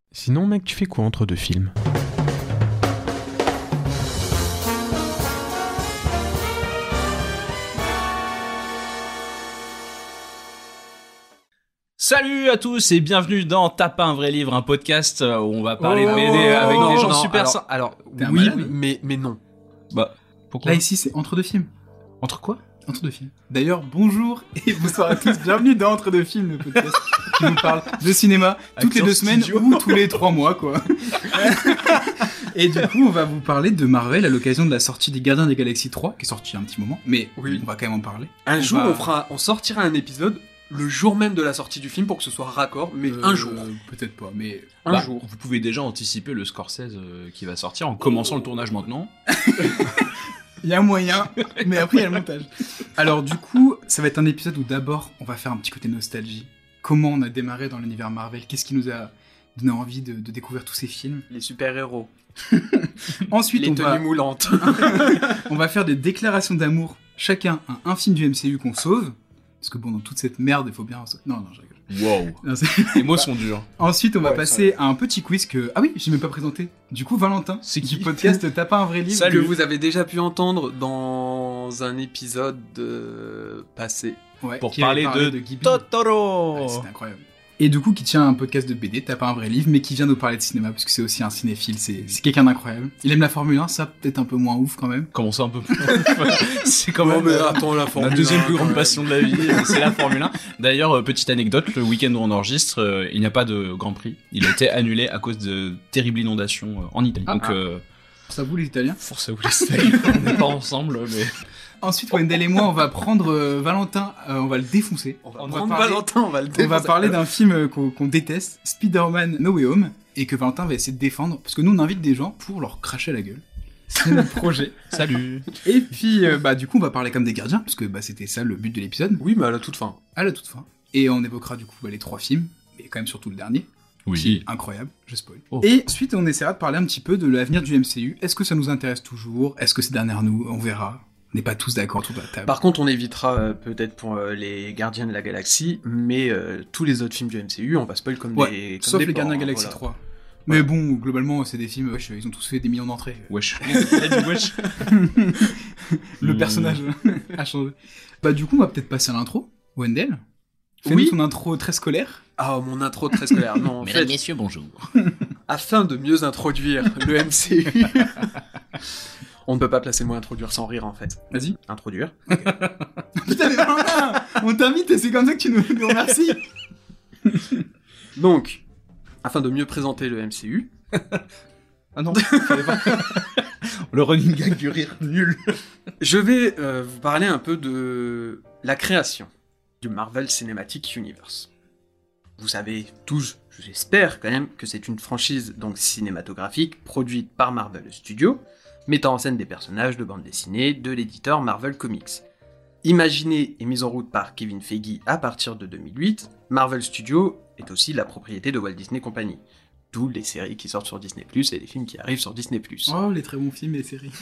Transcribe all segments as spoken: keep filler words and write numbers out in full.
Sinon, mec, tu fais quoi entre deux films ? Salut à tous et bienvenue dans T'as pas un vrai livre, un podcast où on va parler oh, de B D avec non, des gens non, super alors, sympas. Alors, T'es un oui, malade. mais, mais non. Bah, pourquoi ? Là, ici, c'est Entre deux films. Entre quoi ? Entre deux films. D'ailleurs, bonjour et bonsoir à tous. Bienvenue dans Entre deux films, le podcast qui vous parle de cinéma toutes les deux semaines ou tous les trois mois, quoi. Et du coup, on va vous parler de Marvel à l'occasion de la sortie des Gardiens des Galaxies trois, qui est sortie il y a un petit moment, mais Oui. on va quand même en parler. Un On jour, va- on fera, on sortira un épisode le jour même de la sortie du film pour que ce soit raccord, mais Euh, un jour. Peut-être pas, mais... Un Bah, jour. Vous pouvez déjà anticiper le Scorsese euh, qui va sortir en commençant le tournage maintenant. Il y a un moyen, mais après il y a le montage. Alors du coup, ça va être un épisode où d'abord, on va faire un petit côté nostalgie. Comment on a démarré dans l'univers Marvel ? Qu'est-ce qui nous a donné envie de, de découvrir tous ces films ? Les super-héros. Ensuite, Les on tenues va, moulantes. on va faire des déclarations d'amour. Chacun a un film du M C U qu'on sauve. Parce que bon, dans toute cette merde, il faut bien... Non, non, je rigole. Wow. Non, c'est- Les mots sont durs. Ensuite, on va Ouais, passer à un petit quiz que... Ah oui, je l'ai même pas présenté. Du coup, Valentin, C'est du qui podcast T'as pas un vrai livre. Que vous avez déjà pu entendre dans un épisode euh, passé. Ouais, Pour qui avait parler de Ghibli. Totoro. Ouais, c'était incroyable. Et du coup, qui tient un podcast de B D, T'as pas un vrai livre, mais qui vient nous parler de cinéma, parce que c'est aussi un cinéphile, c'est, c'est quelqu'un d'incroyable. Il aime la Formule un, ça peut-être un peu moins ouf quand même. Comment ça un peu plus C'est quand Non, même mais euh, attends, la ma Formule deuxième un, plus quand grande même. passion de la vie, euh, c'est la Formule un. D'ailleurs, euh, petite anecdote, le week-end où on enregistre, euh, il n'y a pas de Grand Prix. Il a été annulé à cause de terribles inondations euh, en Italie. Ah, Donc, ah. euh, Ça vous les Italiens. force à vous les steaks. On n'est pas ensemble, mais... Ensuite, Wendell et moi, on va prendre euh, Valentin, euh, on va le défoncer. On va On va prendre parler- Valentin, on va le On va défoncer. parler d'un film euh, qu'on, qu'on déteste, Spider-Man No Way Home, et que Valentin va essayer de défendre, parce que nous, on invite des gens pour leur cracher à la gueule. C'est notre projet. Salut. Et puis, euh, bah, du coup, on va parler comme des gardiens, parce que bah, c'était ça le but de l'épisode, Oui, mais à la toute fin. à la toute fin. Et on évoquera du coup bah, les trois films, mais quand même surtout le dernier. qui est incroyable, je spoil. Oh. Et ensuite, on essaiera de parler un petit peu de l'avenir du M C U. Est-ce que ça nous intéresse toujours ? Est-ce que c'est derrière nous ? On verra. On n'est pas tous d'accord autour de la table. Par contre, on évitera euh, peut-être pour euh, les Gardiens de la Galaxie, mais euh, tous les autres films du M C U, on va spoil comme Ouais, des. Comme sauf des les Gardiens porcs, Galaxy voilà. trois. Mais bon, globalement, c'est des films, wesh, ils ont tous fait des millions d'entrées. Wesh. Il a dit wesh. Le Hmm. personnage a changé. Bah du coup, on va peut-être passer à l'intro. Wendell, fais-nous Oui. ton intro très scolaire. Ah, mon intro très scolaire. Non, en Mesdames, fait, messieurs, bonjour. afin de mieux introduire le M C U, on ne peut pas placer le mot introduire sans rire en fait. Vas-y. Introduire. Putain, mais Valentin, on t'invite et c'est comme ça que tu nous, nous remercies. Donc, afin de mieux présenter le M C U, Ah non, fallait pas. Le running gag du rire nul. je vais euh, vous parler un peu de la création du Marvel Cinematic Universe. Vous savez tous, j'espère quand même, que c'est une franchise donc cinématographique produite par Marvel Studios, mettant en scène des personnages de bande dessinée de l'éditeur Marvel Comics. Imaginée et mise en route par Kevin Feige à partir de deux mille huit, Marvel Studios est aussi la propriété de Walt Disney Company. D'où les séries qui sortent sur Disney plus, et les films qui arrivent sur Disney plus. Oh, les très bons films et séries.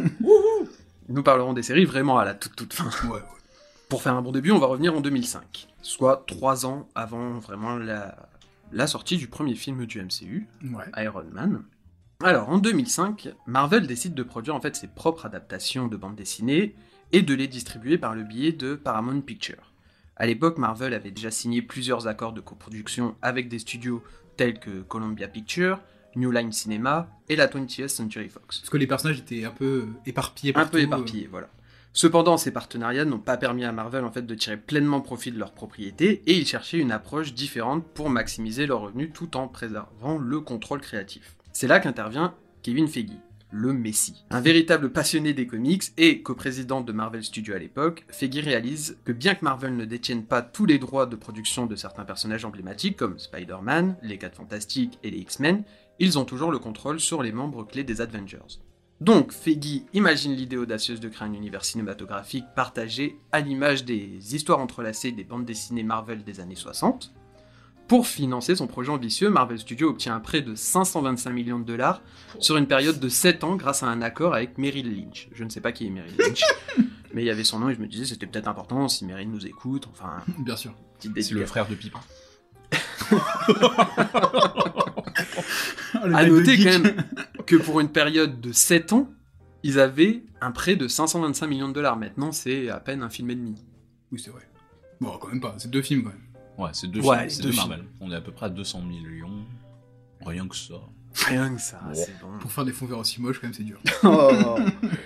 Nous parlerons des séries vraiment à la toute toute fin. Ouais, ouais. Pour faire un bon début, on va revenir en deux mille cinq, soit trois ans avant vraiment la, la sortie du premier film du M C U, Ouais. Iron Man. Alors, en deux mille cinq, Marvel décide de produire en fait ses propres adaptations de bande dessinée et de les distribuer par le biais de Paramount Pictures. À l'époque, Marvel avait déjà signé plusieurs accords de coproduction avec des studios tels que Columbia Pictures, New Line Cinema et la twentieth Century Fox. Parce que les personnages étaient un peu éparpillés Un partout. peu éparpillés, voilà. Cependant, ces partenariats n'ont pas permis à Marvel en fait de tirer pleinement profit de leur propriété et ils cherchaient une approche différente pour maximiser leurs revenus tout en préservant le contrôle créatif. C'est là qu'intervient Kevin Feige, le Messie. Un véritable passionné des comics et coprésident de Marvel Studios à l'époque, Feige réalise que bien que Marvel ne détienne pas tous les droits de production de certains personnages emblématiques comme Spider-Man, les quatre Fantastiques et les X-Men, ils ont toujours le contrôle sur les membres clés des Avengers. Donc, Feige imagine l'idée audacieuse de créer un univers cinématographique partagé à l'image des histoires entrelacées des bandes dessinées Marvel des années soixante. Pour financer son projet ambitieux, Marvel Studios obtient un prêt de cinq cent vingt-cinq millions de dollars sur une période de sept ans grâce à un accord avec Merrill Lynch. Je ne sais pas qui est Merrill Lynch, mais il y avait son nom et je me disais c'était peut-être important si Merrill nous écoute, enfin... Bien sûr. Petite C'est le dédicace. frère de Pipin. Oh, le À mec de noter geek. quand même que pour une période de sept ans, ils avaient un prêt de cinq cent vingt-cinq millions de dollars. Maintenant, c'est à peine un film et demi. Oui, c'est vrai. Bon, quand même pas, c'est deux films quand même. Ouais, c'est deux Ouais, films, c'est deux deux films. Marvel. On est à peu près à deux cents millions. Rien que ça. Rien que ça, Bon. c'est bon. Pour faire des fonds verts aussi moches, quand même, c'est dur. Oh.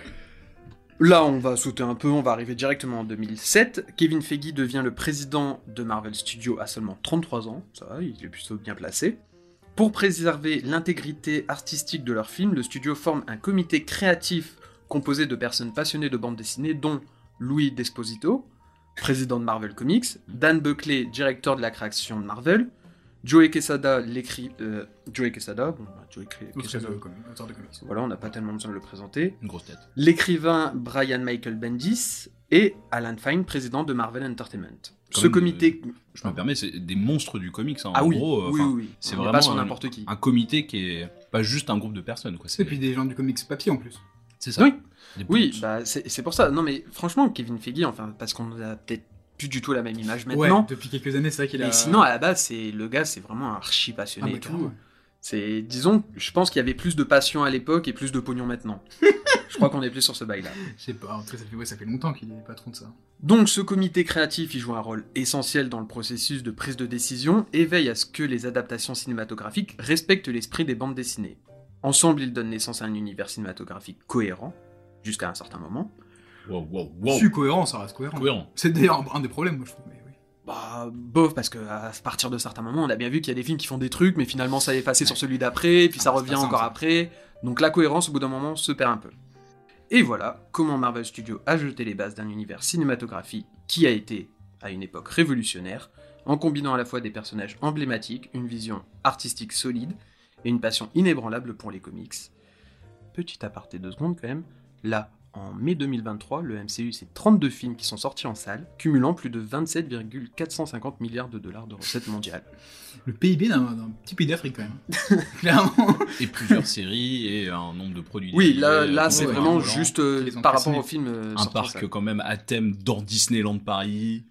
Là, on va sauter un peu, on va arriver directement en deux mille sept. Kevin Feige devient le président de Marvel Studios à seulement trente-trois ans. Ça va, il est plutôt bien placé. Pour préserver l'intégrité artistique de leur film, le studio forme un comité créatif composé de personnes passionnées de bande dessinée, dont Louis Desposito, président de Marvel Comics, Dan Buckley, directeur de la création de Marvel, Joey Quesada, l'écrit... Euh, Joey Quesada, bon, bah, Joey Cre- Autre Quesada, euh, comics, auteur de comics. voilà, on n'a pas tellement besoin de le présenter, Une grosse tête. l'écrivain Brian Michael Bendis et Alan Fine, président de Marvel Entertainment. Quand Ce même, comité... Je me permets, c'est des monstres du comics. Hein. Ah en oui, gros, euh, oui, enfin, oui, oui. c'est On est vraiment pas sur un- n'importe qui. un comité qui est pas juste un groupe de personnes. Quoi. C'est, Et puis des gens du comics papier en plus. c'est ça. Oui. Des Oui, potes. bah, c'est c'est pour ça. Non, mais franchement, Kevin Feige, enfin, parce qu'on a peut-être plus du tout la même image Ouais, maintenant. depuis quelques années, c'est vrai qu'il a. Mais sinon, à la base, c'est le gars, c'est vraiment un archi ah, passionné bah, et tout. carrément. C'est, disons, je pense qu'il y avait plus de passion à l'époque et plus de pognon maintenant. Je crois qu'on est plus sur ce bail-là. Je sais pas, en tout cas, ça fait, ouais, ça fait longtemps qu'il est patron de ça. Donc, ce comité créatif, il joue un rôle essentiel dans le processus de prise de décision et veille à ce que les adaptations cinématographiques respectent l'esprit des bandes dessinées. Ensemble, ils donnent naissance à un univers cinématographique cohérent, jusqu'à un certain moment. Wow, wow, wow. Si cohérent, ça reste cohérent. Cohérent. C'est d'ailleurs un, un des problèmes, moi je trouve. Mais oui. Bah, bof, parce que à partir de certains moments, on a bien vu qu'il y a des films qui font des trucs, mais finalement ça est effacé sur celui d'après, puis ça Ah, c'est revient pas simple, encore ça. après. Donc la cohérence, au bout d'un moment, se perd un peu. Et voilà comment Marvel Studios a jeté les bases d'un univers cinématographique qui a été, à une époque, révolutionnaire, en combinant à la fois des personnages emblématiques, une vision artistique solide et une passion inébranlable pour les comics. Petit aparté deux secondes quand même, là, en mai deux mille vingt-trois, le M C U, c'est trente-deux films qui sont sortis en salle, cumulant plus de vingt-sept virgule quatre cent cinquante milliards de dollars de recettes mondiales. Le P I B d'un, d'un petit pays d'Afrique quand même. Clairement. Et plusieurs séries et un nombre de produits. Oui, dérivés, là, euh, là pour c'est les vraiment volants. juste euh, Ils les ont par cassés. rapport au film euh, Un sorti en parc salle. quand même à thème dans Disneyland Paris.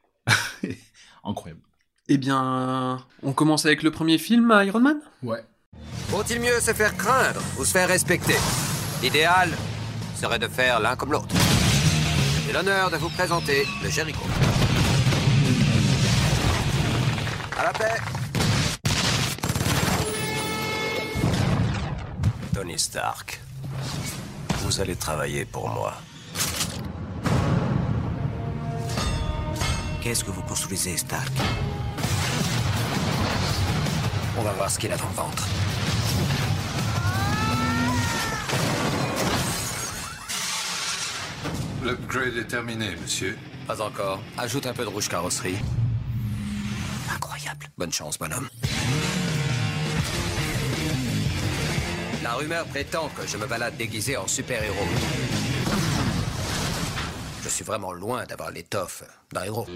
Incroyable. Eh bien, on commence avec le premier film, Iron Man ? Ouais. Vaut-il mieux se faire craindre ou se faire respecter? L'idéal serait de faire l'un comme l'autre. J'ai l'honneur de vous présenter le Jericho. À la paix. Tony Stark, vous allez travailler pour moi. Qu'est-ce que vous construisez, Stark? On va voir ce qu'il a dans le ventre. L'upgrade est terminé, monsieur. Pas encore. Ajoute un peu de rouge carrosserie. Incroyable. Bonne chance, bonhomme. La rumeur prétend que je me balade déguisé en super-héros. Je suis vraiment loin d'avoir l'étoffe d'un héros.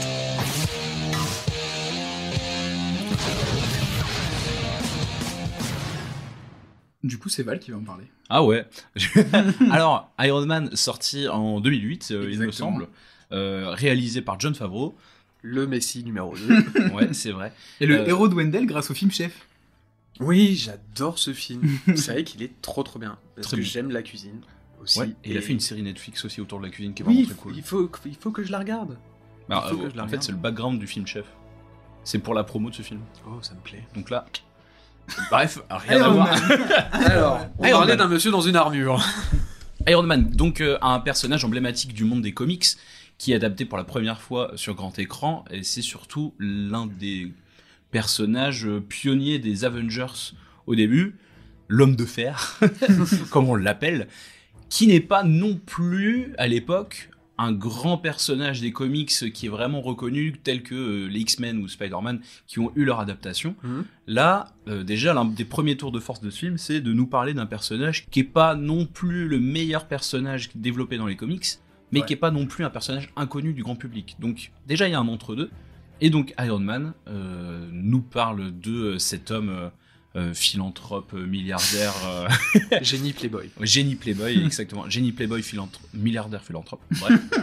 Du coup, c'est Val qui va en parler. Ah ouais. Alors, Iron Man sorti en deux mille huit, euh, il me Exactement. semble, euh, réalisé par Jon Favreau. Le Messi numéro deux. Ouais, c'est vrai. Et le Euh, héros de Wendell grâce au film Chef. Oui, j'adore ce film. C'est vrai qu'il est trop trop bien. Parce Très que bien. j'aime la cuisine aussi. Ouais, et il a fait une série Netflix aussi autour de la cuisine qui est Oui, vraiment très cool. il faut, il faut que je la regarde. Alors, il faut que euh, je la en fait, regarde. c'est le background du film Chef. C'est pour la promo de ce film. Oh, ça me plaît. Donc là, bref, rien à Iron voir. Man. Alors, on Iron parlait Man. d'un monsieur dans une armure. Iron Man, donc euh, un personnage emblématique du monde des comics qui est adapté pour la première fois sur grand écran, et c'est surtout l'un des personnages euh, pionniers des Avengers au début, l'homme de fer, comme on l'appelle, qui n'est pas non plus à l'époque un grand personnage des comics qui est vraiment reconnu, tel que euh, les X-Men ou Spider-Man qui ont eu leur adaptation. Mhm. Là, euh, déjà, l'un des premiers tours de force de ce film, c'est de nous parler d'un personnage qui est pas non plus le meilleur personnage développé dans les comics, mais Ouais. qui est pas non plus un personnage inconnu du grand public. Donc, déjà, il y a un entre-deux. Et donc, Iron Man euh, nous parle de euh, cet homme euh, euh, philanthrope, euh, milliardaire, euh, Génie Playboy. génie playboy, exactement, génie playboy, philanthrope, milliardaire philanthrope, bref.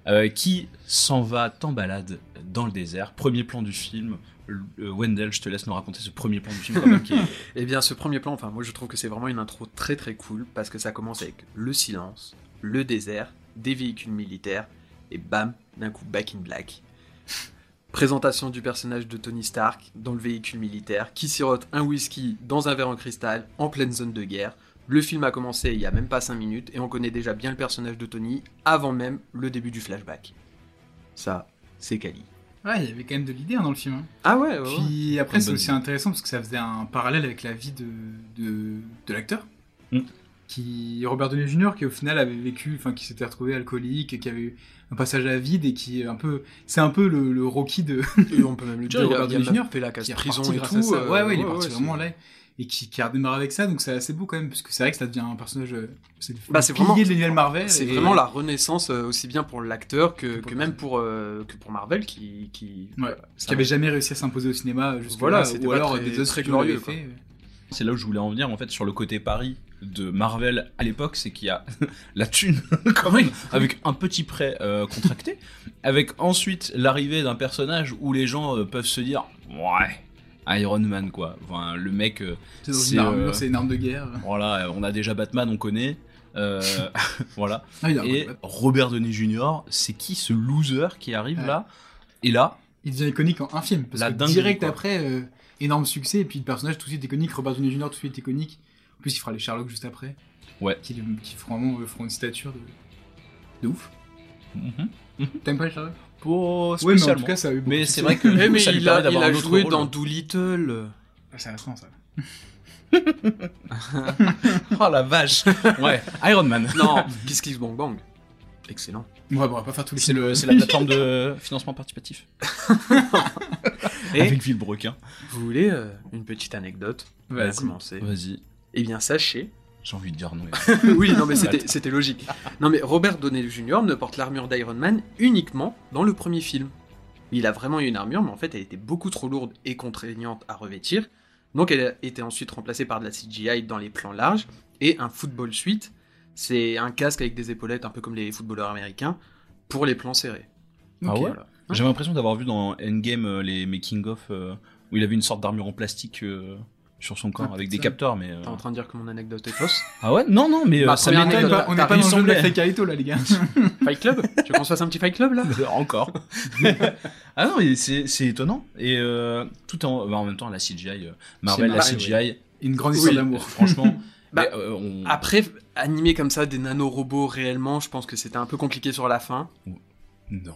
euh, qui s'en va en balade dans le désert. Premier plan du film. Euh, Wendell, je te laisse nous raconter ce premier plan du film quand même qui est... Eh bien, ce premier plan, enfin, moi je trouve que c'est vraiment une intro très très cool parce que ça commence avec le silence, le désert, des véhicules militaires et bam, d'un coup, Back in Black. Présentation du personnage de Tony Stark dans le véhicule militaire qui sirote un whisky dans un verre en cristal en pleine zone de guerre. Le film a commencé il y a même pas cinq minutes et on connaît déjà bien le personnage de Tony avant même le début du flashback. Ça, c'est quali. Ouais, il y avait quand même de l'idée hein, dans le film. Hein. Ah ouais, ouais, ouais. Puis après, Comme c'est bonne aussi idée. intéressant parce que ça faisait un parallèle avec la vie de, de, de l'acteur. Mm. Qui, Robert Downey junior, qui au final avait vécu, enfin, qui s'était retrouvé alcoolique, et qui avait eu un passage à vide et qui est un peu, c'est un peu le, le Rocky de, Et on peut même le dire, de il a, Robert il a Downey même junior fait la case qui est prison reparti et grâce tout. à ça. euh, Ouais, ouais, il est ouais, parti ouais, vraiment c'est- là. Et qui, qui a redémarré avec ça, donc c'est assez beau quand même, parce que c'est vrai que ça devient un personnage, euh, c'est le Bah, c'est pilier vraiment- de l'univers Marvel. C'est et- vraiment la renaissance euh, aussi bien pour l'acteur que, Que pour que le même personnage. pour, euh, que pour Marvel qui... qui Ouais, voilà, ce qui avait jamais réussi à s'imposer au cinéma jusque Voilà, là, c'était ou pas alors très- des autres très studios glorieux, l'avaient quoi. fait. C'est là où je voulais en venir en fait sur le côté pari de Marvel à l'époque, c'est qu'il y a la thune quand même, avec un petit prêt euh, contracté, avec ensuite l'arrivée d'un personnage où les gens euh, peuvent se dire ouais, Iron Man quoi, enfin, le mec euh, C'est dans C'est, une armure, euh, c'est une arme de guerre. voilà, on a déjà Batman, on connaît. Euh, voilà. Ah, il, a- Et Robert Downey junior, c'est qui ce loser qui arrive Ouais. là? Et là, il devient iconique en un film. Parce La que dinguerie, direct quoi. après, euh, énorme succès, et puis le personnage tout de suite iconique, Robert Downey junior tout de suite iconique. En plus, il fera les Sherlock juste après. Ouais. Qui, qui vraiment euh, feront une stature de, de ouf. mhm, T'aimes pas les Sherlock? pour Ouais, mais en spécialement. tout cas, ça a eu beaucoup Mais de c'est succès. vrai que Eh, mais ça lui il permet a, il d'avoir a un autre joué rôle. dans Doolittle. Ah, c'est récent, ça. Oh la vache. Ouais, Iron Man. Non, Kiss Kiss Bang Bang. Excellent. Ouais, bon, on va pas faire tous les C'est films. le, c'est la plateforme de financement participatif. Et Avec Villebrequin. vous voulez euh, une petite anecdote? On va Vas-y. commencer. Vas-y. Eh bien, sachez... J'ai envie de dire non. oui, non, mais c'était c'était logique. Non, mais Robert Downey junior ne porte l'armure d'Iron Man uniquement dans le premier film. Il a vraiment eu une armure, mais en fait, elle était beaucoup trop lourde et contraignante à revêtir. Donc, elle a été ensuite remplacée par de la C G I dans les plans larges et un football suit. C'est un casque avec des épaulettes, un peu comme les footballeurs américains, pour les plans serrés. Ah Ok. ouais. Voilà. J'ai l'impression d'avoir vu dans Endgame euh, les making-of euh, où il avait une sorte d'armure en plastique euh, sur son corps Ah, avec des putain. capteurs. Mais euh, T'es en train de dire que mon anecdote est fausse? Ah ouais? Non, non, mais euh, Ma ça première On est m'étonne. anecdote. pas, on T'as est pas vu dans le son jeu de la lait. fake Carito, là, les gars. Fight Club? Tu veux qu'on se fasse un petit Fight Club, là? Encore. Ah non, mais c'est c'est étonnant. Et euh, tout en, bah, en même temps, la C G I, euh, Marvel, la Marvel, C G I, Une grande histoire Oui. d'amour. franchement, Bah, mais, euh, on... Après, animer comme ça des nanorobots réellement, je pense que c'était un peu compliqué sur la fin. non.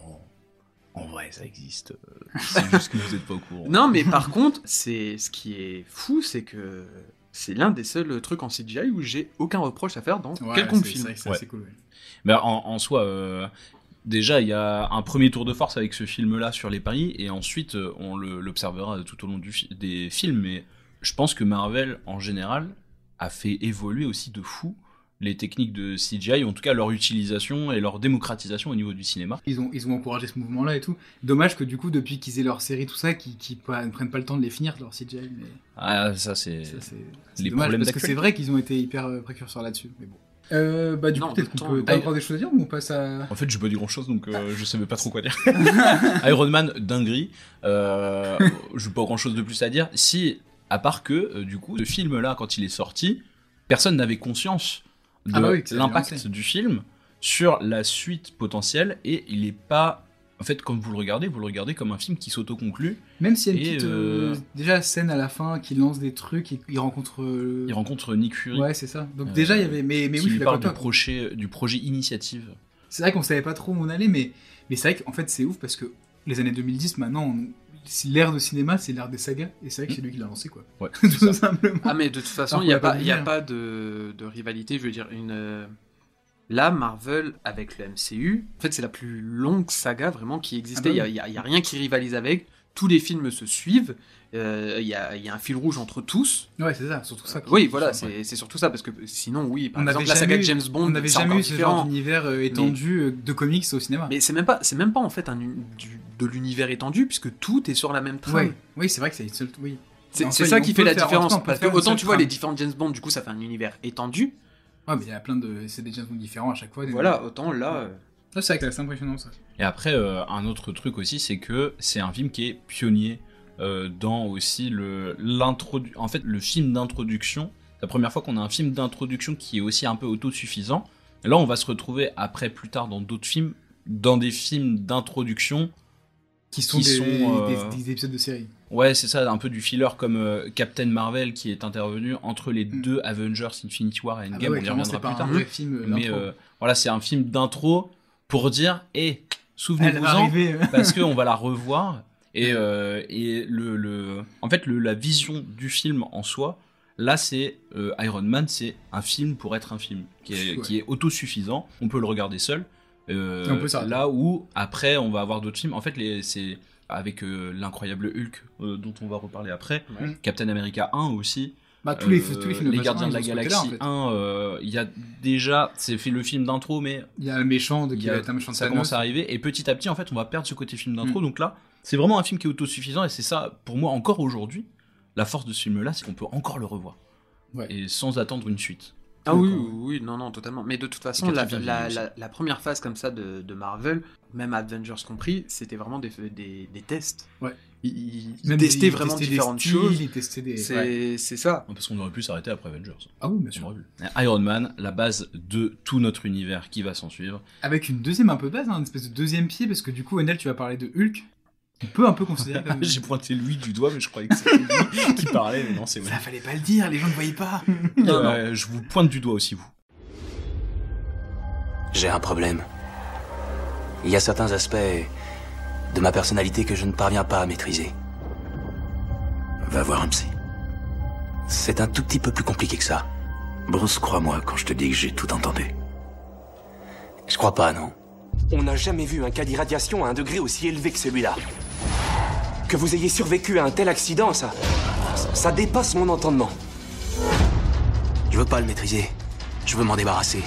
En vrai, ça existe. Euh, C'est juste que vous n'êtes pas au courant. Non, mais par contre, c'est ce qui est fou, c'est que c'est l'un des seuls trucs en C G I où j'ai aucun reproche à faire dans Ouais, quelconque c'est- film. C'est vrai que c'est Ouais. assez cool. ouais. Mais en, en soi, euh, déjà, il y a un premier tour de force avec ce film-là sur les paris, et ensuite, euh, on le- l'observera tout au long du fi- des films. Mais je pense que Marvel, en général, a fait évoluer aussi de fou les techniques de C G I, ou en tout cas leur utilisation et leur démocratisation au niveau du cinéma. Ils ont, ils ont encouragé ce mouvement-là et tout. Dommage que du coup, depuis qu'ils aient leur série, tout ça, qu'ils qu'ils pa- ne prennent pas le temps de les finir, leur C G I. Mais Ah, ça, c'est... ça, c'est c'est les dommage problèmes parce que c'est d'actualité. vrai qu'ils ont été hyper euh, précurseurs là-dessus. Mais bon. Euh, bah, du Non, coup, peut-être de qu'on temps. peut. T'as Ah, encore des choses à dire ou on passe à. En fait, je pas dit grand-chose, donc euh, je savais pas trop quoi dire. Iron Man, dinguerie. Euh, je pas grand-chose de plus à dire. Si, à part que, euh, du coup, ce film-là, quand il est sorti, personne n'avait conscience de Ah bah oui, que ça avait l'impact lancé. du film sur la suite potentielle, et il est pas... En fait, quand vous le regardez, vous le regardez comme un film qui s'autoconclut. Même s'il y a une Et, petite. euh, euh, déjà, scène à la fin qui lance des trucs et il rencontre. euh, Il rencontre Nick Fury, Ouais, c'est ça. Donc, Euh, déjà, il y avait. Mais, mais qui oui, je lui suis d'accord parle avec du toi. projet, du projet Initiative. C'est vrai qu'on savait pas trop où on allait, mais, mais c'est vrai qu'en fait, c'est ouf parce que les années deux mille dix, maintenant, on- si l'ère de cinéma, c'est l'ère des sagas. Et c'est vrai que c'est lui qui l'a lancé, quoi. Ouais, Tout simplement. Ah, mais de toute façon, Alors il n'y a, qu'on l'a pas, pas y a vu, pas de, de rivalité. Je veux dire, une. euh, Là, Marvel, avec le M C U, en fait, c'est la plus longue saga vraiment qui existait. Il Ah bah oui. n'y a, y a rien qui rivalise avec. Tous les films se suivent. Euh, Il y, a, y a un fil rouge entre tous. Ouais, c'est ça, surtout ça. qui- Oui, voilà, ouais. c'est c'est surtout ça. Parce que sinon, oui, par On exemple, n'avait la saga jamais de eu- James Bond, On n'avait c'est jamais encore eu ce différent. genre d'univers euh, étendu euh, de comics au cinéma. Mais c'est même pas, c'est même pas en fait un, u- du- de l'univers étendu, puisque tout est sur la même trame. Ouais. Oui, c'est vrai que c'est une seule. Oui. C'est En c'est soi, ça on qui peut fait la faire- en tout différence. cas, on peut Parce que faire une autant seule tu vois trame. les différents James Bond, du coup, ça fait un univers étendu. Ouais, mais il y a plein de. C'est des James Bond différents à chaque fois. des- Voilà, autant là, euh, Ah, c'est vrai que c'est impressionnant ça. Et après, euh, un autre truc aussi, c'est que c'est un film qui est pionnier euh, dans aussi le l'introdu- en fait, le film d'introduction. La première fois qu'on a un film d'introduction qui est aussi un peu autosuffisant. Là, on va se retrouver après, plus tard, dans d'autres films, dans des films d'introduction Qui sont, qui des, sont, euh, des, des épisodes de série. Ouais, c'est ça, un peu du filler comme euh, Captain Marvel qui est intervenu entre les Mm. deux Avengers Infinity War et Ah Endgame, bah ouais, on y clairement, reviendra c'est pas plus un tard. vrai film. euh, Mais d'intro. euh, voilà, c'est un film d'intro pour dire, hé, Elle va souvenez-vous-en, arriver. euh. parce qu'on va la revoir. Et, euh, et le, le, en fait, le, la vision du film en soi, là, c'est euh, Iron Man, c'est un film pour être un film, qui est, Ouais. qui est autosuffisant, on peut le regarder seul. Euh, Et on peut s'arrêter. là où, après, on va avoir d'autres films. En fait, les, c'est avec euh, l'incroyable Hulk, euh, dont on va reparler après, Ouais. Captain America un aussi, Bah, tous, les, euh, tous les films de les phase Gardiens un, de la ils ont ce côté-là, Galaxie en fait. un, euh, il y a déjà, c'est fait le film d'intro, mais Il y a le méchant de il qui y a- va être un méchant de ça Thanos. commence à arriver, et petit à petit, en fait, on va perdre ce côté film d'intro. Mm. Donc là, c'est vraiment un film qui est autosuffisant, et c'est ça, pour moi, encore aujourd'hui, la force de ce film-là, c'est qu'on peut encore le revoir. Ouais. Et sans attendre une suite. Ah oui, D'accord. oui, oui, non, non, totalement. Mais de toute façon, Et qui a la, très bien la, vieilli la, la première phase comme ça de, de Marvel, même Avengers compris, c'était vraiment des, des, des tests. Ouais. Ils, ils Même testaient ils vraiment testaient des différentes styles, choses. Ils testaient des. C'est ouais. c'est ça. Parce qu'on aurait pu s'arrêter après Avengers. Ah oui, bien On sûr. aurait vu. Iron Man, la base de tout notre univers qui va s'en suivre. Avec une deuxième un peu base, hein, une espèce de deuxième pied, parce que du coup, Enel, tu vas parler de Hulk. On peut un peu considérer comme. J'ai pointé lui du doigt, mais je croyais que c'était lui qui parlait, mais non, c'est Ça fallait pas le dire, les gens ne voyaient pas. Non, non. Je vous pointe du doigt aussi, vous. J'ai un problème. Il y a certains aspects de ma personnalité que je ne parviens pas à maîtriser. Va voir un psy. C'est un tout petit peu plus compliqué que ça. Bruce, crois-moi quand je te dis que j'ai tout entendu. Je crois pas, non. On n'a jamais vu un cas d'irradiation à un degré aussi élevé que celui-là. Que vous ayez survécu à un tel accident, ça... ça dépasse mon entendement. Je veux pas le maîtriser. Je veux m'en débarrasser.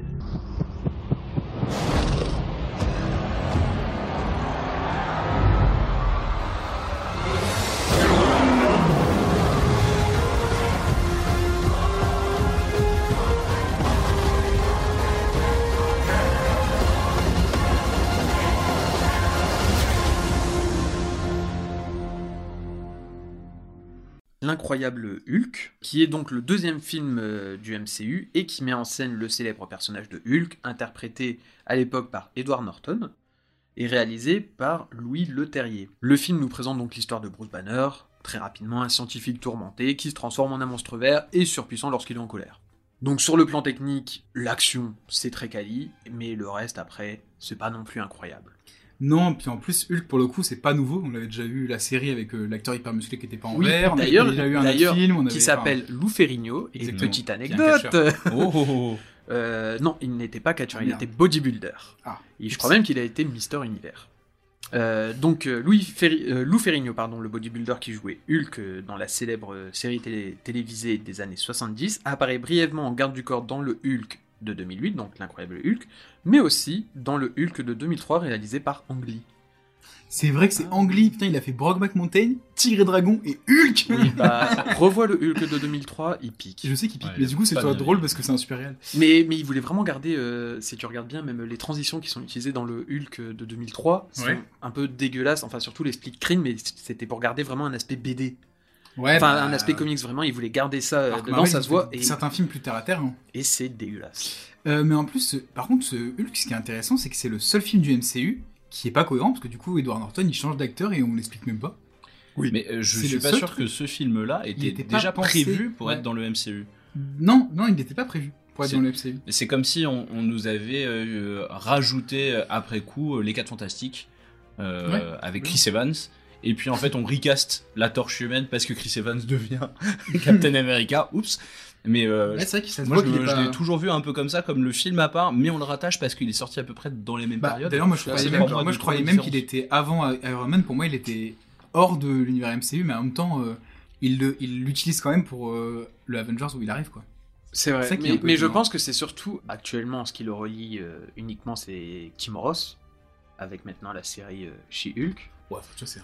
L'incroyable Hulk, qui est donc le deuxième film euh, du M C U et qui met en scène le célèbre personnage de Hulk, interprété à l'époque par Edward Norton et réalisé par Louis Leterrier. Le film nous présente donc l'histoire de Bruce Banner, très rapidement un scientifique tourmenté qui se transforme en un monstre vert et surpuissant lorsqu'il est en colère. Donc sur le plan technique, l'action c'est très quali, mais le reste après, c'est pas non plus incroyable. Non, puis en plus, Hulk, pour le coup, c'est pas nouveau. On l'avait déjà vu la série avec euh, l'acteur hyper musclé qui était pas en Oui, vert. On avait d'ailleurs, déjà eu un d'ailleurs, autre film. On qui avait- s'appelle Lou Ferrigno, et Exactement. petite Qui est un anecdote. catcheur. Oh, oh, oh. Euh, non, il n'était pas catcheur, Ah, il merde. était bodybuilder. Ah. Et je crois même qu'il a été Mister Univers. Euh, donc euh, Louis Ferri- euh, Lou Ferrigno, pardon, le bodybuilder qui jouait Hulk euh, dans la célèbre euh, série télé- télévisée des années soixante-dix, apparaît brièvement en garde du corps dans le Hulk de deux mille huit, donc l'incroyable Hulk, mais aussi dans le Hulk de deux mille trois réalisé par Ang Lee. C'est vrai que c'est Ang Lee, putain, il a fait Brokeback Mountain, Tigre et Dragon et Hulk. Oui, bah, revois le Hulk de deux mille trois, il pique. Je sais qu'il pique, Ouais, mais du coup, c'est pas toi de- drôle parce que c'est un super réel. Mais, mais il voulait vraiment garder, euh, si tu regardes bien, même les transitions qui sont utilisées dans le Hulk de deux mille trois sont Ouais. un peu dégueulasses, enfin surtout les split screen, mais c'était pour garder vraiment un aspect B D. Ouais, Enfin, bah, un aspect comics, vraiment, il voulait garder ça euh, alors que dedans, Marvel, ça ils se ont voit, fait et, certains films plus terre à terre. hein. et c'est dégueulasse. Euh, mais en plus, ce- par contre, ce Hulk, ce qui est intéressant, c'est que c'est le seul film du M C U qui est pas cohérent parce que du coup, Edward Norton il change d'acteur et on l'explique même pas. Mais euh, je C'est suis le pas seul sûr truc. que ce film-là était, était pas déjà pensé, prévu pour ouais. être dans le M C U. Non, non, il n'était pas prévu pour être C'est- dans le M C U. Et c'est comme si on, on nous avait euh, rajouté euh, après coup euh, les quatre fantastiques euh, Ouais, avec oui. Chris Evans. Et puis en fait on recast la torche humaine parce que Chris Evans devient Captain America. Oups. Mais euh, Ouais, c'est vrai qu'il ça se moi voit je, qu'il le- est je pas... l'ai toujours vu un peu comme ça, comme le film à part, mais on le rattache parce qu'il est sorti à peu près dans les mêmes Bah, périodes. D'ailleurs, moi je C'est croyais assez même, pour moi, de je croyais trouver même la qu'il différence. était avant euh, Iron Man. Pour moi, il était hors de l'univers M C U, mais en même temps, euh, il le- il l'utilise quand même pour euh, le Avengers où il arrive, quoi. C'est vrai, C'est ça qui est mais, un peu mais je étonnant. pense que c'est surtout, actuellement, ce qui le relie euh, uniquement, c'est Tim Ross, avec maintenant la série euh, She-Hulk. Ouais, tu vois, c'est un-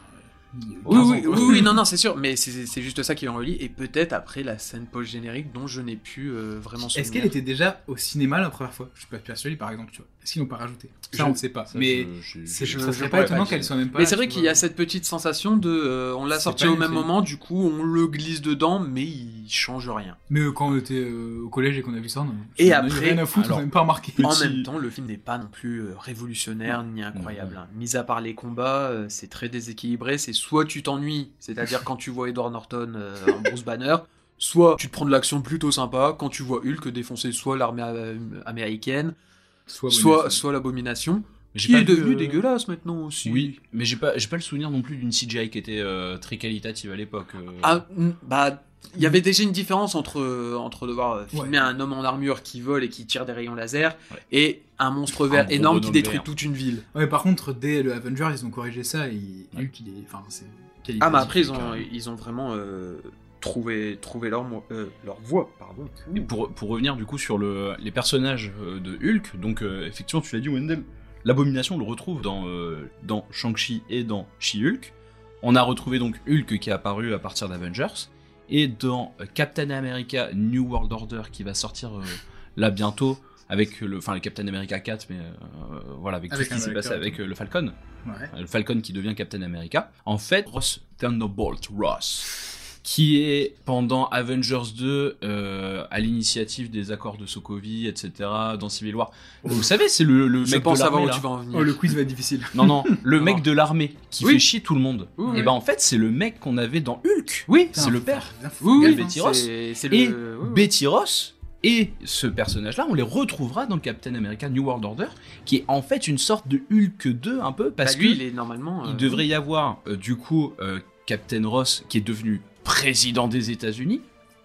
il y a Oui, quinze oui, ans, oui, quoi. oui, non, non, c'est sûr, mais c'est c'est juste ça qui en relie, et peut-être après la scène post-générique dont je n'ai pu euh, vraiment souvenir. Est-ce qu'elle était déjà au cinéma la première fois? Je suis pas persuadé, par exemple, tu vois. Est-ce qu'ils l'ont pas rajouté? Ça, Je- on ne sait pas. Ça, Mais je- je- c'est- je- ça je serait pourrais pas étonnant pas qu'elle dire. soit même pas Mais là, c'est vrai tu qu'il y a vois. cette petite sensation de... euh, on l'a C'est sorti pas au une même série. moment, du coup on le glisse dedans, mais il change rien. Mais euh, quand on était euh, au collège et qu'on a vu ça, on Et on a eu après, rien à foutre, alors, on n'a même pas remarqué. En Petit- même temps, le film n'est pas non plus euh, révolutionnaire ni incroyable. hein. Mis à part les combats, euh, c'est très déséquilibré. C'est soit tu t'ennuies, c'est-à-dire quand tu vois Edward Norton euh, en Bruce Banner, soit tu te prends de l'action plutôt sympa quand tu vois Hulk défoncer soit l'armée euh, américaine, Soit, soit, soit l'abomination, J'ai qui pas est vu, devenu euh, dégueulasse maintenant aussi. Oui, mais j'ai pas, j'ai pas le souvenir non plus d'une C G I qui était euh, très qualitative à l'époque. euh. Ah, mm, bah, il y avait déjà une différence entre, euh, entre devoir euh, filmer Ouais. un homme en armure qui vole et qui tire des rayons laser Ouais. et un monstre vert gros énorme qui bonhomme détruit vert. toute une ville. Ouais, par contre, dès le Avengers, ils ont corrigé ça et Hulk, il est. Enfin, c'est. Ah, mais après, ils ont, carrément. ils ont vraiment euh, trouvé, trouvé leur, mo- euh, leur voix. Pardon. Et pour, pour revenir du coup sur le, les personnages euh, de Hulk, donc euh, effectivement tu l'as dit Wendell, l'abomination on le retrouve dans, euh, dans Shang-Chi et dans She-Hulk. On a retrouvé donc Hulk qui est apparu à partir d'Avengers, et dans euh, Captain America New World Order qui va sortir euh, là bientôt, avec le, enfin le Captain America quatre, mais euh, voilà, avec, Avec tout ce qui un s'est passé acteur, avec euh, le Falcon. Ouais. Le Falcon qui devient Captain America. En fait, Ross Thunderbolt Ross, qui est pendant Avengers deux euh, à l'initiative des accords de Sokovie, et cetera, dans Civil War. Vous savez, c'est le, le Je mec pense de savoir l'armée où là. tu vas en venir. Oh, le quiz va être difficile. Non, non, le Non. mec de l'armée qui Oui. fait chier tout le monde. Oui, Et oui. ben en fait, c'est le mec qu'on avait dans Hulk. Oui, C'est le père. oui, oui, Betty Ross. c'est c'est Et le... oui, oui. Betty Ross. Et ce personnage-là, on les retrouvera dans Captain America New World Order, qui est en fait une sorte de Hulk deux un peu, parce Bah, lui, que il est normalement... il euh, devrait y avoir euh, du coup euh, Captain Ross qui est devenu président des États-Unis.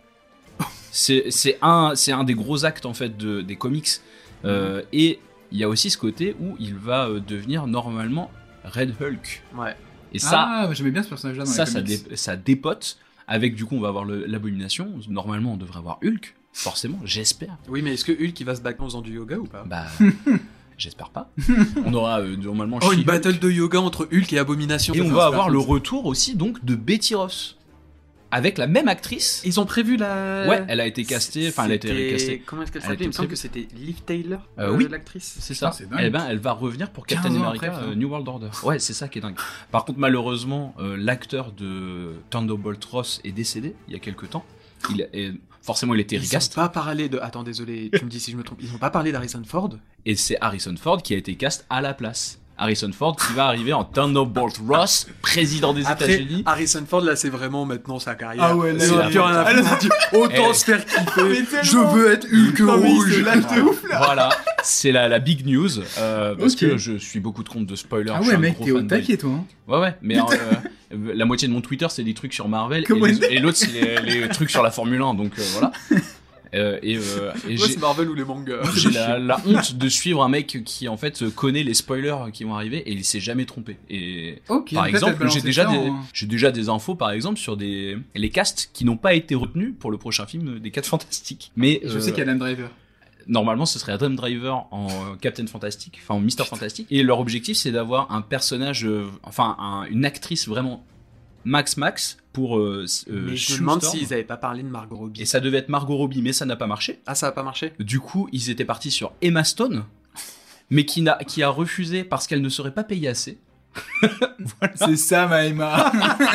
C'est c'est un c'est un des gros actes en fait de, des comics. Euh, et il y a aussi ce côté où il va euh, devenir normalement Red Hulk. Ouais. Et ça, Ah, j'aimais bien ce personnage-là dans ça, les ça, comics. dé- ça dépote. Avec du coup, on va avoir le- l'abomination. Normalement, on devrait avoir Hulk, forcément. J'espère. Oui, mais est-ce que Hulk il va se battre en faisant du yoga ou pas? Bah, j'espère pas. On aura euh, normalement. Oh, une She-Hulk. battle de yoga entre Hulk et Abomination. Et on Ça va se avoir faire le foutre. retour aussi donc de Betty Ross avec la même actrice. Ils ont prévu la... Ouais, elle a été castée. Enfin, elle a été C'était- recastée. Comment est-ce qu'elle Elle a s'appelait? Il me été semble que prévue. c'était Liv Taylor, Euh, euh, oui. l'actrice. C'est ça. c'est dingue. Eh ben, elle va revenir pour Captain quinze ans America après, euh, ça. New World Order. Ouais, c'est ça qui est dingue. Par contre, malheureusement, euh, l'acteur de Thunderbolt Ross est décédé il y a quelques temps. Il est, forcément, il était Ils n'ont recast. pas parlé de... Attends, désolé, tu me dis si je me trompe. Ils n'ont pas parlé d'Harrison Ford? Et c'est Harrison Ford qui a été cast à la place. Harrison Ford qui va arriver en Thunderbolt Ross, président des Après, États-Unis. Harrison Ford, là, c'est vraiment maintenant sa carrière. Ah ouais, là, C'est il la a- plus rien à Ah, là, foutre. Autant Eh. se faire kiffer. Mais Je tellement. veux être Hulk Non, mais il se rouge. lâche de ouf, là. Voilà, c'est la, la big news. euh, parce Ok. que je suis beaucoup de comptes de spoilers. Ah je suis ouais, un mec, gros t'es au fanboy. taquet, toi. Hein. Ouais, ouais, mais euh, euh, la moitié de mon Twitter, c'est des trucs sur Marvel. Comment Et, les- elle- et l'autre, c'est les, les trucs sur la Formule un. Donc euh, voilà. Euh, et euh, et Moi, j'ai- c'est Marvel ou les mangas. j'ai la, la honte de suivre un mec qui en fait connaît les spoilers qui vont arriver et il s'est jamais trompé. Et Ok, par peut-être exemple, elle balance j'ai déjà ça des en- j'ai déjà des infos par exemple sur des les casts qui n'ont pas été retenus pour le prochain film des quatre Fantastiques. Mais Je euh, sais qu'il y a Adam Driver. normalement ce serait Adam Driver en euh, Captain Fantastic, enfin en Mister Fantastic. Et leur objectif c'est d'avoir un personnage, euh, enfin un- une actrice vraiment max max pour euh, s- euh, Mais je Sue me demande Storm. s'ils avaient pas parlé de Margot Robbie. Et ça devait être Margot Robbie, mais ça n'a pas marché. Ah, ça a pas marché? Du coup, ils étaient partis sur Emma Stone, mais qui, n'a, qui a refusé parce qu'elle ne serait pas payée assez. C'est ça, ma Emma.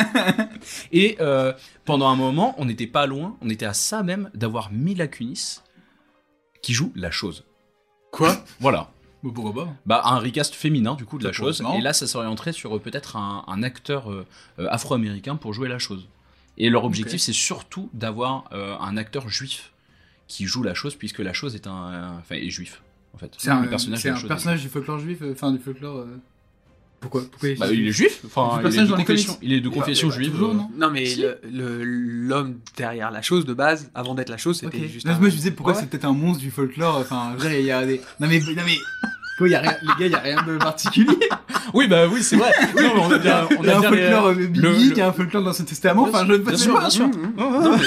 Et euh, pendant un moment, on n'était pas loin, on était à ça même d'avoir Mila Kunis qui joue la chose. Quoi? Voilà. Bon, pourquoi pas? Bah, un recast féminin du coup de Ça la pourrait chose. être marrant. Et là, ça s'orienterait sur euh, peut-être un, un acteur euh, euh, afro-américain pour jouer la chose. Et leur objectif, Ok. c'est surtout d'avoir euh, un acteur juif qui joue la chose, puisque la chose est un, un- enfin, est juif en fait. C'est un Le personnage c'est de la un chose est personnage du folklore juif, euh, enfin du folklore. euh, Pourquoi Pourquoi Bah, il est juif. Enfin, Le il est, personnage de dans les confession, comics. il est de Bah, confession bah, juive. toujours, euh. non Non, mais Si. le- le- l'homme derrière la chose de base, avant d'être la chose, Ok. c'était juste. Non, un- moi je me disais pourquoi Ouais. c'est peut-être un monstre du folklore. Enfin, je veux dire, il y a des. Non mais non mais. Quoi, il y a rien, les gars, il y a rien de particulier. Oui, bah oui, c'est vrai. Non, mais on a bien, on Il y a a un bien les- folklore euh, le- biblique, le- il y a un folklore dans l'Ancien Testament. Enfin, je ne bien sais sûr, pas. bien sûr. Mmh, mmh. Non, Non,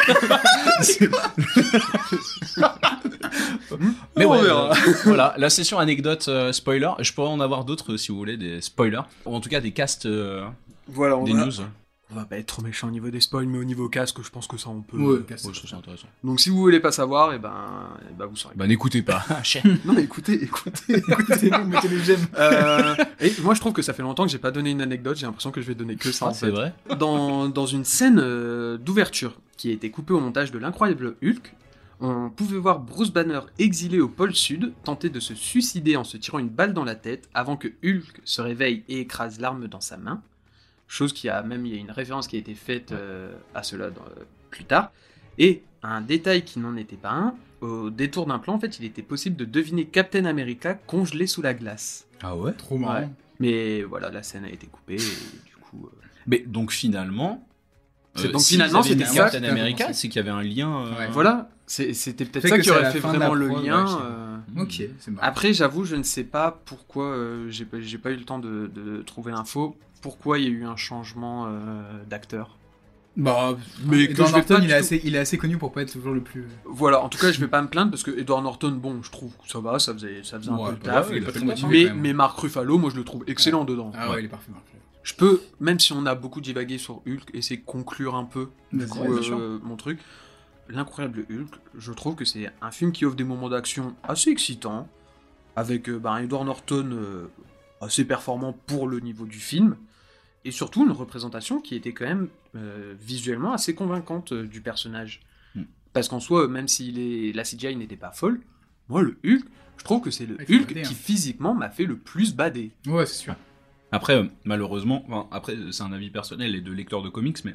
mais mais- ouais, On verra. euh, voilà, la session anecdote euh, spoiler. Je pourrais en avoir d'autres euh, si vous voulez, des spoilers. Ou en tout cas des casts euh, Voilà, on Des va... news. hein. On va pas être trop méchant au niveau des spoils, mais au niveau casque, je pense que ça on peut. Ouais, casque. Ouais, ça, c'est intéressant. Donc si vous voulez pas savoir, et ben, eh ben vous saurez. Bah n'écoutez pas. Non mais écoutez, écoutez, Écoutez-nous, mettez les j'aime. Euh, et moi je trouve que ça fait longtemps que j'ai pas donné une anecdote, j'ai l'impression que je vais donner que ça en Ah, c'est fait. vrai. Dans, dans une scène euh, d'ouverture qui a été coupée au montage de l'incroyable Hulk, on pouvait voir Bruce Banner exilé au pôle sud tenter de se suicider en se tirant une balle dans la tête avant que Hulk se réveille et écrase l'arme dans sa main. Chose qui a même, il y a une référence qui a été faite euh, à cela dans, euh, plus tard. Et un détail qui n'en était pas un, au détour d'un plan, en fait, il était possible de deviner Captain America congelé sous la glace. Ah ouais. Trop marrant. Ouais. Mais voilà, la scène a été coupée et du coup... euh, Mais donc finalement. C'est- euh, donc si finalement, ils avaient c'était mis ça Captain que t'as America, pensé. c'est qu'il y avait un lien. euh, Ouais. Voilà, c'est- c'était peut-être Fait ça que qui c'est à aurait la fait fin de vraiment la le prod, lien. ouais, je sais euh, Ok, c'est marrant. Après, j'avoue, je ne sais pas pourquoi, euh, j'ai pas, j'ai pas eu le temps de, de trouver l'info, pourquoi il y a eu un changement euh, d'acteur. Bah, Mais mais que Edward je vais Norton, pas il du est, tout- assez, il est assez connu pour pas être toujours le plus... Voilà, en tout cas, je vais pas me plaindre parce que Edward Norton, bon, je trouve que ça va, ça faisait, ça faisait un Ouais, peu le bah taf. ouais, il il a a fait fait le le moitié, mais, quand même. mais Mark Ruffalo, moi, je le trouve excellent dedans. Ah ouais, Ouais. il est parfait, Marc. Je peux, même si on a beaucoup divagué sur Hulk, essayer de conclure un peu du Vas-y, coup, ouais, bien euh, sûr. mon truc. L'incroyable Hulk, je trouve que c'est un film qui offre des moments d'action assez excitants, avec euh, bah, un Edward Norton euh, assez performant pour le niveau du film, et surtout une représentation qui était quand même euh, visuellement assez convaincante euh, du personnage. Mm. Parce qu'en soi, même si les... la C G I n'était pas folle, moi le Hulk, je trouve que c'est le Il faut Hulk bader, qui hein. physiquement m'a fait le plus bader. Ouais, c'est sûr. Après, euh, malheureusement, enfin, après c'est un avis personnel et de lecteur de comics, mais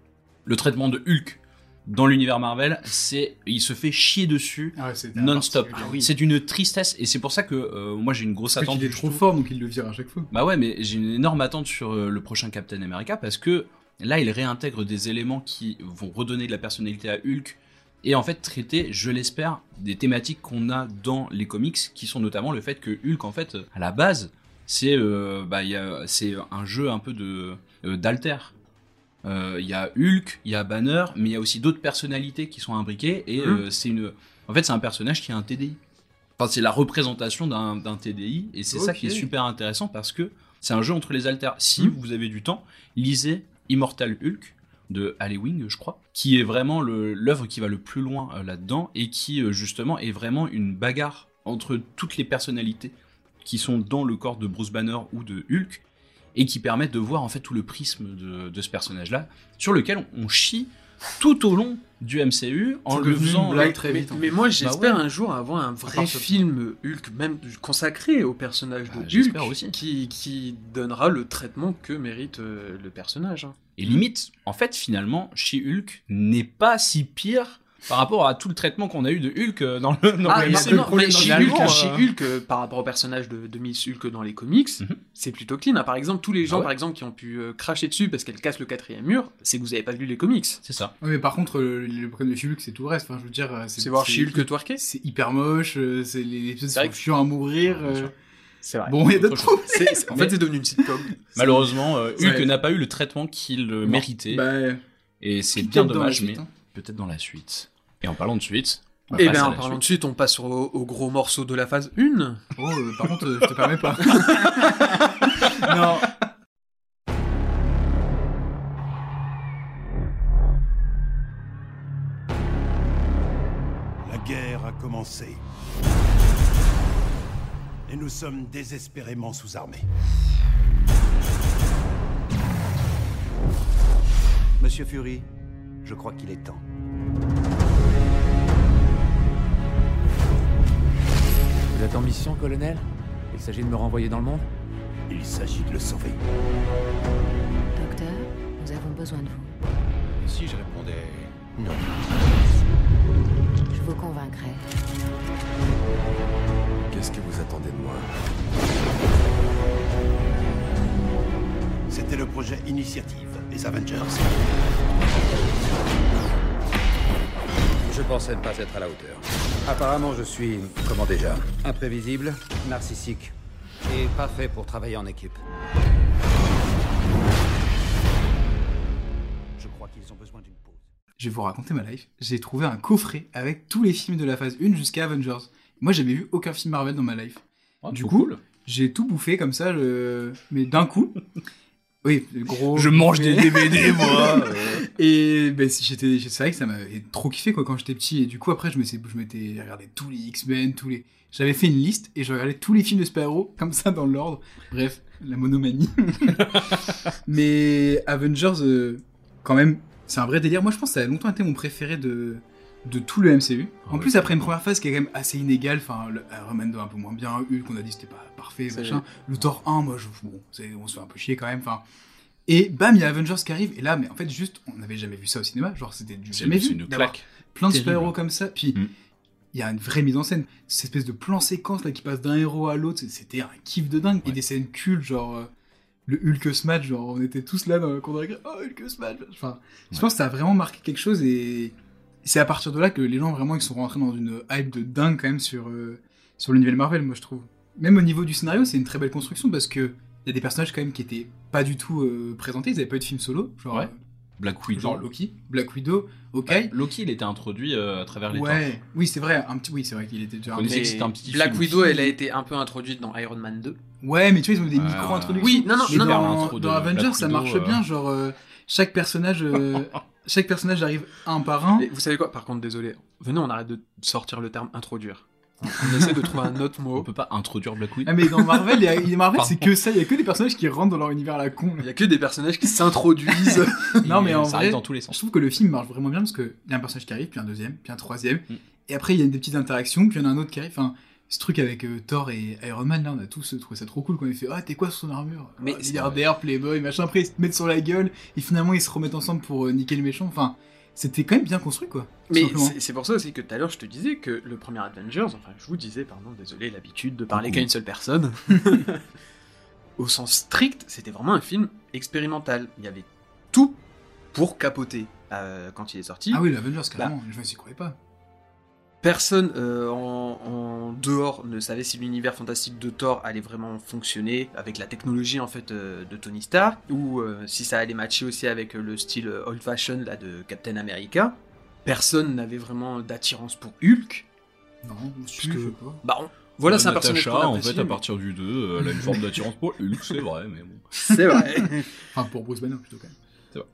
le traitement de Hulk dans l'univers Marvel, c'est il se fait chier dessus Ah ouais, c'est non-stop. Ah oui. C'est d'une tristesse et c'est pour ça que euh, moi j'ai une grosse Parce attente. qu'il est trop fort, donc il le vire à chaque fois. Bah ouais, mais j'ai une énorme attente sur euh, le prochain Captain America parce que là, il réintègre des éléments qui vont redonner de la personnalité à Hulk et en fait traiter, je l'espère, des thématiques qu'on a dans les comics qui sont notamment le fait que Hulk, en fait, à la base, c'est euh, bah, il y a, c'est un jeu un peu de euh, d'alter. Euh, Il y a Hulk, il y a Banner, mais il y a aussi d'autres personnalités qui sont imbriquées et Mhm. euh, c'est une, en fait, c'est un personnage qui a un T D I. Enfin, c'est la représentation d'un d'un T D I et c'est ça Ok. qui est super intéressant parce que c'est un jeu entre les alters. Si Mhm. vous avez du temps, lisez Immortal Hulk de Alley Wing, je crois, qui est vraiment le- l'œuvre qui va le plus loin euh, là-dedans et qui euh, justement est vraiment une bagarre entre toutes les personnalités qui sont dans le corps de Bruce Banner ou de Hulk et qui permettent de voir en fait tout le prisme de, de ce personnage-là sur lequel on, on chie tout au long du M C U en C'est le devenu faisant une blague euh, très mais, vite, en mais fait. moi, j'espère ouais. un jour avoir un vrai part, ça- film Hulk, même consacré au personnage de Ah, Hulk, j'espère aussi. Qui, qui donnera le traitement que mérite euh, le personnage. hein. Et limite, en fait, finalement, She-Hulk n'est pas si pire par rapport à tout le traitement qu'on a eu de Hulk euh, dans le, dans Ah, le mais M C U. c'est- non, mais Finalement, She-Hulk, euh, She-Hulk, euh, par rapport au personnage de, de Miss Hulk dans les comics, Mhm. c'est plutôt clean. hein. Par exemple, tous les gens Ah ouais. par exemple, qui ont pu euh, cracher dessus parce qu'elle casse le quatrième mur, c'est que vous avez pas lu les comics. C'est ça. Ouais, mais par contre, le, le problème de She-Hulk, c'est tout le reste. Enfin, je veux dire, euh, C'est voir She-Hulk twerker. C'est hyper moche, euh, c'est les épisodes C'est vrai sont que- chiants à mourir. Bien euh. sûr. C'est vrai. Bon, il y a d'autres Autre problèmes. C'est- c'est- en Mais- fait, c'est devenu une sitcom. Malheureusement, euh, Hulk Ouais. n'a pas eu le traitement qu'il euh, Non. méritait. Bah, et c'est peut-être bien dans la dommage, suite, mais hein. peut-être dans la suite. Et en parlant de suite, on Et passe bien, à en la parlant suite. de suite, on passe au, au gros morceau de la phase un. Oh, euh, par contre, euh, je te permets pas. Non. La guerre a commencé. Et nous sommes désespérément sous-armés. Monsieur Fury, je crois qu'il est temps. Vous êtes en mission, colonel? Il s'agit de me renvoyer dans le monde? Il s'agit de le sauver. Docteur, nous avons besoin de vous. Si je répondais non. Je vous convaincrai. Qu'est-ce que vous attendez de moi? C'était le projet Initiative, les Avengers. Je pensais ne pas être à la hauteur. Apparemment, je suis, comment déjà, imprévisible, narcissique et pas fait pour travailler en équipe. Je crois qu'ils ont besoin d'une pause. Je vais vous raconter ma life. J'ai trouvé un coffret avec tous les films de la phase un jusqu'à Avengers. Moi, j'avais vu aucun film Marvel dans ma life. Ah, du trop coup, cool. j'ai tout bouffé comme ça, je- mais d'un coup. Oui, le gros. Je mange des D V D, moi. Et ben, j'étais, c'est vrai que ça m'avait trop kiffé quoi quand j'étais petit. Et du coup, après, je m'étais, je m'étais regardé tous les X-Men, tous les. J'avais fait une liste et je regardais tous les films de super-héros comme ça dans l'ordre. Bref, la monomanie. Mais Avengers, euh, quand même, c'est un vrai délire. Moi, je pense que ça a longtemps été mon préféré de de tout le M C U. En Ouais, plus, après une première phase qui est quand même assez inégale, enfin, le Iron Man deux un peu moins bien, Hulk, on a dit c'était pas parfait, C'est machin. Le Thor un, moi, je, bon, c'est, on se fait un peu chier quand même, enfin. Et bam, il y a Avengers qui arrive, et là, mais en fait, juste, on n'avait jamais vu ça au cinéma, genre, c'était du C'est jamais c'est vu. une d'avoir claque. plein de Terrible. super-héros comme ça, puis il Mm. y a une vraie mise en scène. Cette espèce de plan séquence là qui passe d'un héros à l'autre, c'était un kiff de dingue. Et des scènes cultes, genre euh, le Hulk smash, genre on était tous là dans le cours de récré, oh Hulk smash. Enfin, je pense que ça a vraiment marqué quelque chose et c'est à partir de là que les gens vraiment ils sont rentrés dans une hype de dingue quand même sur euh, sur l'univers Marvel, moi je trouve. Même au niveau du scénario, c'est une très belle construction parce que il y a des personnages quand même qui étaient pas du tout euh, présentés, ils avaient pas eu de film solo, genre Ouais. euh, Black Widow. genre Loki, Black Widow, Hawkeye. Ouais, Loki, il était introduit euh, à travers les Ouais, temps. oui, c'est vrai, un petit, oui, c'est vrai qu'il était déjà. Vous connaissez Mais que c'était un petit Black film. Widow, elle a été un peu introduite dans Iron Man deux. Ouais, mais tu vois, ils ont des Euh, micro-introductions. Oui, non, non, Mais non, Super dans, l'intro de dans Avengers, Black ça Widow, marche euh. bien, genre, euh, chaque personnage, euh, chaque personnage arrive un par un. Et vous savez quoi? Par contre, désolé. Venez, on arrête de sortir le terme introduire. On essaie de trouver un autre On mot. peut pas introduire Black Widow. Ah, mais dans Marvel, il y a, il y a Marvel, Pardon. c'est que ça, il y a que des personnages qui rentrent dans leur univers à la con. Il y a que des personnages qui s'introduisent. Non, mais Et en ça vrai, arrive dans tous les je sens. trouve que le film marche vraiment bien parce qu'il y a un personnage qui arrive, puis un deuxième, puis un troisième, Mm. et après il y a des petites interactions, puis il y en a un autre qui arrive. Enfin, ce truc avec euh, Thor et Iron Man, là, on a tous trouvé ça trop cool quand il fait ah t'es quoi sur son armure? Mais Ah, c'est milliardaire, playboy, machin. Après ils se mettent sur la gueule et finalement ils se remettent ensemble pour euh, niquer le méchant. Enfin, c'était quand même bien construit quoi. tout Mais simplement. c'est c'est pour ça aussi que tout à l'heure je te disais que le premier Avengers, enfin je vous disais, pardon, désolé, l'habitude de parler qu'à une seule personne, au sens strict, c'était vraiment un film expérimental. Il y avait tout pour capoter euh, quand il est sorti. Ah oui, l'Avengers carrément, les gens ils s'y croyaient pas. Personne euh, en, en dehors ne savait si l'univers fantastique de Thor allait vraiment fonctionner avec la technologie en fait euh, de Tony Stark ou euh, si ça allait matcher aussi avec euh, le style euh, old fashion là de Captain America. Personne n'avait vraiment d'attirance pour Hulk. Non, Puisque- je sais pas. Bah on- voilà, c'est un Natasha, personnage qu'on en apprécie, fait, à mais- partir du deux, euh, elle a une forme d'attirance pour Hulk, c'est vrai, mais bon. C'est vrai. Enfin pour Bruce Banner plutôt quand même.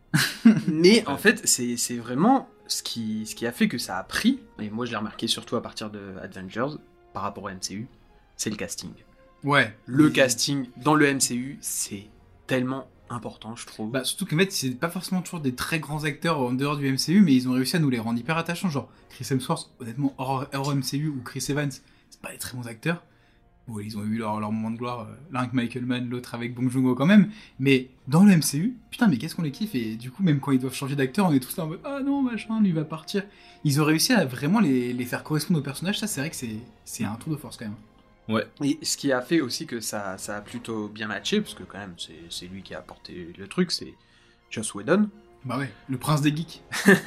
Mais en fait, c'est c'est vraiment ce qui, ce qui a fait que ça a pris, et moi je l'ai remarqué surtout à partir de Avengers, par rapport au M C U, c'est le casting. Ouais. Le Et- casting dans le M C U, c'est tellement important, je trouve. Bah, surtout qu'en fait, c'est pas forcément toujours des très grands acteurs en dehors du M C U, mais ils ont réussi à nous les rendre hyper attachants. Genre, Chris Hemsworth, honnêtement, hors, hors M C U, ou Chris Evans, c'est pas des très bons acteurs. Bon, ils ont eu leur, leur moment de gloire, euh, l'un avec Michael Mann, l'autre avec Bong Joon-ho quand même. Mais dans le M C U, putain, mais qu'est-ce qu'on les kiffe. Et du coup, même quand ils doivent changer d'acteur, on est tous là en mode ah non, machin, lui va partir. Ils ont réussi à vraiment les, les faire correspondre aux personnages. Ça, c'est vrai que c'est, c'est un tour de force quand même. Ouais. Et ce qui a fait aussi que ça, ça a plutôt bien matché, parce que quand même, c'est c'est lui qui a apporté le truc, c'est Joss Whedon. Bah ouais, le prince des geeks.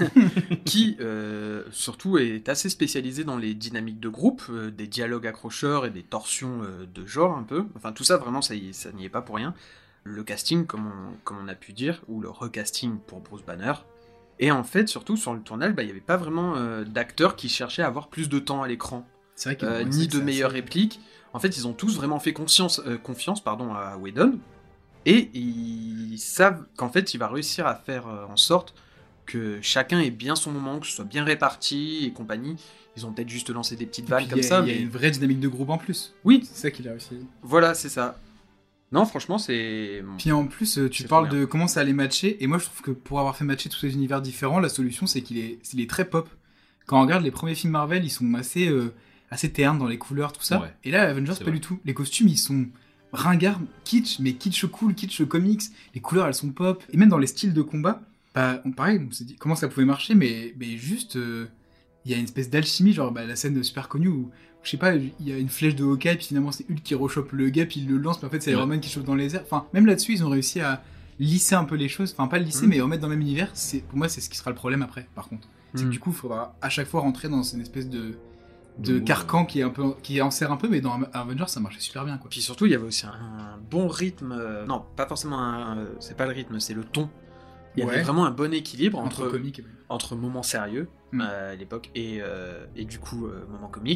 qui euh, surtout est assez spécialisé dans les dynamiques de groupe, euh, des dialogues accrocheurs et des torsions euh, de genre un peu. Enfin tout ça vraiment ça, y- ça n'y est pas pour rien. Le casting comme on, comme on a pu dire, ou le recasting pour Bruce Banner. Et en fait surtout sur le tournage, bah, il n'y avait pas vraiment euh, d'acteurs qui cherchaient à avoir plus de temps à l'écran. C'est vrai que Euh, ouais, ni c'est- de c'est meilleures assez- répliques. En fait ils ont tous vraiment fait conscience, euh, confiance pardon, à Whedon. Et ils savent qu'en fait il va réussir à faire euh, en sorte que chacun ait bien son moment, que ce soit bien réparti et compagnie. Ils ont peut-être juste lancé des petites Et vannes puis, comme il y a- ça, Il y a mais une vraie dynamique de groupe en plus. oui, C'est ça qu'il a réussi. voilà, c'est ça. Non, franchement, c'est... Puis en plus, euh, tu C'est parles trop bien. de comment ça allait matcher, et moi je trouve que pour avoir fait matcher tous ces univers différents, la solution c'est qu'il est, il est très pop. Quand on regarde les premiers films Marvel, ils sont assez, euh, assez ternes dans les couleurs, tout ça. Ouais. Et là, Avengers, C'est pas vrai. du tout. Les costumes, ils sont ringards, kitsch, mais kitsch cool, kitsch comics. Les couleurs, elles sont pop. Et même dans les styles de combat, bah, on, pareil, on s'est dit comment ça pouvait marcher, mais, mais juste, euh, il y a une espèce d'alchimie, genre bah, la scène super connue où, je sais pas, il y a une flèche de Hawkeye, puis finalement c'est Hulk qui rechoppe le gars, puis il le lance, puis en fait c'est Ouais. Iron Man qui chope dans les airs. Enfin, même là-dessus, ils ont réussi à lisser un peu les choses. Enfin, pas le lisser, Mhm. mais remettre dans le même univers. C'est, pour moi, c'est ce qui sera le problème après, par contre. C'est que Mhm. du coup, il faudra à chaque fois rentrer dans une espèce de, de De- carcan qui est un peu, qui en sert un peu, mais dans Avengers, ça marchait super bien, quoi. Puis surtout, il y avait aussi un, un bon rythme... euh, Non, pas forcément un... euh, c'est pas le rythme, c'est le ton. Il y avait Ouais. vraiment un bon équilibre Entre entre, comiques. et- entre moments sérieux Mm. euh, à l'époque et, euh, et du coup euh, moments comiques.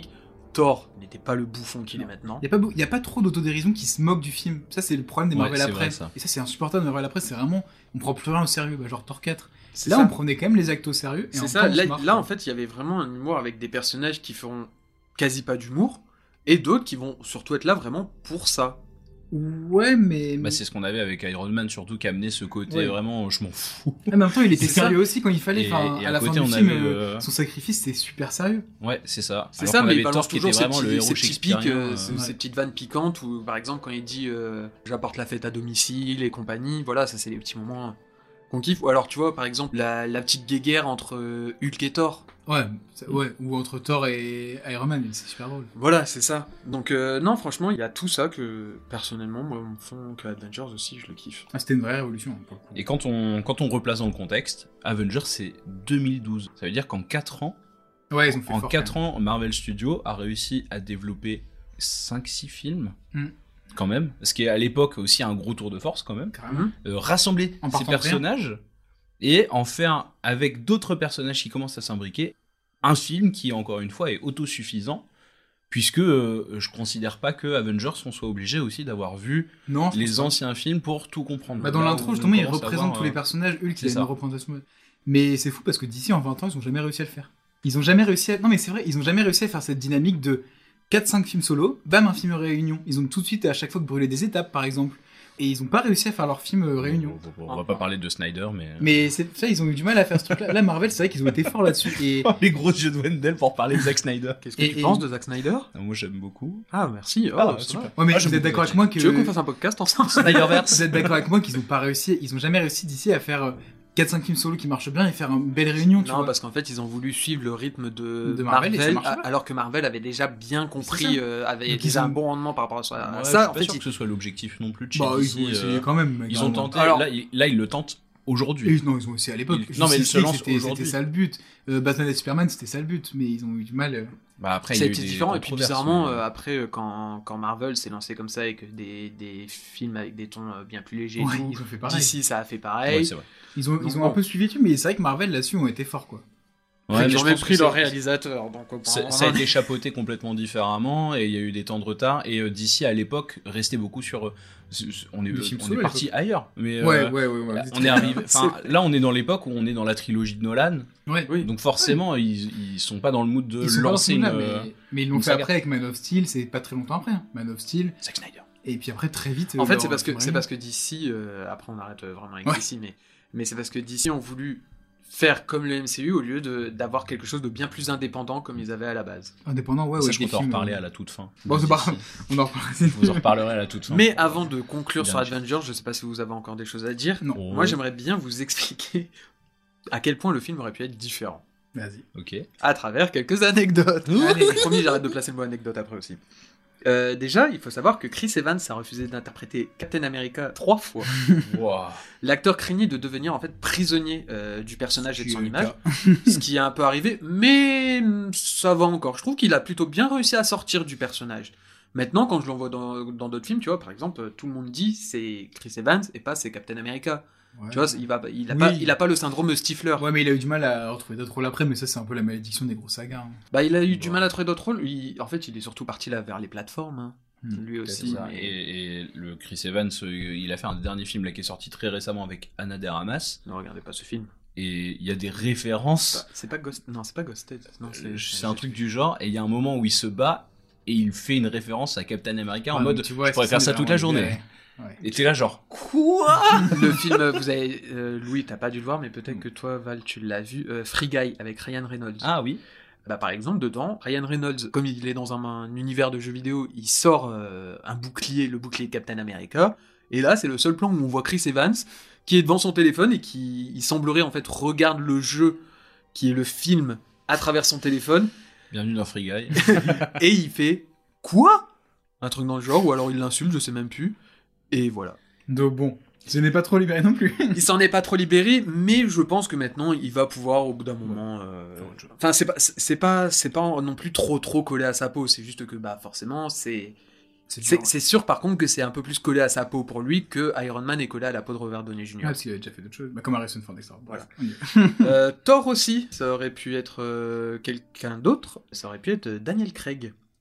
Thor n'était pas le bouffon qu'il est maintenant. Il n'y a, beau... a pas trop d'autodérision qui se moque du film. Ça, c'est le problème des Ouais, Marvel c'est après. vrai, ça. Et ça, c'est insupportable. Marvel après, c'est vraiment. On prend plus rien au sérieux. Bah, genre Thor quatre. C'est Là, ça. on prenait quand même les actes au sérieux. Et en C'est ça. temps, on Là, se marre. là, en fait, il y avait vraiment un humour avec des personnages qui feront quasi pas d'humour et d'autres qui vont surtout être là vraiment pour ça. Ouais, mais. Bah, c'est ce qu'on avait avec Iron Man, surtout qui amenait ce côté Ouais. vraiment je m'en fous. En même temps, il était C'est ça. sérieux aussi quand il fallait. Et- Enfin, et à à la fin côté, du on film, avait euh, le- son sacrifice, c'était super sérieux. Ouais, c'est ça. C'est Alors ça, qu'on mais avait il balance Thor qui toujours était ces vraiment petits, le héros ces petits pics, shakespearien, euh, euh, ces, ouais. ces petites vannes piquantes, où par exemple quand il dit euh, j'apporte la fête à domicile et compagnie, voilà, ça c'est les petits moments qu'on kiffe. Ou alors tu vois, par exemple, la, la petite guéguerre entre euh, Hulk et Thor. Ouais, c'est- ouais. Ou entre Thor et Iron Man, c'est super drôle. Voilà, c'est ça. Donc euh, non, franchement, il y a tout ça que, personnellement, moi, me font que Avengers aussi, je le kiffe. Ah, c'était une vraie révolution, hein, pour le coup. Et quand on, quand on replace dans le contexte, Avengers c'est deux mille douze. Ça veut dire qu'en quatre ans, Ouais, ils ont fait en fort, quatre quand même. ans, Marvel Studios a réussi à développer cinq six films. Mm. Quand même. Ce qui est à l'époque aussi un gros tour de force quand même. Carrément. Euh, rassembler En ces partant de rien. personnages et en faire avec d'autres personnages qui commencent à s'imbriquer un film qui encore une fois est autosuffisant puisque euh, je considère pas que Avengers on soit obligé aussi d'avoir vu Non, je pense les pas. anciens films pour tout comprendre. Bah, dans Là l'intro, où on justement, il commence à représente voir, tous les euh, personnages. Hulk, c'est il a ça. une représentation. Mais c'est fou parce que d'ici, en vingt ans, ils ont jamais réussi à le faire. Ils ont jamais réussi à. Non, mais c'est vrai, ils ont jamais réussi à faire cette dynamique de quatre cinq films solo, bam, un film réunion. Ils ont tout de suite, à chaque fois, brûlé des étapes, par exemple. Et ils ont pas réussi à faire leur film euh, réunion. On, on va pas parler de Snyder, mais. Mais c'est ça, ils ont eu du mal à faire ce truc-là. Là, Marvel, c'est vrai qu'ils ont été forts là-dessus. Et les gros jeux de Wendell pour parler de Zack Snyder. Qu'est-ce que Et- tu et- penses de Zack Snyder? Moi j'aime beaucoup. Ah, merci. Oh, Ah, ça super. va. ouais, mais Ah, j'aime vous êtes beaucoup d'accord avec Zack. moi que Tu veux qu'on fasse un podcast ensemble? Snyderverse. vous êtes d'accord avec moi qu'ils ont pas réussi, ils ont jamais réussi d'ici à faire quatre cinq films solo qui marchent bien et faire une belle réunion, tu Non, vois. parce qu'en fait, ils ont voulu suivre le rythme de, De Marvel, Marvel, et ça marche a- pas. alors que Marvel avait déjà bien C'est compris, ça. euh, avait Donc, déjà ils ont- un bon rendement par rapport à ça. Ouais, ça, je suis en pas fait, sûr ils- que ce soit l'objectif non plus de chez Bah, D ils C, ont essayé euh, quand même. Ils ont carrément. tenté. Alors- là, ils, là, ils le tentent aujourd'hui. Et non, ils ont essayé à l'époque. Ils- non, mais ils Justice se League, lancent c'était- aujourd'hui. C'était ça le but. Euh, Batman et Superman, c'était ça le but. Mais ils ont eu du mal. euh. Bah après, il y ça a a eu été des différent, et puis controverses, bizarrement, mais- euh, après, euh, quand, quand Marvel s'est lancé comme ça, et que des, des films avec des tons euh, bien plus légers Ouais, et tout, ils ont fait pareil. D C, ça a fait pareil. Ouais, c'est vrai. Ils ont, Donc ils ont bon. un peu suivi dessus, mais c'est vrai que Marvel là-dessus ont été forts, quoi. Ouais, mais ils je ont même pense pris que leur c'est- réalisateur, donc on c'est- on ça a en été est- chapeauté complètement différemment et il y a eu des temps de retard et euh, D C à l'époque restait beaucoup sur euh, c- c- on est, Des films on solo, est à parti ailleurs mais Ouais, euh, ouais, ouais, ouais. là, c'est on est très- arrivé enfin C'est- là on est dans l'époque où on est dans la trilogie de Nolan Ouais. Oui. donc forcément ils, ils sont pas dans le mood de Ils sont pas lancer une dans ce mood-là, mais, mais ils l'ont une fait saga. après avec Man of Steel, c'est pas très longtemps après. hein. Man of Steel. Zack Snyder. Et puis après, très vite. En euh, fait, leur c'est parce que film c'est réunion. parce que D C, euh, après on arrête euh, vraiment avec Ouais. D C, mais mais c'est parce que D C ont voulu faire comme le M C U au lieu de d'avoir quelque chose de bien plus indépendant comme ils avaient à la base. Indépendant, ouais, Ça, ouais. je des peux en films, reparler euh, à la toute fin Bon, c'est pas grave. On en reparlera. je vous en reparlerai à la toute fin Mais avant de conclure Bien sur sûr. Avengers, je sais pas si vous avez encore des choses à dire. Non. Oh. Moi, j'aimerais bien vous expliquer à quel point le film aurait pu être différent. Vas-y. ok À travers quelques anecdotes. Allez, promis, j'arrête de placer le mot anecdote après aussi. Euh, déjà, il faut savoir que Chris Evans a refusé d'interpréter Captain America trois fois. Wow. L'acteur craignait de devenir en fait prisonnier euh, du personnage et de son Qui est le image, cas. ce qui est un peu arrivé, mais hum, ça va encore. Je trouve qu'il a plutôt bien réussi à sortir du personnage. Maintenant, quand je l'envoie dans dans d'autres films, tu vois, par exemple, tout le monde dit c'est Chris Evans et pas c'est Captain America. Ouais. Tu vois, il va, il a Oui. pas, il a pas le syndrome Stifler. Ouais, mais il a eu du mal à retrouver d'autres rôles après, mais ça, c'est un peu la malédiction des gros sagas. hein. Bah, il a eu du mal à trouver d'autres rôles. Il- en fait, il est surtout parti là vers les plateformes, hein. Hmm. lui C'est aussi. ça. mais- et, et le Chris Evans euh, il a fait un dernier film là qui est sorti très récemment avec Ana de Armas Ne regardez pas ce film. et il y a des références Bah, c'est pas Ghost, non, c'est pas Ghosted. Non, Euh, c'est un truc du genre et il y a un moment où il se bat et il fait une référence à Captain America en Ouais, mode donc, tu vois, je pourrais c'est faire ça toute la vraiment journée libéré. Ouais. et t'es là genre quoi Le film, euh, vous avez, euh, Louis, t'as pas dû le voir, mais peut-être que toi, Val, tu l'as vu. euh, Free Guy avec Ryan Reynolds. ah oui Bah, par exemple, dedans, Ryan Reynolds, comme il est dans un, un univers de jeux vidéo, il sort euh, un bouclier, le bouclier de Captain America. Et là, c'est le seul plan où on voit Chris Evans qui est devant son téléphone et qui, il semblerait en fait, regarde le jeu qui est le film à travers son téléphone. bienvenue dans Free Guy Et il fait quoi? Un truc dans le genre, ou alors il l'insulte, je sais même plus. Et voilà. Donc bon, ce n'est pas trop libéré non plus. Il s'en est pas trop libéré, mais je pense que maintenant il va pouvoir au bout d'un moment. euh, Enfin, c'est pas, c'est pas, c'est pas non plus trop trop collé à sa peau. C'est juste que bah forcément c'est, C'est c'est, dur. c'est sûr par contre que c'est un peu plus collé à sa peau pour lui que Iron Man est collé à la peau de Robert Downey Ouais, junior parce qu'il avait déjà fait d'autres choses. Bah, comme Harrison Ford, et cetera. Voilà. Bref. Euh, Thor aussi, ça aurait pu être euh, quelqu'un d'autre. Ça aurait pu être Daniel Craig,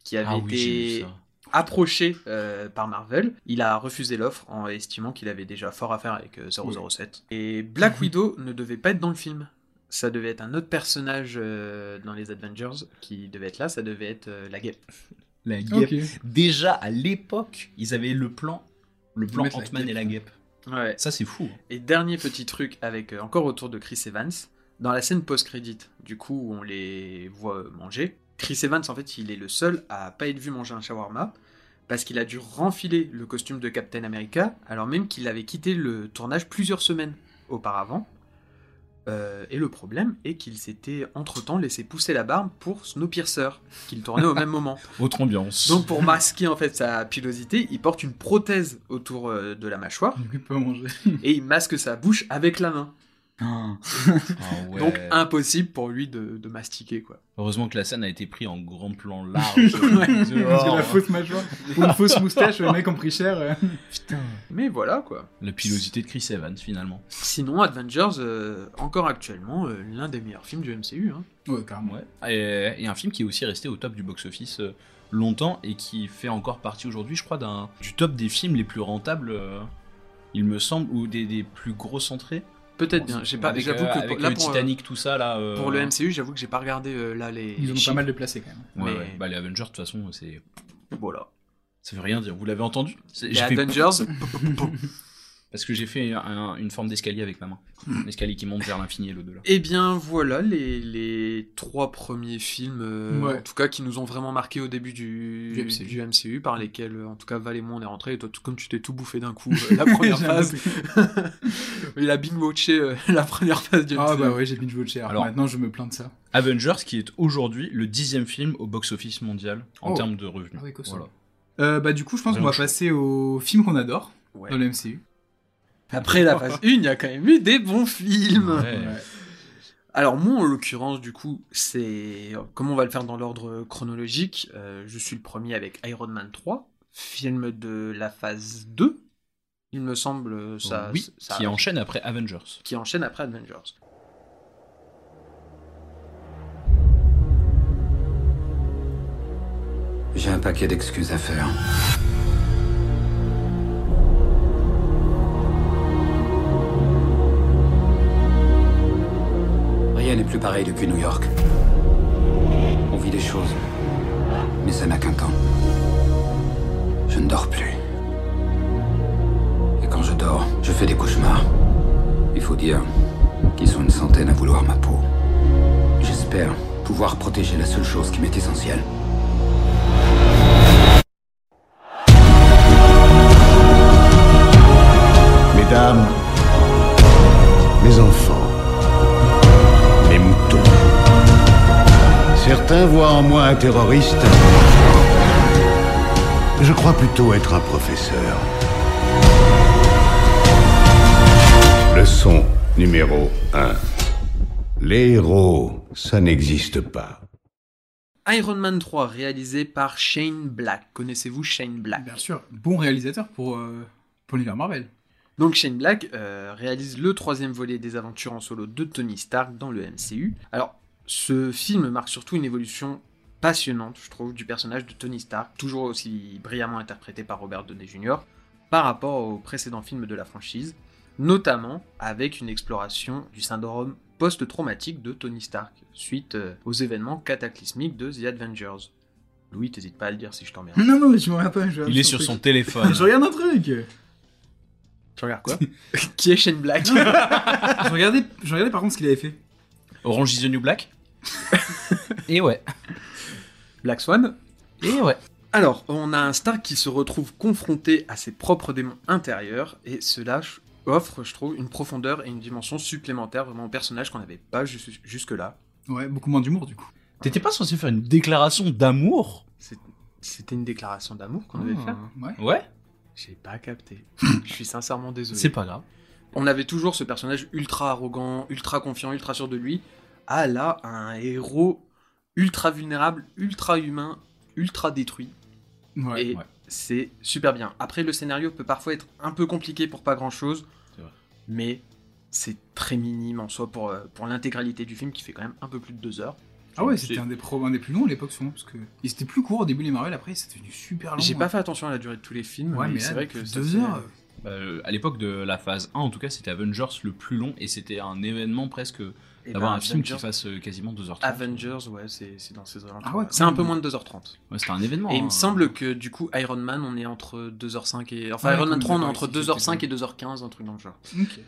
qui avait Ah oui, j'ai vu été ça. approché euh, par Marvel. Il a refusé l'offre en estimant qu'il avait déjà fort à faire avec euh, zéro zéro sept. Et Black Widow ne devait pas être dans le film. Ça devait être un autre personnage euh, dans les Avengers qui devait être là. Ça devait être euh, la guêpe. La guêpe. Ok. Déjà, à l'époque, ils avaient le plan, le De plan mettre la Ant-Man guêpe. et la guêpe. Ouais. Ça, c'est fou. Et dernier petit truc avec euh, encore autour de Chris Evans, dans la scène post-crédit, du coup où on les voit euh, manger, Chris Evans en fait il est le seul à pas être vu manger un shawarma parce qu'il a dû renfiler le costume de Captain America alors même qu'il avait quitté le tournage plusieurs semaines auparavant. Euh, et le problème est qu'il s'était entre-temps laissé pousser la barbe pour Snowpiercer, qu'il tournait au même moment. Autre ambiance. Donc pour masquer en fait sa pilosité, il porte une prothèse autour euh, de la mâchoire Du coup, il peut pas manger. et il masque sa bouche avec la main. Ah ouais. Donc impossible pour lui de, de mastiquer quoi. Heureusement que la scène a été prise en grand plan large. Ouais, Dehors. parce que la fausse mâchoire, ou une fausse moustache, les mecs ont pris cher. euh. Putain. Mais voilà quoi. La pilosité de Chris Evans finalement. Sinon Avengers, euh, encore actuellement, euh, l'un des meilleurs films du M C U. Hein. Ouais, carrément. Ouais. Et, et un film qui est aussi resté au top du box-office euh, longtemps et qui fait encore partie aujourd'hui, je crois, d'un, du top des films les plus rentables, euh, il me semble, ou des, des plus gros entrées. Peut-être bien. J'ai pas. Avec, J'avoue euh, que avec là le pour, Titanic, tout ça là. euh, euh, pour le M C U, j'avoue que j'ai pas regardé euh, là les. Ils les ont pas chiffres. mal déplacé quand même. Ouais, mais- ouais. Bah, les Avengers, de toute façon, c'est. Voilà. Ça veut rien dire. Vous l'avez entendu? C'est- Les j'ai fait- Avengers. Parce que j'ai fait un- une forme d'escalier avec ma main. Un escalier qui monte vers l'infini et l'au-delà. Eh bien voilà les, les trois premiers films, euh, Ouais. en tout cas qui nous ont vraiment marqué au début du, Du M C U. du M C U, par lesquels euh, en tout cas Val et moi on est rentrés. Et toi, tout- comme tu t'es tout bouffé d'un coup, euh, la première J'ai phase, un il a binge-watché euh, la première phase du Ah M C U. bah ouais, j'ai binge-watché. Alors Alors- maintenant, je me plains de ça. Avengers, qui est aujourd'hui le dixième film au box-office mondial en Oh. termes de revenus. Ah oui, costaud. Voilà. Euh, bah du coup, je pense qu'on Vraiment va chaud. passer au film qu'on adore Ouais. dans le M C U. Après la phase un, il y a quand même eu des bons films. Ouais. Ouais. Alors moi en l'occurrence du coup c'est comme on va le faire dans l'ordre chronologique, euh, je suis le premier avec Iron Man trois, film de la phase deux, il me semble ça, oui, ça qui enchaîne après Avengers. qui enchaîne après Avengers. J'ai un paquet d'excuses à faire. Rien n'est plus pareil depuis New York. On vit des choses, mais ça n'a qu'un temps. Je ne dors plus. Et quand je dors, je fais des cauchemars. Il faut dire qu'ils sont une centaine à vouloir ma peau. J'espère pouvoir protéger la seule chose qui m'est essentielle. Mesdames, mes enfants, mes moutons. Certains voient en moi un terroriste. Je crois plutôt être un professeur. Leçon numéro un. Les héros, ça n'existe pas. Iron Man trois réalisé par Shane Black. Connaissez-vous Shane Black? Bien sûr, bon réalisateur pour, euh, pour l'univers Marvel. Donc Shane Black euh, réalise le troisième volet des aventures en solo de Tony Stark dans le M C U. Alors, ce film marque surtout une évolution passionnante, je trouve, du personnage de Tony Stark, toujours aussi brillamment interprété par Robert Downey junior, par rapport aux précédents films de la franchise, notamment avec une exploration du syndrome post-traumatique de Tony Stark, suite euh, aux événements cataclysmiques de The Avengers. Louis, t'hésites pas à le dire si je t'emmerde. Non, non, mais je me regarde pas. Je regarde Il est son sur truc. son téléphone. Je regarde un truc. Tu regardes quoi? Qui est Shane Black? je, regardais, je regardais par contre ce qu'il avait fait. Orange is the New Black. Et ouais. Black Swan. Et ouais. Alors, on a un Stark qui se retrouve confronté à ses propres démons intérieurs, et cela ch- offre, je trouve, une profondeur et une dimension supplémentaire vraiment au personnage qu'on n'avait pas jus- jusque-là. Ouais, beaucoup moins d'humour du coup. T'étais pas censé faire une déclaration d'amour? C'est- C'était une déclaration d'amour qu'on devait faire. Ouais. Ouais. J'ai pas capté. Je suis sincèrement désolé. C'est pas grave. On avait toujours ce personnage ultra arrogant, ultra confiant, ultra sûr de lui. Ah là, un héros ultra vulnérable, ultra humain, ultra détruit. Ouais. Et ouais. c'est super bien. Après, le scénario peut parfois être un peu compliqué pour pas grand chose, C'est vrai. mais c'est très minime en soi pour, euh, pour l'intégralité du film qui fait quand même un peu plus de deux heures. Ah ouais, c'était un des, pro- un des plus longs à l'époque, sûrement, parce que ils étaient plus courts au début les Marvel, après c'était devenu super long. J'ai ouais. pas fait attention à la durée de tous les films, Ouais, mais, mais c'est là, vrai que deux ça, heures. c'est- Bah, euh, à l'époque de la phase un, en tout cas, c'était Avengers le plus long et c'était un événement presque Et d'avoir ben, un film qui Avengers- fasse euh, quasiment deux heures trente. Avengers, ouais, c'est, c'est dans ces heures-là. Ah ouais, c'est un quand peu même. moins de deux heures trente. Ouais, c'était un événement. Et il hein. me semble que du coup, Iron Man, on est entre deux heures cinq et. Enfin, Ouais, Iron Man comme trois, on est d'accord, entre ici, deux heures cinq c'était et deux heures quinze, un truc dans le genre. Ok.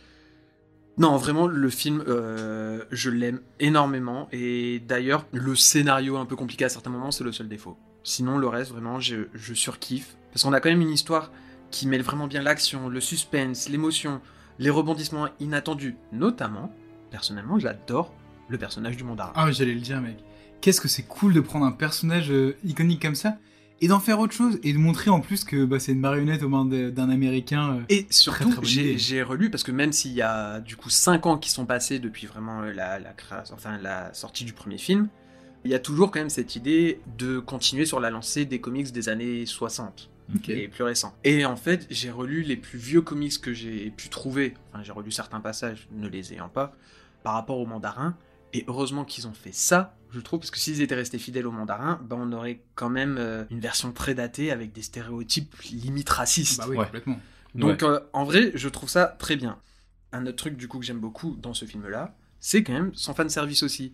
Non, vraiment, le film, euh, je l'aime énormément. Et d'ailleurs, le scénario un peu compliqué à certains moments, c'est le seul défaut. Sinon, le reste, vraiment, je, je surkiffe. Parce qu'on a quand même une histoire qui mêle vraiment bien l'action, le suspense, l'émotion, les rebondissements inattendus. Notamment, personnellement, j'adore le personnage du Mandarin. Ah ouais, j'allais le dire, mec. Qu'est-ce que c'est cool de prendre un personnage euh, iconique comme ça et d'en faire autre chose et de montrer en plus que bah, c'est une marionnette aux mains de- d'un Américain. euh, Et surtout, très, très bonne j'ai, idée. j'ai relu, parce que même s'il y a du coup cinq ans qui sont passés depuis vraiment euh, la, la, création, enfin, la sortie du premier film, il y a toujours quand même cette idée de continuer sur la lancée des comics des années soixante. Ok. Et plus récents. Et en fait, j'ai relu les plus vieux comics que j'ai pu trouver, enfin j'ai relu certains passages, ne les ayant pas, par rapport au Mandarin, et heureusement qu'ils ont fait ça, je trouve, parce que s'ils étaient restés fidèles au Mandarin, ben on aurait quand même euh, une version très datée avec des stéréotypes limite racistes. Bah oui, Ouais. complètement. Donc euh, en vrai, je trouve ça très bien. Un autre truc du coup que j'aime beaucoup dans ce film-là, c'est quand même son fanservice aussi.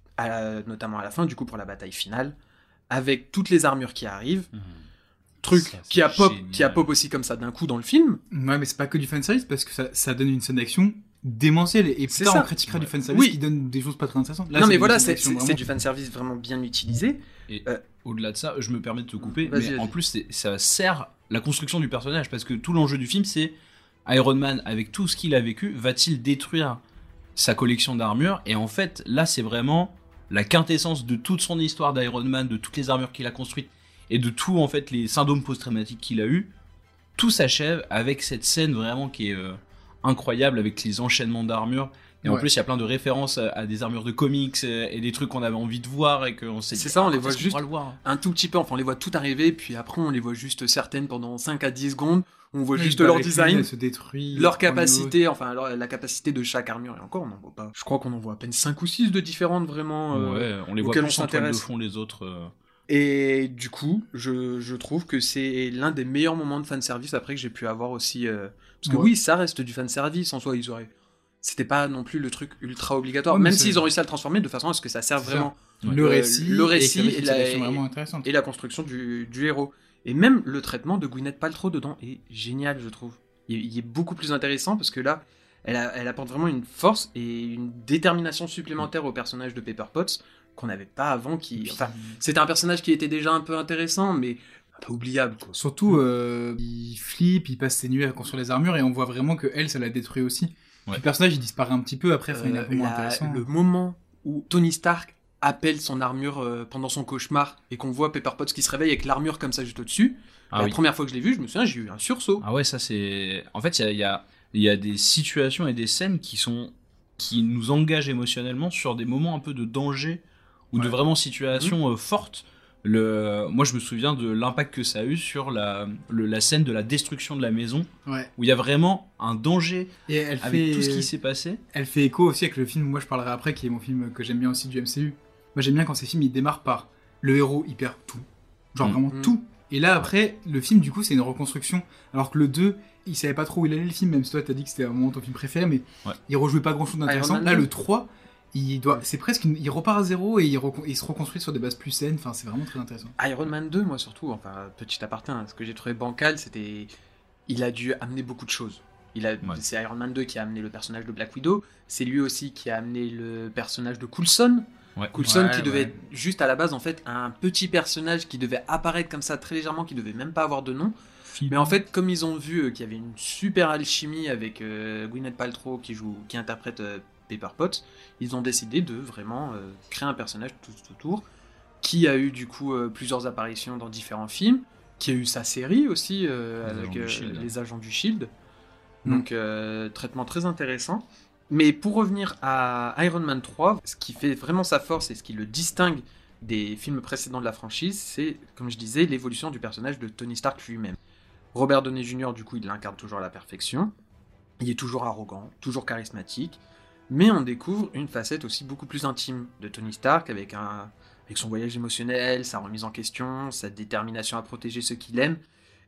À- notamment à la fin, du coup pour la bataille finale, avec toutes les armures qui arrivent. Mmh. Truc Ça, c'est qui a pop, génial. qui a pop aussi comme ça d'un coup dans le film. Ouais, mais c'est pas que du fanservice parce que ça, ça donne une scène d'action démentielle et plus C'est tard ça. on critiquera Ouais. du fanservice Oui. qui donne des choses pas très intéressantes. Là, non c'est mais des voilà, scènes c'est, d'action c'est, vraiment- c'est du fanservice vraiment bien utilisé. Et Euh, au-delà de ça, je me permets de te couper, Vas-y, mais vas-y. en plus, c'est- ça sert la construction du personnage parce que tout l'enjeu du film, c'est Iron Man, avec tout ce qu'il a vécu, va-t-il détruire sa collection d'armures? Et en fait, là, c'est vraiment la quintessence de toute son histoire d'Iron Man, de toutes les armures qu'il a construites et de tout, en fait, les syndromes post-traumatiques qu'il a eu. Tout s'achève avec cette scène vraiment qui est euh, incroyable avec les enchaînements d'armures. Et en Ouais. plus, il y a plein de références à, à des armures de comics euh, et des trucs qu'on avait envie de voir et qu'on s'est dit, C'est ça, on ah, les quand voit est-ce qu'on juste pourra le voir un tout petit peu, enfin on les voit tout arriver, puis après on les voit juste certaines pendant cinq à dix secondes, on voit Oui, juste bah, leur avec lui, design, elle se détruit, leur il prend le capacité, enfin leur- la capacité de chaque armure, et encore on n'en voit pas. Je crois qu'on en voit à peine cinq ou six de différentes vraiment. euh, Ouais, on les voit auxquelles plus on en toile de s'intéresse. fond les autres. euh. Et du coup, je, je trouve que c'est l'un des meilleurs moments de fanservice après que j'ai pu avoir aussi. euh, Parce que Ouais. oui, ça reste du fanservice en soi, ils auraient. C'était pas non plus le truc ultra obligatoire, Ouais, mais même c'est- s'ils ont réussi à le transformer de façon à ce que ça serve C'est vraiment. Le euh, récit, le récit et, et, et la, la vraiment intéressante. et la construction du, du héros. Et même le traitement de Gwyneth Paltrow dedans est génial, je trouve. Il, il est beaucoup plus intéressant parce que là, elle, a- elle apporte vraiment une force et une détermination supplémentaire au personnage de Pepper Potts qu'on n'avait pas avant. Qui, enfin, c'était un personnage qui était déjà un peu intéressant, mais un peu oubliable. Quoi. Surtout, euh, il flippe, il passe ses nuits à construire les armures et on voit vraiment que elle, ça l'a détruit aussi. Ouais. Le personnage, il disparaît un petit peu après, enfin, il est un peu Euh, moins la- intéressant. le moment où Tony Stark appelle son armure euh, pendant son cauchemar et qu'on voit Pepper Potts qui se réveille avec l'armure comme ça juste au-dessus, Ah la oui. première fois que je l'ai vu, je me souviens, j'ai eu un sursaut. Ah ouais, ça c'est. En fait, il y a, il y, a, il y a des situations et des scènes qui sont qui nous engagent émotionnellement sur des moments un peu de danger ou de Ouais. vraiment situations euh, fortes. Le... Moi, je me souviens de l'impact que ça a eu sur la, le- la scène de la destruction de la maison, Ouais. où il y a vraiment un danger Et elle avec fait... tout ce qui s'est passé. Elle fait écho aussi avec le film, moi je parlerai après, qui est mon film que j'aime bien aussi du M C U. Moi j'aime bien quand ces films ils démarrent par le héros, il perd tout. Genre Mm. vraiment Mm. tout. Et là après, le film du coup c'est une reconstruction. Alors que le deux, il savait pas trop où il allait le film, même si toi t'as dit que c'était un moment ton film préféré, mais Ouais. il rejouait pas grand chose d'intéressant. Iron Man Là deux. le trois, il doit, c'est presque, une- il repart à zéro et il, recon- il se reconstruit sur des bases plus saines, enfin c'est vraiment très intéressant. Iron Man deux, moi surtout, enfin, petit aparté, hein, ce que j'ai trouvé bancal, c'était. Il a dû amener beaucoup de choses. Il a... Ouais. C'est Iron Man deux qui a amené le personnage de Black Widow, c'est lui aussi qui a amené le personnage de Coulson. Ouais. Coulson Ouais, qui devait ouais. être juste à la base en fait un petit personnage qui devait apparaître comme ça très légèrement, qui devait même pas avoir de nom. Mais en fait, comme ils ont vu euh, qu'il y avait une super alchimie avec euh, Gwyneth Paltrow qui joue, qui interprète euh, Pepper Potts, ils ont décidé de vraiment euh, créer un personnage tout autour, qui a eu du coup euh, plusieurs apparitions dans différents films, qui a eu sa série aussi euh, Les avec Agents du euh, Shield. les agents du Shield. Mm. Donc euh, traitement très intéressant. Mais pour revenir à Iron Man trois, ce qui fait vraiment sa force et ce qui le distingue des films précédents de la franchise, c'est, comme je disais, l'évolution du personnage de Tony Stark lui-même. Robert Downey junior, du coup, il l'incarne toujours à la perfection. Il est toujours arrogant, toujours charismatique. mais on découvre une facette aussi beaucoup plus intime de Tony Stark, avec, un, avec son voyage émotionnel, sa remise en question, sa détermination à protéger ceux qu'il aime,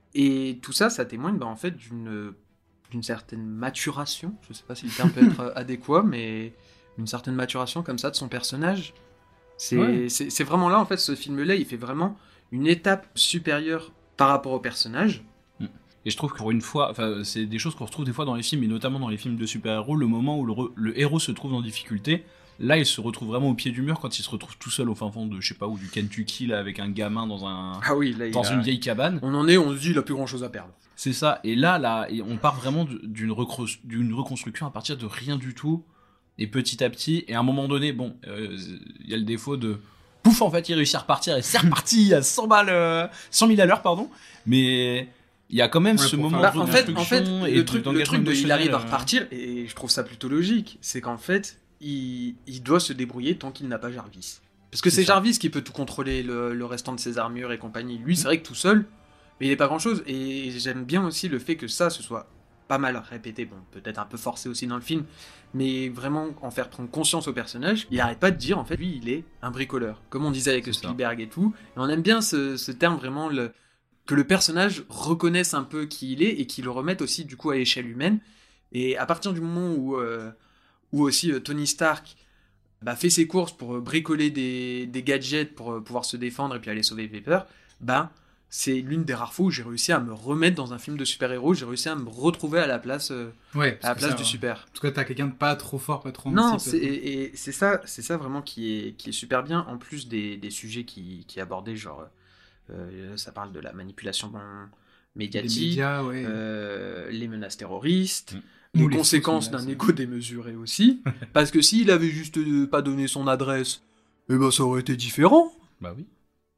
et tout ça, ça témoigne bah, en fait d'une, d'une certaine maturation, je sais pas si le terme peut être adéquat, mais une certaine maturation comme ça de son personnage. C'est, ouais. c'est, c'est vraiment là, en fait, ce film-là, il fait vraiment une étape supérieure par rapport au personnage. Et je trouve que pour une fois, enfin, c'est des choses qu'on retrouve des fois dans les films, et notamment dans les films de super-héros, le moment où le, re- le héros se trouve en difficulté, là, il se retrouve vraiment au pied du mur quand il se retrouve tout seul au fin fond de, je sais pas où, du Kentucky, là, avec un gamin dans un, ah oui, là, dans une a... vieille cabane. On en est, on se dit, il a plus grand-chose à perdre. C'est ça. Et là, là, on part vraiment d'une, recro- d'une reconstruction à partir de rien du tout, et petit à petit, et à un moment donné, bon, il euh, y a le défaut de, pouf, en fait, il réussit à repartir, et c'est reparti à cent balles, euh, cent mille à l'heure, pardon, mais... Il y a quand même ouais, ce moment bah, de en fait, en fait, et le truc, le truc de il arrive à euh... repartir, et je trouve ça plutôt logique, c'est qu'en fait, il, il doit se débrouiller tant qu'il n'a pas Jarvis. Parce que c'est, c'est Jarvis qui peut tout contrôler, le, le restant de ses armures et compagnie. Lui, c'est vrai que tout seul, mais il n'est pas grand-chose. Et j'aime bien aussi le fait que ça, ce soit pas mal répété, bon, peut-être un peu forcé aussi dans le film, mais vraiment en faire prendre conscience au personnage. Il n'arrête pas de dire, en fait, lui, il est un bricoleur. Comme on disait avec c'est Spielberg ça. Et tout. Et on aime bien ce, ce terme vraiment... Le, que le personnage reconnaisse un peu qui il est et qu'il le remette aussi du coup à échelle humaine. Et à partir du moment où, euh, où aussi euh, Tony Stark bah, fait ses courses pour euh, bricoler des, des gadgets pour euh, pouvoir se défendre et puis aller sauver Pepper, bah, c'est l'une des rares fois où j'ai réussi à me remettre dans un film de super-héros, j'ai réussi à me retrouver à la place, euh, ouais, à la place ça, du super. En tout cas, t'as quelqu'un de pas trop fort, pas trop... Non, c'est, et, et c'est, ça, c'est ça vraiment qui est, qui est super bien, en plus des, des sujets qui, qui abordaient, genre... Euh, ça parle de la manipulation médiatique, les, médias, ouais. euh, les menaces terroristes, mmh. les, les conséquences d'un égo démesuré aussi, parce que s'il avait juste euh, pas donné son adresse, eh ben ça aurait été différent. Bah oui.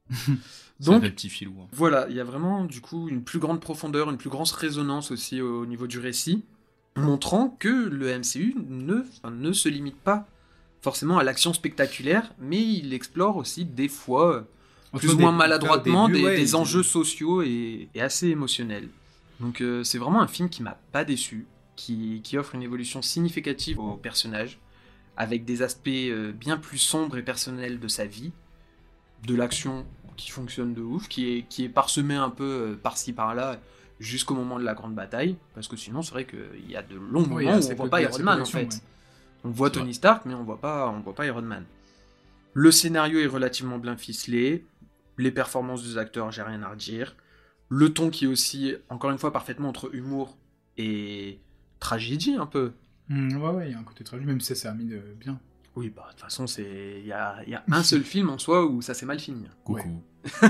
Donc, petit filou, hein. Voilà, il y a vraiment du coup une plus grande profondeur, une plus grande résonance aussi au, au niveau du récit, montrant que le M C U ne, ne se limite pas forcément à l'action spectaculaire, mais il explore aussi des fois... plus ou moins maladroitement, début, des, ouais, des enjeux sociaux et, et assez émotionnels. Donc euh, c'est vraiment un film qui m'a pas déçu, qui, qui offre une évolution significative au personnage, avec des aspects euh, bien plus sombres et personnels de sa vie, de l'action qui fonctionne de ouf, qui est, qui est parsemée un peu euh, par-ci par-là, jusqu'au moment de la grande bataille, parce que sinon c'est vrai qu'il y a de longs oui, moments où on voit pas Iron Man en fait. Ouais. On voit c'est Tony vrai. Stark, mais on voit pas, on voit pas Iron Man. Le scénario est relativement bien ficelé, les performances des acteurs, j'ai rien à redire. Le ton qui est aussi, encore une fois, parfaitement entre humour et tragédie, un peu. Mmh, ouais, ouais, il y a un côté tragédie, même si ça s'est remis de bien. Oui, bah, de toute façon, c'est... il y a, y a un seul film en soi où ça s'est mal fini. Coucou. Ouais.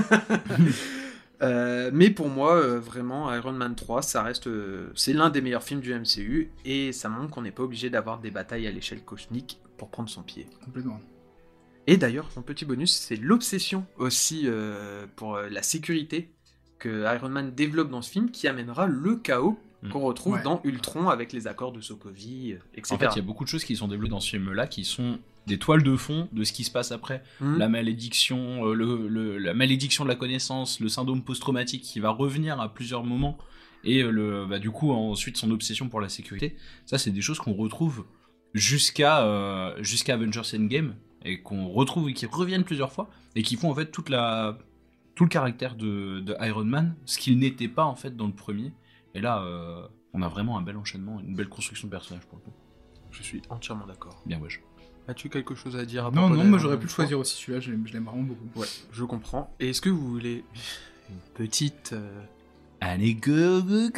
euh, mais pour moi, euh, vraiment, Iron Man trois, ça reste... Euh, c'est l'un des meilleurs films du M C U, et ça montre qu'on n'est pas obligé d'avoir des batailles à l'échelle cosmique pour prendre son pied. Complètement. Et d'ailleurs, mon petit bonus, c'est l'obsession aussi euh, pour euh, la sécurité que Iron Man développe dans ce film, qui amènera le chaos mmh. qu'on retrouve ouais. dans Ultron avec les accords de Sokovie, et cetera. En fait, il y a beaucoup de choses qui sont développées dans ce film-là, qui sont des toiles de fond de ce qui se passe après. Mmh. La malédiction, euh, le, le, la malédiction de la connaissance, le syndrome post-traumatique qui va revenir à plusieurs moments, et le, bah, du coup, ensuite, son obsession pour la sécurité. Ça, c'est des choses qu'on retrouve jusqu'à, euh, jusqu'à Avengers Endgame, et qu'on retrouve et qui reviennent plusieurs fois, et qui font en fait toute la, tout le caractère de, de Iron Man, ce qu'il n'était pas en fait dans le premier. Et là, euh, on a vraiment un bel enchaînement, une belle construction de personnage pour le coup. Je suis entièrement d'accord. Bien wesh. As-tu quelque chose à dire à Non, non, moi j'aurais pu le choisir aussi celui-là, je l'aime, je l'aime vraiment beaucoup. Ouais, je comprends. Et est-ce que vous voulez une petite... Euh... anecdote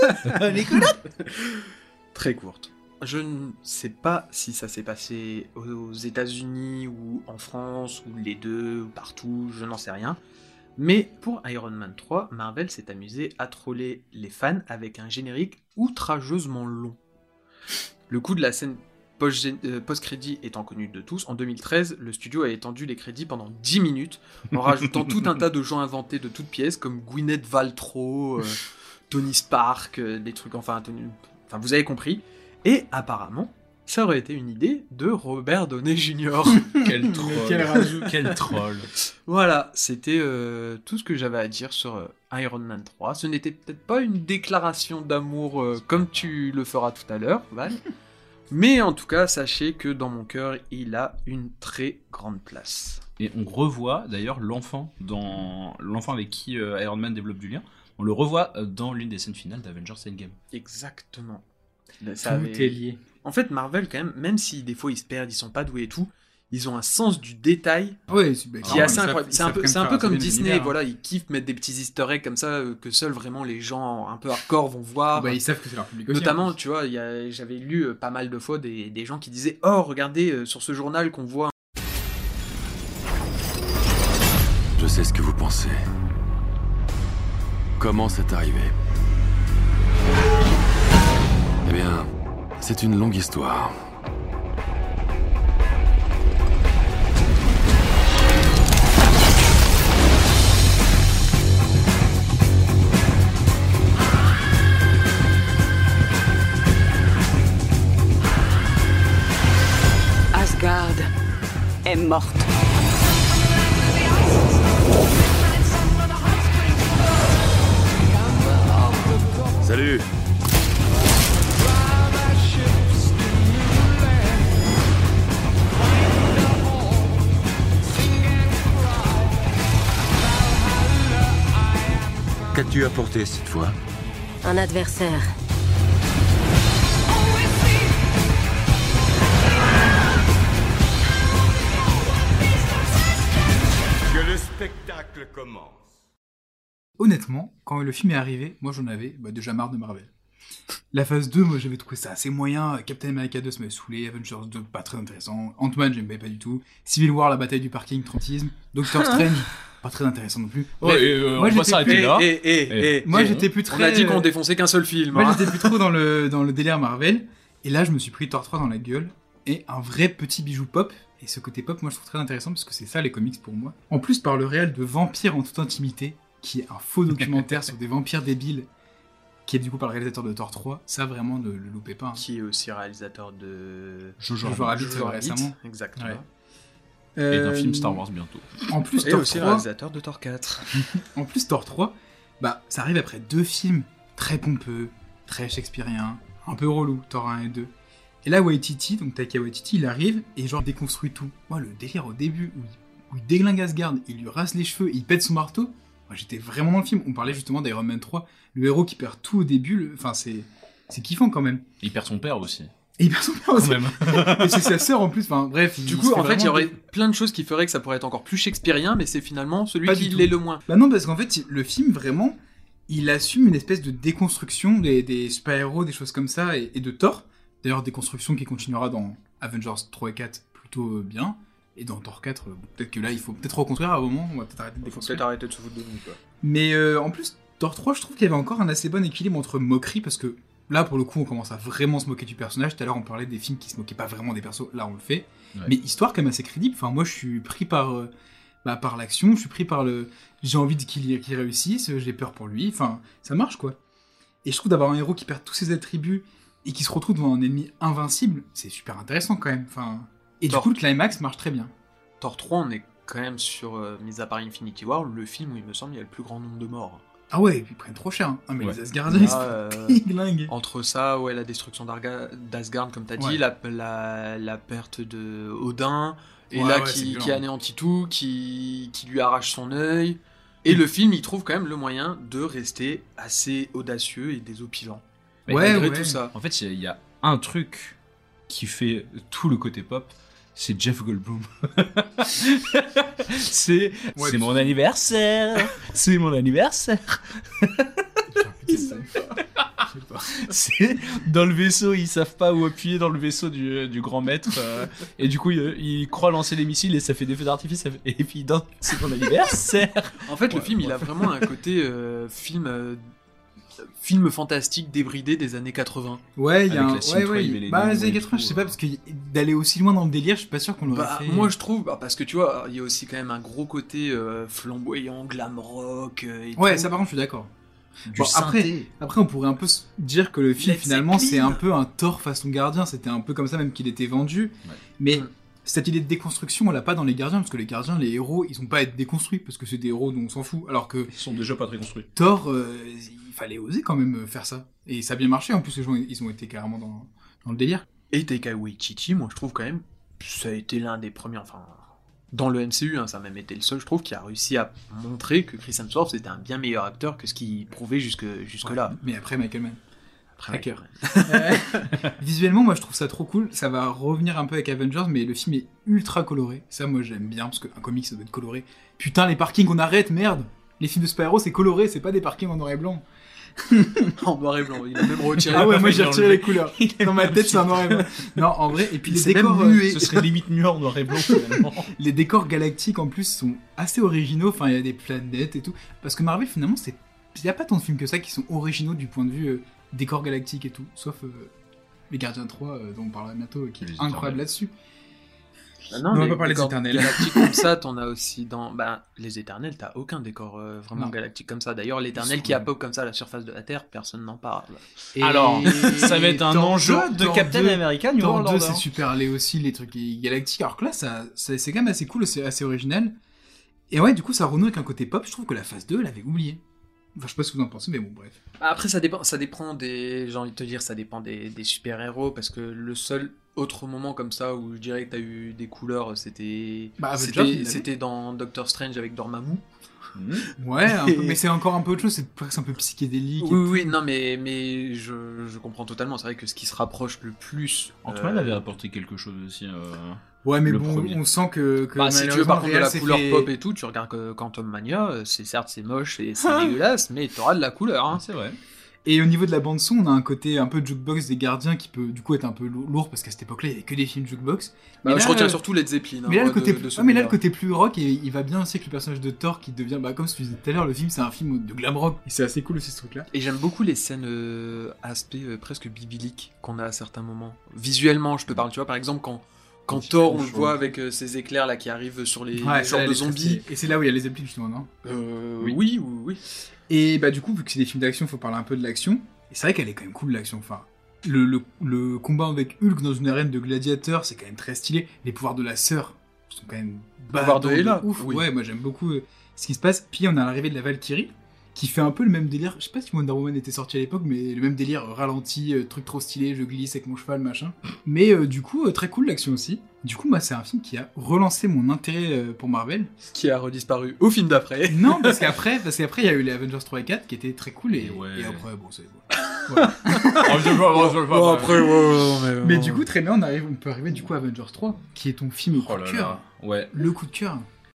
très courte. Je ne sais pas si ça s'est passé aux États-Unis ou en France ou les deux ou partout, je n'en sais rien. Mais pour Iron Man trois, Marvel s'est amusé à troller les fans avec un générique outrageusement long. Le coût de la scène post-crédit étant connu de tous, en deux mille treize, le studio a étendu les crédits pendant dix minutes en rajoutant tout un tas de gens inventés de toutes pièces comme Gwyneth Paltrow, euh, Tony Stark, euh, des trucs, enfin, Tony... enfin, vous avez compris. Et apparemment, ça aurait été une idée de Robert Downey junior Quel troll. Quel rajout. Quel troll. Voilà, c'était euh, tout ce que j'avais à dire sur euh, Iron Man trois. Ce n'était peut-être pas une déclaration d'amour euh, comme tu le feras tout à l'heure, Val. Mais en tout cas, sachez que dans mon cœur, il a une très grande place. Et on revoit d'ailleurs l'enfant dans l'enfant avec qui euh, Iron Man développe du lien. On le revoit euh, dans l'une des scènes finales d'Avengers Endgame. Exactement. Ça tout avait... est lié. En fait, Marvel, quand même, même si des fois ils se perdent, ils sont pas doués et tout, ils ont un sens du détail ouais, qui est assez incroyable. C'est un peu, c'est un peu comme Disney, voilà, ils kiffent mettre des petits easter eggs comme ça euh, que seuls vraiment les gens un peu hardcore vont voir. Bah, ils savent que c'est leur public aussi. Notamment, tu vois, y a, j'avais lu euh, pas mal de fois des, des gens qui disaient « Oh, regardez, euh, sur ce journal qu'on voit... » Je sais ce que vous pensez. Comment c'est arrivé? Eh bien, c'est une longue histoire. Asgard est morte. Salut. Qu'as-tu apporté cette fois? Un adversaire. Que le spectacle commence. Honnêtement, quand le film est arrivé, moi j'en avais bah, déjà marre de Marvel. La phase deux, moi j'avais trouvé ça assez moyen. Captain America deux, ça m'avait saoulé. Avengers deux, pas très intéressant. Ant-Man, j'aimais pas du tout. Civil War, la bataille du parking, traumatisme. Doctor Strange, pas très intéressant non plus. Ouais, Bref, euh, moi, on va s'arrêter là. Et, et, et, et, moi et j'étais plus très. On a dit qu'on défonçait qu'un seul film. Moi hein. j'étais plus trop dans le, dans le délire Marvel. Et là, je me suis pris Thor trois dans la gueule. Et un vrai petit bijou pop. Et ce côté pop, moi je trouve très intéressant parce que c'est ça les comics pour moi. En plus, par le réel de Vampire en toute intimité, qui est un faux documentaire sur des vampires débiles, qui est du coup par le réalisateur de Thor trois, ça vraiment ne le loupez pas. Hein. Qui est aussi réalisateur de Jojo Rabbit récemment. Exactement. Ouais. Euh... Et d'un film Star Wars bientôt. En plus, et Thor aussi trois... réalisateur de Thor quatre. En plus, Thor trois, bah, ça arrive après deux films très pompeux, très shakespeariens, un peu relou, Thor un et deux. Et là, Waititi, donc Taika Waititi, il arrive et genre déconstruit tout. Moi, le délire au début où il, où il déglingue Asgard, il lui rase les cheveux, il pète son marteau. Moi, j'étais vraiment dans le film. On parlait justement d'Iron Man trois, le héros qui perd tout au début. Le... Enfin, c'est c'est kiffant quand même. Il perd son père aussi. Et il perd son père aussi. Même. Et c'est sa sœur en plus. Enfin, bref. Du coup, en fait, il y aurait plein de choses qui feraient que ça pourrait être encore plus shakespearien, mais c'est finalement celui Pas qui du l'est tout. le moins. Bah non, parce qu'en fait, le film vraiment, il assume une espèce de déconstruction des, des super-héros, des choses comme ça, et, et de Thor. D'ailleurs, déconstruction qui continuera dans Avengers trois et quatre plutôt bien. Et dans Thor quatre, bon, peut-être que là, il faut peut-être reconstruire à un moment, on va peut-être arrêter de déconstruire. Peut-être arrêter de se foutre de nous, quoi. Mais euh, en plus, Thor trois, je trouve qu'il y avait encore un assez bon équilibre entre moquerie, parce que là, pour le coup, on commence à vraiment se moquer du personnage. Tout à l'heure, on parlait des films qui se moquaient pas vraiment des persos, là, on le fait. Ouais. Mais histoire quand même assez crédible. Enfin, moi, je suis pris par, euh, bah, par l'action, je suis pris par le... J'ai envie qu'il, qu'il réussisse, j'ai peur pour lui, enfin, ça marche, quoi. Et je trouve d'avoir un héros qui perd tous ses attributs et qui se retrouve devant un ennemi invincible, c'est super intéressant, quand même. Enfin... Et Thor... du coup, le climax marche très bien. Thor trois, on est quand même sur, euh, mis à part Infinity War, le film où il me semble il y a le plus grand nombre de morts. Ah ouais, ils prennent trop cher. Hein. Ah mais ouais. Les Asgardiens, ils euh, sont entre ça, ouais, la destruction d'Asgard, comme t'as dit, ouais. la, la, la perte de Odin, et ouais, là ouais, qui, qui anéantit tout, qui, qui lui arrache son œil. Et mmh. le film, il trouve quand même le moyen de rester assez audacieux et désopilant. Mais ouais, malgré ouais. tout ça. En fait, il y, y a un truc qui fait tout le côté pop. C'est Jeff Goldblum. c'est ouais, c'est mon anniversaire. C'est mon anniversaire. C'est dans le vaisseau, ils savent pas où appuyer dans le vaisseau du, du grand maître euh, et du coup ils, ils croient lancer les missiles et ça fait des feux d'artifice fait... et puis dans... c'est mon anniversaire. En fait, ouais, le film ouais. il a vraiment un côté euh, film euh, film fantastique débridé des années quatre-vingts. Ouais, il y a un ouais ouais. Bah les années quatre-vingts, je sais pas parce que d'aller aussi loin dans le délire, je suis pas sûr qu'on l'aurait bah, fait. Moi je trouve bah, parce que tu vois, il y a aussi quand même un gros côté euh, flamboyant, glam rock euh, et Ouais, tout. ça par contre, je suis d'accord. Du bon, après, après, on pourrait un peu dire que le film, Let's finalement, c'est un peu un Thor façon Gardien. C'était un peu comme ça même qu'il était vendu. Ouais. Mais mmh. cette idée de déconstruction, on l'a pas dans les Gardiens, parce que les Gardiens, les héros, ils ont pas à être déconstruits, parce que c'est des héros dont on s'en fout. Alors que... Ils sont déjà pas très construits. Thor, euh, il fallait oser quand même faire ça. Et ça a bien marché, en plus, les gens, ils ont été carrément dans, dans le délire. Et Taika Waititi, moi je trouve quand même, ça a été l'un des premiers, enfin, dans le M C U, hein, ça a même été le seul, je trouve, qui a réussi à montrer que Chris Hemsworth était un bien meilleur acteur que ce qu'il prouvait jusque, jusque-là. Ouais, mais après Michael Mann. Après Hacker. Euh, visuellement, moi je trouve ça trop cool. Ça va revenir un peu avec Avengers, mais le film est ultra coloré. Ça, moi j'aime bien, parce qu'un comic ça doit être coloré. Putain, les parkings, on arrête, merde! Les films de super-héros, c'est coloré, c'est pas des parkings en noir et blanc. En noir et blanc, il a même retiré. Ah ouais, moi j'ai retiré les couleurs. Dans ma tête, c'est en noir et blanc. Non, en vrai, et puis les c'est décors. Euh, ce serait limite mieux en noir et blanc finalement. Les décors galactiques en plus sont assez originaux. Enfin, il y a des planètes et tout. Parce que Marvel, finalement, c'est. Il y a pas tant de films que ça qui sont originaux du point de vue euh, décors galactiques et tout. Sauf euh, Les Gardiens trois, euh, dont on parlera bientôt, qui est Les incroyable là-dessus. Ah non, on va mais pas parler des décors Éternels. galactiques comme ça, t'en as aussi dans bah, les Éternels, t'as aucun décor euh, vraiment Non. galactique comme ça. D'ailleurs, l'Éternel Ils qui sont- apparaît comme ça à la surface de la Terre, personne n'en parle. Et Alors, ça va être un dans- enjeu dans- de dans Captain deux- America New Dans World deux, Order. c'est super allé aussi, les trucs galactiques. Alors que là, ça, ça- c'est quand même assez cool, c'est assez original. Et ouais, du coup, ça renoue avec un côté pop. Je trouve que la phase deux, elle avait oublié. Enfin, je sais pas ce que vous en pensez, mais bon, bref. Bah, Après, ça dépend, ça dépend des, j'ai envie de te dire, ça dépend des, des super-héros, parce que le seul autre moment comme ça où je dirais que t'as eu des couleurs, c'était, Bah, Avengers, c'était, il l'avait. c'était dans Doctor Strange avec Dormammu. Ouais, un peu, mais c'est encore un peu autre chose, c'est presque un peu psychédélique. et Oui, tout. oui, non, mais, mais je, je comprends totalement. C'est vrai que ce qui se rapproche le plus. Ant-Man euh, avait apporté quelque chose aussi. Euh... Ouais, mais le bon, premier. on sent que. que Bah, si tu veux malheureusement, par contre de Réal la s'est couleur fait- pop et tout, tu regardes que Quantum Mania, euh, c'est certes c'est moche et c'est dégueulasse, mais t'auras de la couleur. Hein. C'est vrai. Et au niveau de la bande-son, on a un côté un peu jukebox des Gardiens qui peut du coup être un peu lou- lourd parce qu'à cette époque-là, il y avait que des films jukebox. Bah, Mais je là, retiens euh, surtout Led Zeppelin. hein, Mais là, le de- côté, de plus... ce ouais, mais là, le film-là. côté plus rock, et il va bien aussi avec le personnage de Thor qui devient, bah, comme je te disais tout à l'heure, le film c'est un film de glam rock. Et c'est assez cool aussi ce truc-là. Et j'aime beaucoup les scènes euh, aspect euh, presque bibliques qu'on a à certains moments. Visuellement, je te parle, tu vois, par exemple, quand, quand Thor, on le voit avec euh, ces éclairs là qui arrivent sur les, Ouais, les genres elle de est très zombies. stylée. Et c'est là où il y a les Zeppelin justement, non Euh, oui, oui, oui. oui. Et bah, du coup, vu que c'est des films d'action, il faut parler un peu de l'action. Et c'est vrai qu'elle est quand même cool l'action. Enfin, le, le, le combat avec Hulk dans une arène de gladiateurs, c'est quand même très stylé. Les pouvoirs de la sœur sont quand même pouvoirs de badants Hela, ouf. oui. Ouais, moi j'aime beaucoup euh, ce qui se passe. Puis on a l'arrivée de la Valkyrie qui fait un peu le même délire. Je sais pas si Wonder Woman était sorti à l'époque, mais le même délire euh, ralenti, euh, truc trop stylé, je glisse avec mon cheval, machin. Mais euh, du coup, euh, très cool l'action aussi. Du coup, moi, c'est un film qui a relancé mon intérêt euh, pour Marvel. Qui a redisparu au film d'après. Non, parce qu'après, parce qu'après, il y a eu les Avengers trois et quatre qui étaient très cool et, Et ouais. et après, bon, c'est bon. Voilà. Bon, après, ouais, ouais, mais, Mais du coup, très bien, on, arrive, on peut arriver du coup à Avengers trois, qui est ton film Oh coup là de cœur. là. Ouais. Le coup de cœur.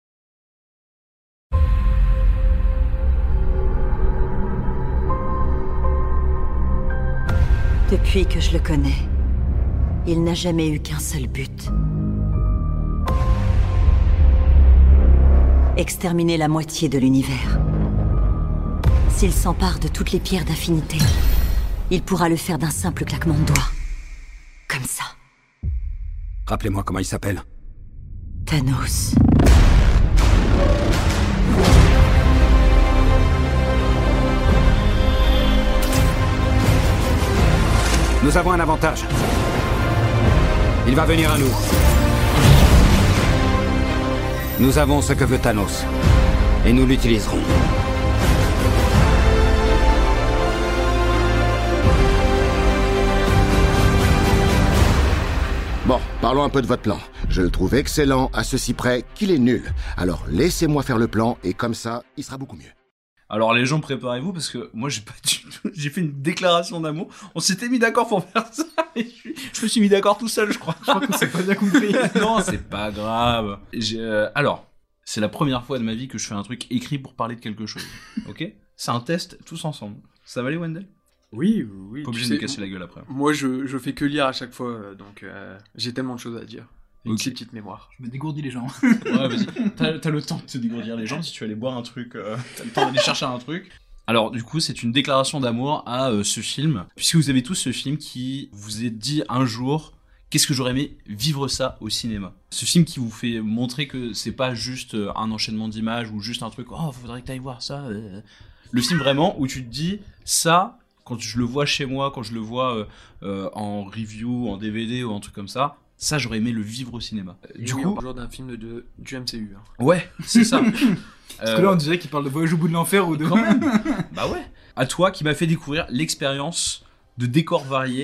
Depuis que je le connais, il n'a jamais eu qu'un seul but. Exterminer la moitié de l'univers. S'il s'empare de toutes les pierres d'affinité, il pourra le faire d'un simple claquement de doigts. Comme ça. Rappelez-moi comment il s'appelle. Thanos. Nous avons un avantage. Il va venir à nous. Nous avons ce que veut Thanos. Et nous l'utiliserons. Bon, parlons un peu de votre plan. Je le trouve excellent, à ceci près qu'il est nul. Alors laissez-moi faire le plan, et comme ça, il sera beaucoup mieux. Alors les gens, préparez-vous parce que moi j'ai pas du tout, j'ai fait une déclaration d'amour. On s'était mis d'accord pour faire ça et je, suis- je me suis mis d'accord tout seul, je crois. Je crois qu'on s'est pas bien compris. Non, c'est pas grave. J'ai, euh, alors, c'est la première fois de ma vie que je fais un truc écrit pour parler de quelque chose. Ok ? C'est un test tous ensemble. Ça va aller, Wendell ? Oui, oui, oui. Pas tu obligé de me sais, casser la gueule après. Moi, je, je fais que lire à chaque fois, euh, donc euh, j'ai tellement de choses à dire. Une Ok. petite, petite mémoire. Je me dégourdis les gens. Ouais, vas-y. T'as, t'as le temps de te dégourdir les jambes si tu veux aller boire un truc. Euh, t'as le temps d'aller chercher un truc. Alors, du coup, c'est une déclaration d'amour à euh, ce film, puisque vous avez tous ce film qui vous est dit un jour, qu'est-ce que j'aurais aimé vivre ça au cinéma. Ce film qui vous fait montrer que c'est pas juste euh, un enchaînement d'images ou juste un truc, oh, faudrait que t'ailles voir ça. euh. Le film vraiment où tu te dis, ça, quand je le vois chez moi, quand je le vois euh, euh, en review, en D V D ou un truc comme ça, ça, j'aurais aimé le vivre au cinéma. Et Du oui, coup, on parle d'un film de, du M C U. Hein. ouais, c'est ça. Parce que là, on dirait qu'il parle de Voyage au bout de l'enfer ou de... Quand même. Bah ouais. À toi qui m'a fait découvrir l'expérience de décors variés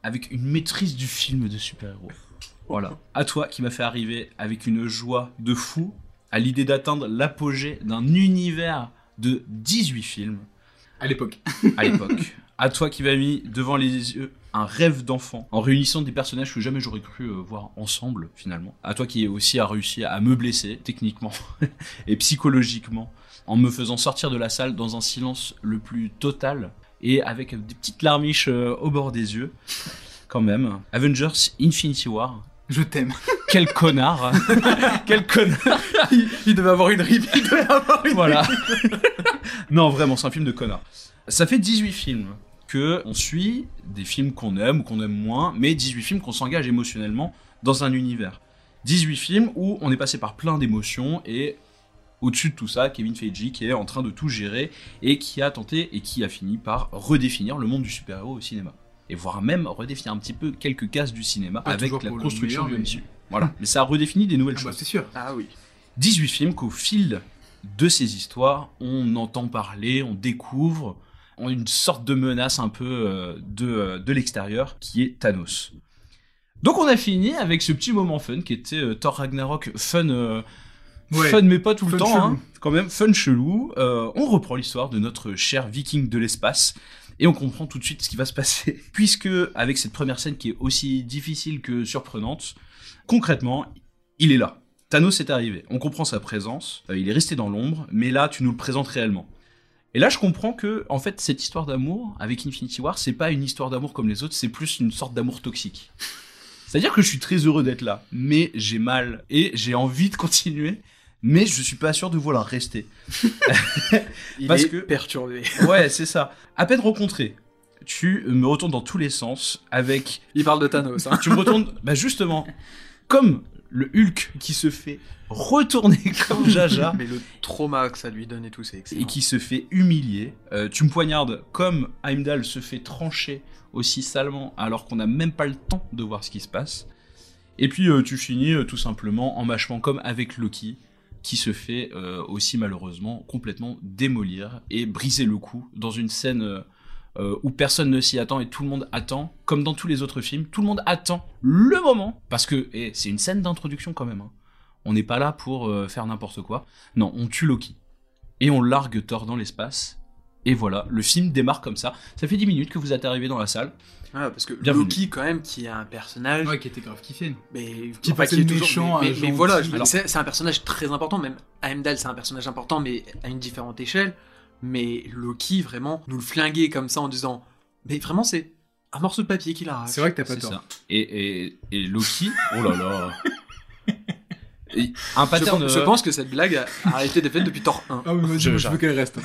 avec une maîtrise du film de super-héros. Voilà. À toi qui m'a fait arriver avec une joie de fou à l'idée d'atteindre l'apogée d'un univers de dix-huit films. À l'époque. À l'époque. À toi qui m'a mis devant les yeux un rêve d'enfant en réunissant des personnages que jamais j'aurais cru euh, voir ensemble finalement. À toi qui aussi a réussi à me blesser techniquement et psychologiquement en me faisant sortir de la salle dans un silence le plus total et avec des petites larmiches euh, au bord des yeux quand même. Avengers Infinity War. Je t'aime. Quel connard. Quel connard. Il, il devait avoir une rip. Il devait avoir une Voilà. Non, vraiment, c'est un film de connard. Ça fait dix-huit films que on suit, des films qu'on aime ou qu'on aime moins, mais dix-huit films qu'on s'engage émotionnellement dans un univers. dix-huit films où on est passé par plein d'émotions et au-dessus de tout ça, Kevin Feige qui est en train de tout gérer et qui a tenté et qui a fini par redéfinir le monde du super-héros au cinéma. Et voire même redéfinir un petit peu quelques cases du cinéma Pas avec la construction du meilleur, M C U. Voilà, mais ça a redéfini des nouvelles ah choses. Bah, c'est sûr. Ah oui. dix-huit films qu'au fil de ces histoires, on entend parler, on découvre, on a une sorte de menace un peu euh, de, euh, de l'extérieur qui est Thanos. Donc on a fini avec ce petit moment fun qui était euh, Thor Ragnarok, fun, euh, Ouais. fun mais pas tout le Fun temps, chelou. hein, quand même fun chelou. Euh, on reprend l'histoire de notre cher viking de l'espace. Et on comprend tout de suite ce qui va se passer. Puisque, avec cette première scène qui est aussi difficile que surprenante, concrètement, il est là. Thanos est arrivé. On comprend sa présence. Euh, il est resté dans l'ombre. Mais là, tu nous le présentes réellement. Et là, je comprends que, en fait, cette histoire d'amour avec Infinity War, c'est pas une histoire d'amour comme les autres, c'est plus une sorte d'amour toxique. C'est-à-dire que je suis très heureux d'être là. Mais j'ai mal. Et j'ai envie de continuer. Mais je suis pas sûr de vouloir rester. Il Parce est que perturbé. Ouais, c'est ça. À peine rencontré, tu me retournes dans tous les sens avec... Il parle de Thanos. Hein. Tu me retournes, bah justement, comme le Hulk qui se fait retourner comme Jaja. Mais le trauma que ça lui donne et tout, c'est excellent. Et qui se fait humilier. Euh, tu me poignardes comme Heimdall se fait trancher aussi salement alors qu'on n'a même pas le temps de voir ce qui se passe. Et puis euh, tu finis euh, tout simplement en mâchement comme avec Loki, qui se fait euh, aussi malheureusement complètement démolir et briser le cou dans une scène euh, euh, où personne ne s'y attend et tout le monde attend, comme dans tous les autres films, tout le monde attend le moment, parce que et c'est une scène d'introduction quand même, hein. On n'est pas là pour euh, faire n'importe quoi, non, on tue Loki, et on largue Thor dans l'espace, et voilà, le film démarre comme ça, ça fait dix minutes que vous êtes arrivé dans la salle. Ah, parce que Bienvenue. Loki, quand même, qui est un personnage. Ouais, qui était grave kiffé. Mais Qui enfin, passait est de toujours- méchant mais, à mais, mais gentil. voilà, je- Alors- c'est, c'est un personnage très important. Même Heimdall, c'est un personnage important, mais à une différente échelle. Mais Loki, vraiment, nous le flinguer comme ça en disant. Mais vraiment, c'est un morceau de papier qu'il arrache. C'est vrai que t'as pas C'est tort. ça. Et, et, et Loki, oh là là. Et un Je, pattern. pense- je pense que cette blague a arrêté d'être faite depuis Thor un. Ah oui, vas-y, Je- moi, je j'arrête. veux qu'elle reste.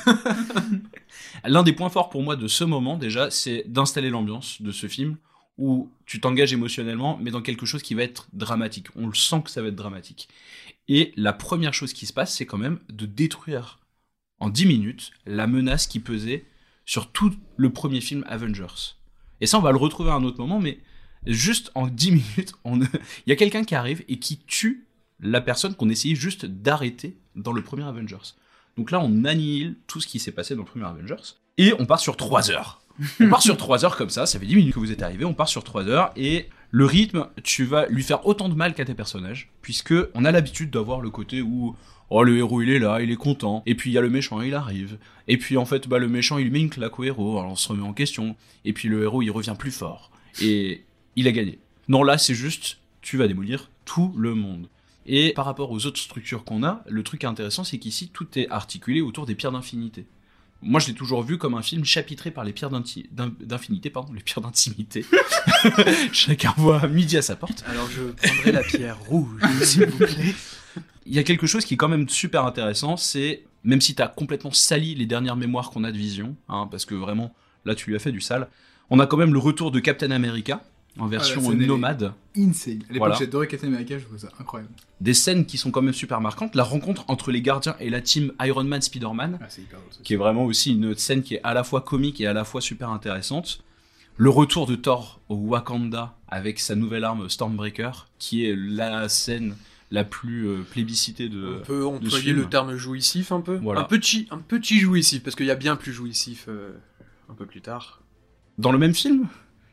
L'un des points forts pour moi de ce moment, déjà, c'est d'installer l'ambiance de ce film où tu t'engages émotionnellement, mais dans quelque chose qui va être dramatique. On le sent que ça va être dramatique. Et la première chose qui se passe, c'est quand même de détruire en dix minutes la menace qui pesait sur tout le premier film Avengers. Et ça, on va le retrouver à un autre moment, mais juste en dix minutes, on... il y a quelqu'un qui arrive et qui tue la personne qu'on essayait juste d'arrêter dans le premier Avengers. Donc là, on annihile tout ce qui s'est passé dans le premier Avengers. Et on part sur trois heures. On part sur trois heures comme ça, ça fait dix minutes que vous êtes arrivés, on part sur trois heures, et le rythme, tu vas lui faire autant de mal qu'à tes personnages, puisque on a l'habitude d'avoir le côté où, oh, le héros il est là, il est content, et puis il y a le méchant, il arrive, et puis en fait, bah, le méchant il met une claque au héros, alors on se remet en question, et puis le héros il revient plus fort, et il a gagné. Non, là c'est juste, tu vas démolir tout le monde. Et par rapport aux autres structures qu'on a, le truc intéressant c'est qu'ici tout est articulé autour des pierres d'infinité. Moi, je l'ai toujours vu comme un film chapitré par les pierres d'inti- d'in- d'infinité, pardon, les pierres d'intimité. Chacun voit midi à sa porte. Alors je prendrai la pierre rouge, s'il vous plaît. Il y a quelque chose qui est quand même super intéressant, c'est, même si t'as complètement sali les dernières mémoires qu'on a de Vision, hein, parce que vraiment, là, tu lui as fait du sale, on a quand même le retour de Captain America, en version Ah, la scène, nomade. elle est Insane. À l'époque, Voilà. j'adorais Captain America, je trouve ça incroyable. Des scènes qui sont quand même super marquantes. La rencontre entre les gardiens et la team Iron Man Spider-Man, Ah, c'est hyper drôle, ça. qui est vraiment aussi une scène qui est à la fois comique et à la fois super intéressante. Le retour de Thor au Wakanda avec sa nouvelle arme Stormbreaker, qui est la scène la plus euh, plébiscitée de On peut de ce employer film. le terme jouissif un peu. Voilà. Un petit, un petit jouissif, parce qu'il y a bien plus jouissif euh, un peu plus tard. Dans le même film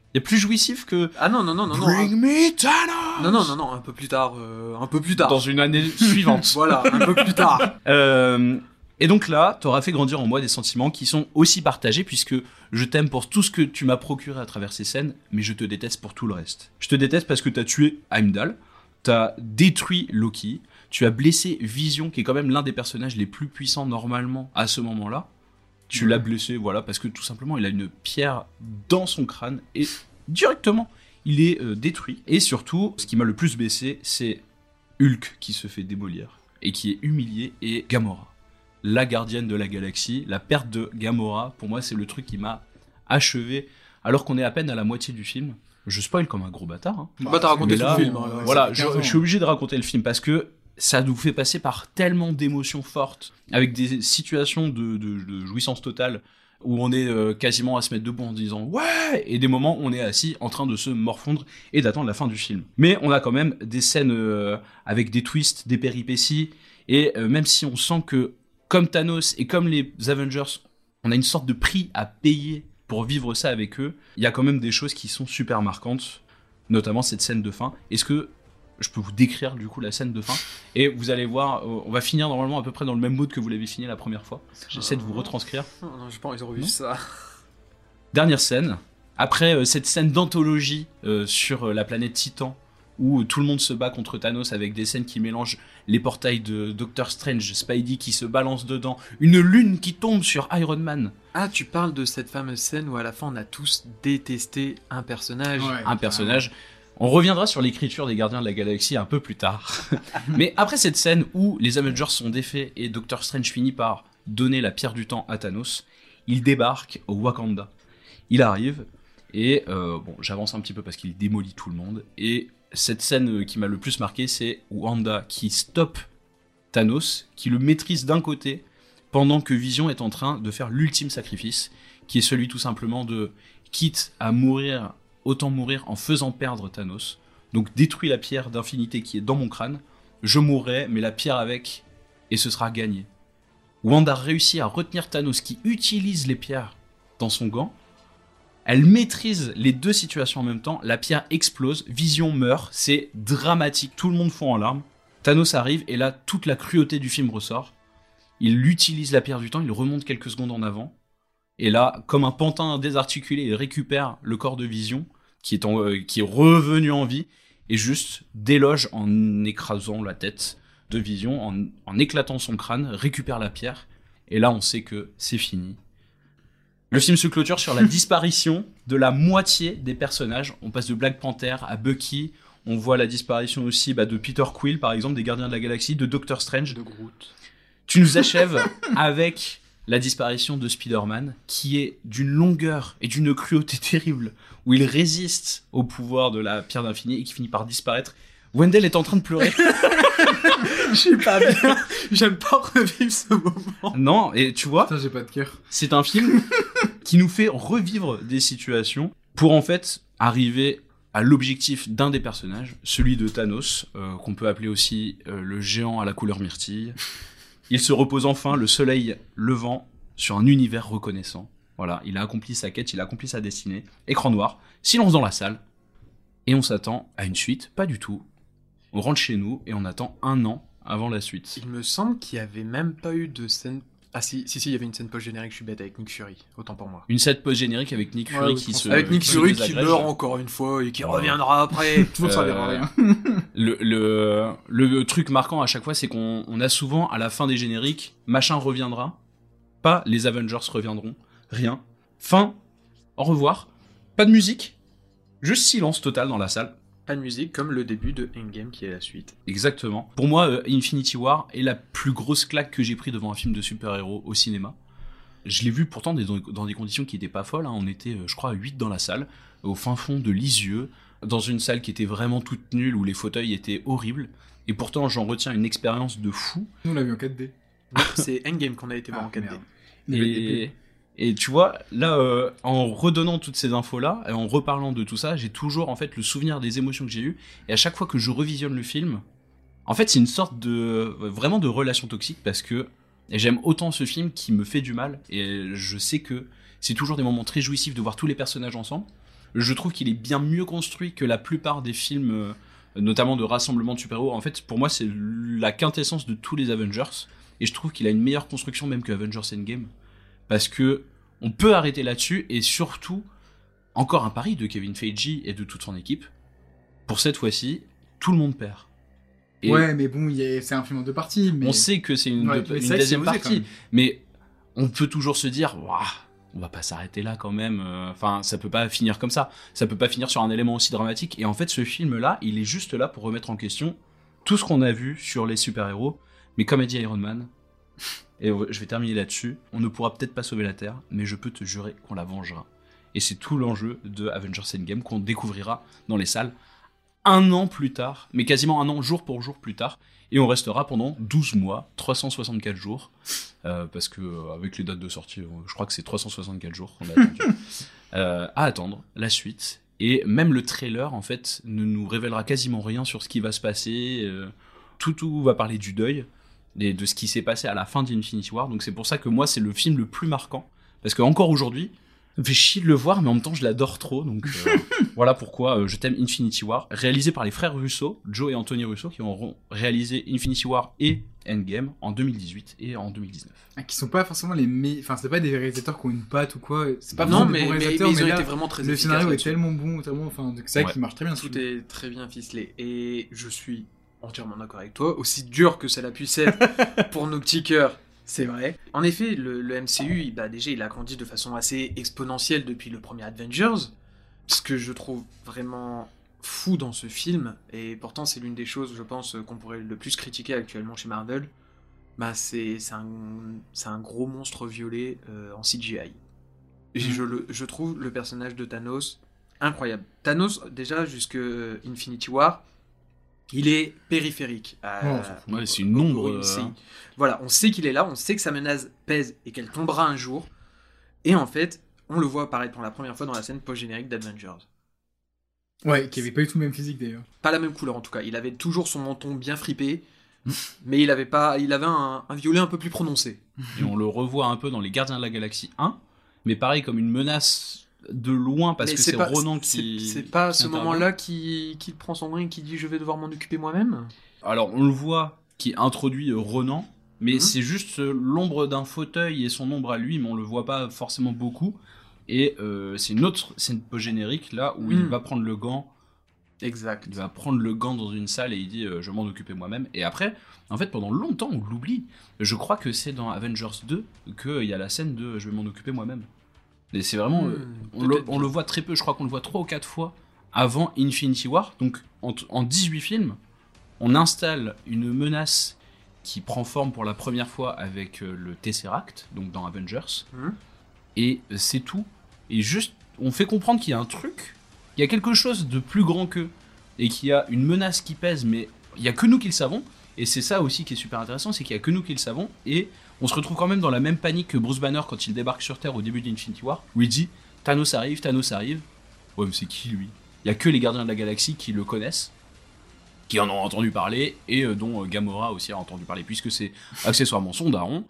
Il y a plus jouissif que ah non non non non non Bring me Thanos. Non non non non un peu plus tard euh, un peu plus tard dans une année suivante. Voilà, un peu plus tard. Euh, et donc là, t'auras fait grandir en moi des sentiments qui sont aussi partagés puisque je t'aime pour tout ce que tu m'as procuré à travers ces scènes, mais je te déteste pour tout le reste. Je te déteste parce que t'as tué Heimdall, t'as détruit Loki, tu as blessé Vision qui est quand même l'un des personnages les plus puissants normalement à ce moment-là. Tu l'as blessé, voilà, parce que tout simplement, il a une pierre dans son crâne et directement, il est euh, détruit. Et surtout, ce qui m'a le plus baissé, c'est Hulk qui se fait démolir et qui est humilié, et Gamora, la gardienne de la galaxie. La perte de Gamora, pour moi, c'est le truc qui m'a achevé, alors qu'on est à peine à la moitié du film. Je spoil comme un gros bâtard. Hein. Bah, t'as raconté là, tout le film. on, hein, voilà, je, je suis obligé de raconter le film parce que ça nous fait passer par tellement d'émotions fortes, avec des situations de, de, de jouissance totale, où on est euh, quasiment à se mettre debout en disant « Ouais !» et des moments où on est assis en train de se morfondre et d'attendre la fin du film. Mais on a quand même des scènes euh, avec des twists, des péripéties, et euh, même si on sent que, comme Thanos et comme les Avengers, on a une sorte de prix à payer pour vivre ça avec eux, il y a quand même des choses qui sont super marquantes, notamment cette scène de fin. Est-ce que je peux vous décrire du coup la scène de fin et vous allez voir, euh, on va finir normalement à peu près dans le même mood que vous l'avez fini la première fois. J'essaie de vous retranscrire. Non, non, j'ai pas envie de revivre ça. Dernière scène, après euh, cette scène d'anthologie euh, sur euh, la planète Titan où euh, tout le monde se bat contre Thanos avec des scènes qui mélangent les portails de Doctor Strange, Spidey qui se balance dedans, une lune qui tombe sur Iron Man. Ah, tu parles de cette fameuse scène où à la fin on a tous détesté un personnage. Ouais, un personnage. On reviendra sur l'écriture des Gardiens de la Galaxie un peu plus tard. Mais après cette scène où les Avengers sont défaits et Doctor Strange finit par donner la pierre du temps à Thanos, il débarque au Wakanda. Il arrive et, euh, bon, j'avance un petit peu parce qu'il démolit tout le monde. Et cette scène qui m'a le plus marqué, c'est Wanda qui stoppe Thanos, qui le maîtrise d'un côté, pendant que Vision est en train de faire l'ultime sacrifice, qui est celui tout simplement de, quitte à mourir, autant mourir en faisant perdre Thanos. Donc détruis la pierre d'infinité qui est dans mon crâne, je mourrai, mais la pierre avec, et ce sera gagné. Wanda réussit à retenir Thanos qui utilise les pierres dans son gant. Elle maîtrise les deux situations en même temps, la pierre explose, Vision meurt, c'est dramatique, tout le monde fond en larmes. Thanos arrive et là, toute la cruauté du film ressort. Il utilise la pierre du temps, il remonte quelques secondes en avant. Et là, comme un pantin désarticulé, il récupère le corps de Vision, qui est, en, euh, qui est revenu en vie, et juste déloge en écrasant la tête de Vision, en, en éclatant son crâne, récupère la pierre, et là on sait que c'est fini. Le film se clôture sur la disparition de la moitié des personnages. On passe de Black Panther à Bucky, on voit la disparition aussi bah, de Peter Quill, par exemple, des Gardiens de la Galaxie, de Doctor Strange. De Groot. Tu nous achèves avec la disparition de Spider-Man, qui est d'une longueur et d'une cruauté terrible, où il résiste au pouvoir de la pierre d'infini et qui finit par disparaître. Wendell est en train de pleurer. Je suis pas bien. J'aime pas revivre ce moment. Non, et tu vois, Putain, j'ai pas de cœur. C'est un film qui nous fait revivre des situations pour en fait arriver à l'objectif d'un des personnages, celui de Thanos, euh, qu'on peut appeler aussi euh, le géant à la couleur myrtille. Il se repose enfin, le soleil levant, sur un univers reconnaissant. Voilà, il a accompli sa quête, il a accompli sa destinée. Écran noir, silence dans la salle, et on s'attend à une suite, pas du tout. On rentre chez nous et on attend un an avant la suite. Il me semble qu'il y avait même pas eu de scène... Ah si, si, si, il y avait une scène post-générique, je suis bête, avec Nick Fury, autant pour moi. Une scène post-générique avec Nick Fury Ouais, qui se... Avec Nick qui Fury se qui désagrège. meurt encore une fois et qui reviendra après. Toujours ça, Euh, rien. le, le, le truc marquant à chaque fois, c'est qu'on on a souvent, à la fin des génériques, machin reviendra, pas les Avengers reviendront, rien. Fin, au revoir, pas de musique, juste silence total dans la salle. Pas de musique, comme le début de Endgame qui est la suite. Exactement. Pour moi, euh, Infinity War est la plus grosse claque que j'ai pris devant un film de super-héros au cinéma. Je l'ai vu pourtant des- dans des conditions qui n'étaient pas folles, hein. On était, euh, je crois, à huit dans la salle, au fin fond de Lisieux, dans une salle qui était vraiment toute nulle, où les fauteuils étaient horribles. Et pourtant, j'en retiens une expérience de fou. Nous, on l'a vu en quatre D. Non, c'est Endgame qu'on a été voir Ah, en quatre D. merde. Et, et tu vois, là, euh, en redonnant toutes ces infos-là, et en reparlant de tout ça, j'ai toujours en fait le souvenir des émotions que j'ai eues. Et à chaque fois que je revisionne le film, en fait, c'est une sorte de vraiment de relation toxique parce que j'aime autant ce film qui me fait du mal. Et je sais que c'est toujours des moments très jouissifs de voir tous les personnages ensemble. je trouve qu'il est bien mieux construit que la plupart des films, euh, notamment de rassemblement de super-héros. En fait, pour moi, c'est la quintessence de tous les Avengers, et je trouve qu'il a une meilleure construction même que Avengers Endgame, parce que on peut arrêter là-dessus, et surtout, encore un pari de Kevin Feige et de toute son équipe. Pour cette fois-ci, tout le monde perd. Et ouais, mais bon, y a... c'est un film en deux parties. Mais... On sait que c'est une, ouais, deux... une deuxième partie, mais on peut toujours se dire, waouh, on va pas s'arrêter là quand même. Enfin, ça peut pas finir comme ça. Ça peut pas finir sur un élément aussi dramatique. Et en fait, ce film-là, il est juste là pour remettre en question tout ce qu'on a vu sur les super-héros. Mais comme a dit Iron Man, et je vais terminer là-dessus, on ne pourra peut-être pas sauver la Terre, mais je peux te jurer qu'on la vengera. Et c'est tout l'enjeu de Avengers Endgame qu'on découvrira dans les salles un an plus tard, mais quasiment un an jour pour jour plus tard, et on restera pendant douze mois, trois cent soixante-quatre jours, euh, parce que euh, avec les dates de sortie, je crois que c'est trois cent soixante-quatre jours qu'on a attendu, euh, à attendre la suite, et même le trailer, en fait, ne nous révélera quasiment rien sur ce qui va se passer, euh, tout, tout va parler du deuil, et de ce qui s'est passé à la fin d'Infinity War, donc c'est pour ça que moi, c'est le film le plus marquant, parce qu'encore aujourd'hui, ça me fait chier de le voir, mais en même temps, je l'adore trop. Donc euh, voilà pourquoi euh, je t'aime Infinity War, réalisé par les frères Russo, Joe et Anthony Russo, qui auront réalisé Infinity War et Endgame en deux mille dix-huit et en deux mille dix-neuf. Ah, qui sont pas forcément les meilleurs, enfin c'est pas des réalisateurs qui ont une patte ou quoi. C'est pas non, vraiment mais, des bons mais, réalisateurs, mais ils ont mais là, été vraiment très le efficaces. scénario est là-dessus. tellement bon, tellement, enfin c'est ça Ouais. qui marche très bien. Tout est très bien ficelé, et je suis entièrement d'accord avec toi. Aussi dur que cela puisse être pour nos petits cœurs. C'est vrai. En effet, le, le M C U, il, bah, déjà, il a grandi de façon assez exponentielle depuis le premier Avengers. Ce que je trouve vraiment fou dans ce film, et pourtant c'est l'une des choses, je pense, qu'on pourrait le plus critiquer actuellement chez Marvel, bah, c'est, c'est, un, c'est un gros monstre violet euh, en C G I. Et je, le, je trouve le personnage de Thanos incroyable. Thanos, déjà, jusque Infinity War, il est périphérique. À, oh, ouais, c'est une ombre. Oui, c'est... Voilà, on sait qu'il est là, on sait que sa menace pèse et qu'elle tombera un jour. Et en fait, on le voit apparaître pour la première fois dans la scène post-générique d'Avengers. Ouais, qui avait pas du tout le même physique d'ailleurs. Pas la même couleur en tout cas. Il avait toujours son menton bien fripé, mais il avait pas, il avait un, un violet un peu plus prononcé. Et on le revoit un peu dans les Gardiens de la Galaxie un, mais pareil comme une menace de loin parce mais que c'est, c'est pas, Ronan qui. C'est, c'est pas à ce intervient. moment-là qu'il, qu'il prend son brin et qu'il dit je vais devoir m'en occuper moi-même. Alors on le voit qui introduit Ronan, mais mmh. c'est juste l'ombre d'un fauteuil et son ombre à lui, mais on le voit pas forcément beaucoup. Et euh, c'est une autre scène post-générique là où mmh. il va prendre le gant. Exact. Il va prendre le gant dans une salle et il dit euh, je vais m'en occuper moi-même. Et après, en fait, pendant longtemps on l'oublie. Je crois que c'est dans Avengers deux qu'il y a la scène de je vais m'en occuper moi-même. Et c'est vraiment. Mmh, euh, on, le, on le voit très peu, je crois qu'on le voit trois ou quatre fois avant Infinity War. Donc en, en dix-huit films, on installe une menace qui prend forme pour la première fois avec euh, le Tesseract, donc dans Avengers. Mmh. Et euh, c'est tout. Et juste, on fait comprendre qu'il y a un truc, il y a quelque chose de plus grand qu'eux, et qu'il y a une menace qui pèse, mais il y a que nous qui le savons. Et c'est ça aussi qui est super intéressant, c'est qu'il y a que nous qui le savons. Et on se retrouve quand même dans la même panique que Bruce Banner quand il débarque sur Terre au début d'Infinity War, où il dit Thanos arrive, Thanos arrive. Ouais, mais c'est qui lui ? Il y a que les Gardiens de la Galaxie qui le connaissent, qui en ont entendu parler, et euh, dont euh, Gamora aussi a entendu parler, puisque c'est accessoirement son daron.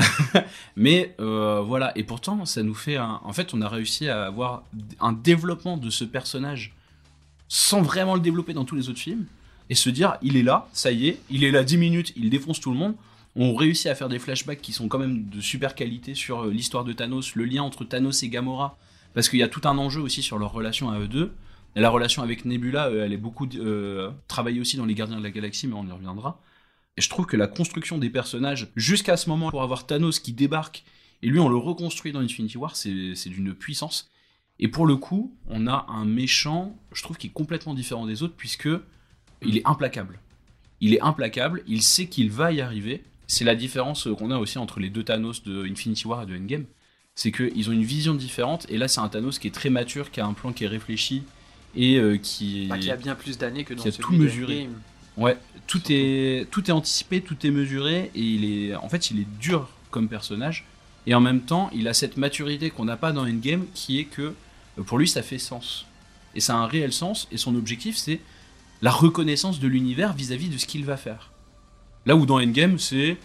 Mais euh, voilà, et pourtant, ça nous fait un... En fait, on a réussi à avoir un développement de ce personnage sans vraiment le développer dans tous les autres films, et se dire, il est là, ça y est, il est là dix minutes, il défonce tout le monde. On réussit à faire des flashbacks qui sont quand même de super qualité sur euh, l'histoire de Thanos, le lien entre Thanos et Gamora, parce qu'il y a tout un enjeu aussi sur leur relation à eux deux. Et la relation avec Nebula, euh, elle est beaucoup euh, travaillée aussi dans les Gardiens de la Galaxie, mais on y reviendra. Et je trouve que la construction des personnages, jusqu'à ce moment, pour avoir Thanos qui débarque, et lui on le reconstruit dans Infinity War, c'est, c'est d'une puissance. Et pour le coup, on a un méchant, je trouve, qui est complètement différent des autres, puisque il est implacable. Il est implacable, il sait qu'il va y arriver. C'est la différence qu'on a aussi entre les deux Thanos de Infinity War et de Endgame. C'est qu'ils ont une vision différente, et là c'est un Thanos qui est très mature, qui a un plan qui est réfléchi, et euh, qui... Bah, qui a bien plus d'années que dans qui a celui tout mesuré. Endgame. Ouais, tout est, tout est anticipé, tout est mesuré, et il est, en fait, il est dur comme personnage, et en même temps, il a cette maturité qu'on n'a pas dans Endgame, qui est que, pour lui, ça fait sens. Et ça a un réel sens, et son objectif, c'est la reconnaissance de l'univers vis-à-vis de ce qu'il va faire. Là où dans Endgame, c'est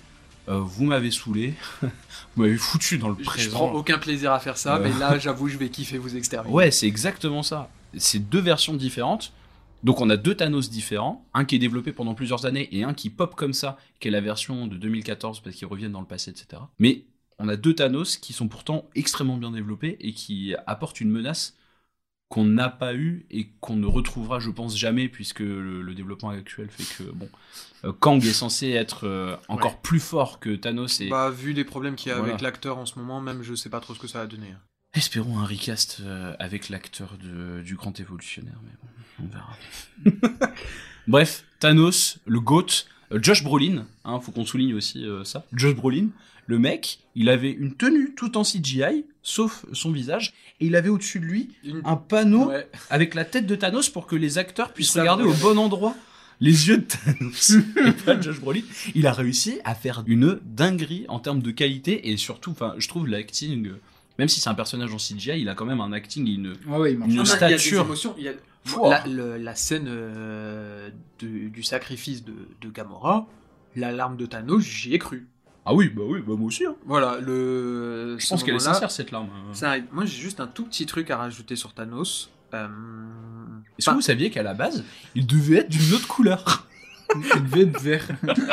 euh, vous m'avez saoulé, vous m'avez foutu dans le Je présent. prends aucun plaisir à faire ça, Euh. mais là, j'avoue, je vais kiffer vous exterminer. Ouais, c'est exactement ça. C'est deux versions différentes. Donc on a deux Thanos différents, un qui est développé pendant plusieurs années et un qui pop comme ça, qui est la version de deux mille quatorze parce qu'ils reviennent dans le passé, et cetera. Mais on a deux Thanos qui sont pourtant extrêmement bien développés et qui apportent une menace qu'on n'a pas eue et qu'on ne retrouvera, je pense, jamais, puisque le, le développement actuel fait que, bon, euh, Kang est censé être euh, encore Ouais. plus fort que Thanos et... Bah, vu les problèmes qu'il y a Voilà. avec l'acteur en ce moment, même je sais pas trop ce que ça va donner. Espérons un recast euh, avec l'acteur de- du grand évolutionnaire, mais bon, on verra. Bref, Thanos, le GOAT, euh, Josh Brolin, hein, faut qu'on souligne aussi euh, ça. Josh Brolin, le mec, il avait une tenue tout en C G I, sauf son visage, et il avait au-dessus de lui Une- un panneau Ouais. avec la tête de Thanos pour que les acteurs puissent Ils savent regarder au regarder. bon endroit les yeux de Thanos. Et pas Josh Brolin, il a réussi à faire une dinguerie en termes de qualité, et surtout, enfin, je trouve l'acting... euh, Même si c'est un personnage en C G I, il a quand même un acting et une, Ouais, ouais, il marche. une Ah, bah, il y a des stature. émotions, il y a- Fouah. La, le- la scène euh, de- du sacrifice de, de Gamora, l'alarme de Thanos, j'y ai cru. Ah oui, bah oui, bah moi aussi. Hein. Voilà, le. Je ce pense qu'elle est moment-là, sincère cette larme. ça arrive. Moi, j'ai juste un tout petit truc à rajouter sur Thanos. Euh... Est-ce que vous saviez qu'à la base, il devait être d'une autre couleur? Il devait être vert.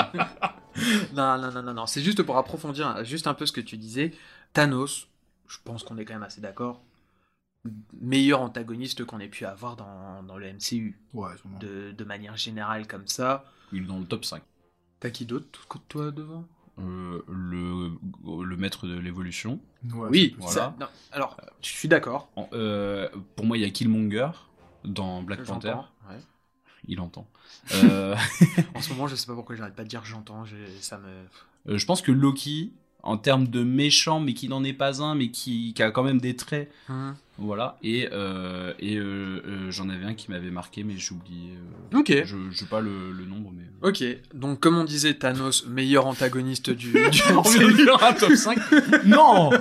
Non, non, non, non, non. C'est juste pour approfondir juste un peu ce que tu disais. Thanos, je pense qu'on est quand même assez d'accord. Meilleur antagoniste qu'on ait pu avoir dans, dans le M C U. Ouais, sûrement. De, de manière générale, comme ça. Il est dans le top cinq. T'as qui d'autre, toi, devant Euh, le, le maître de l'évolution. Ouais, Oui, voilà. ça- non, alors, je suis d'accord. En- euh, pour moi, il y a Killmonger dans Black J'entends, Panther. ouais. Il entend. Euh, En ce moment, je sais pas pourquoi j'arrête pas de dire j'entends, j'ai- ça me... euh, je pense que Loki, en termes de méchant, mais qui n'en est pas un, mais qui, qui a quand même des traits. Mhm. Voilà. Et, euh, et euh, euh, j'en avais un qui m'avait marqué, mais j'ai oublié. euh, Ok. Je je sais pas le, le nombre, mais. Ok, donc comme on disait, Thanos, meilleur antagoniste du, du On vient de faire un top cinq. Non.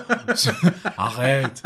Arrête.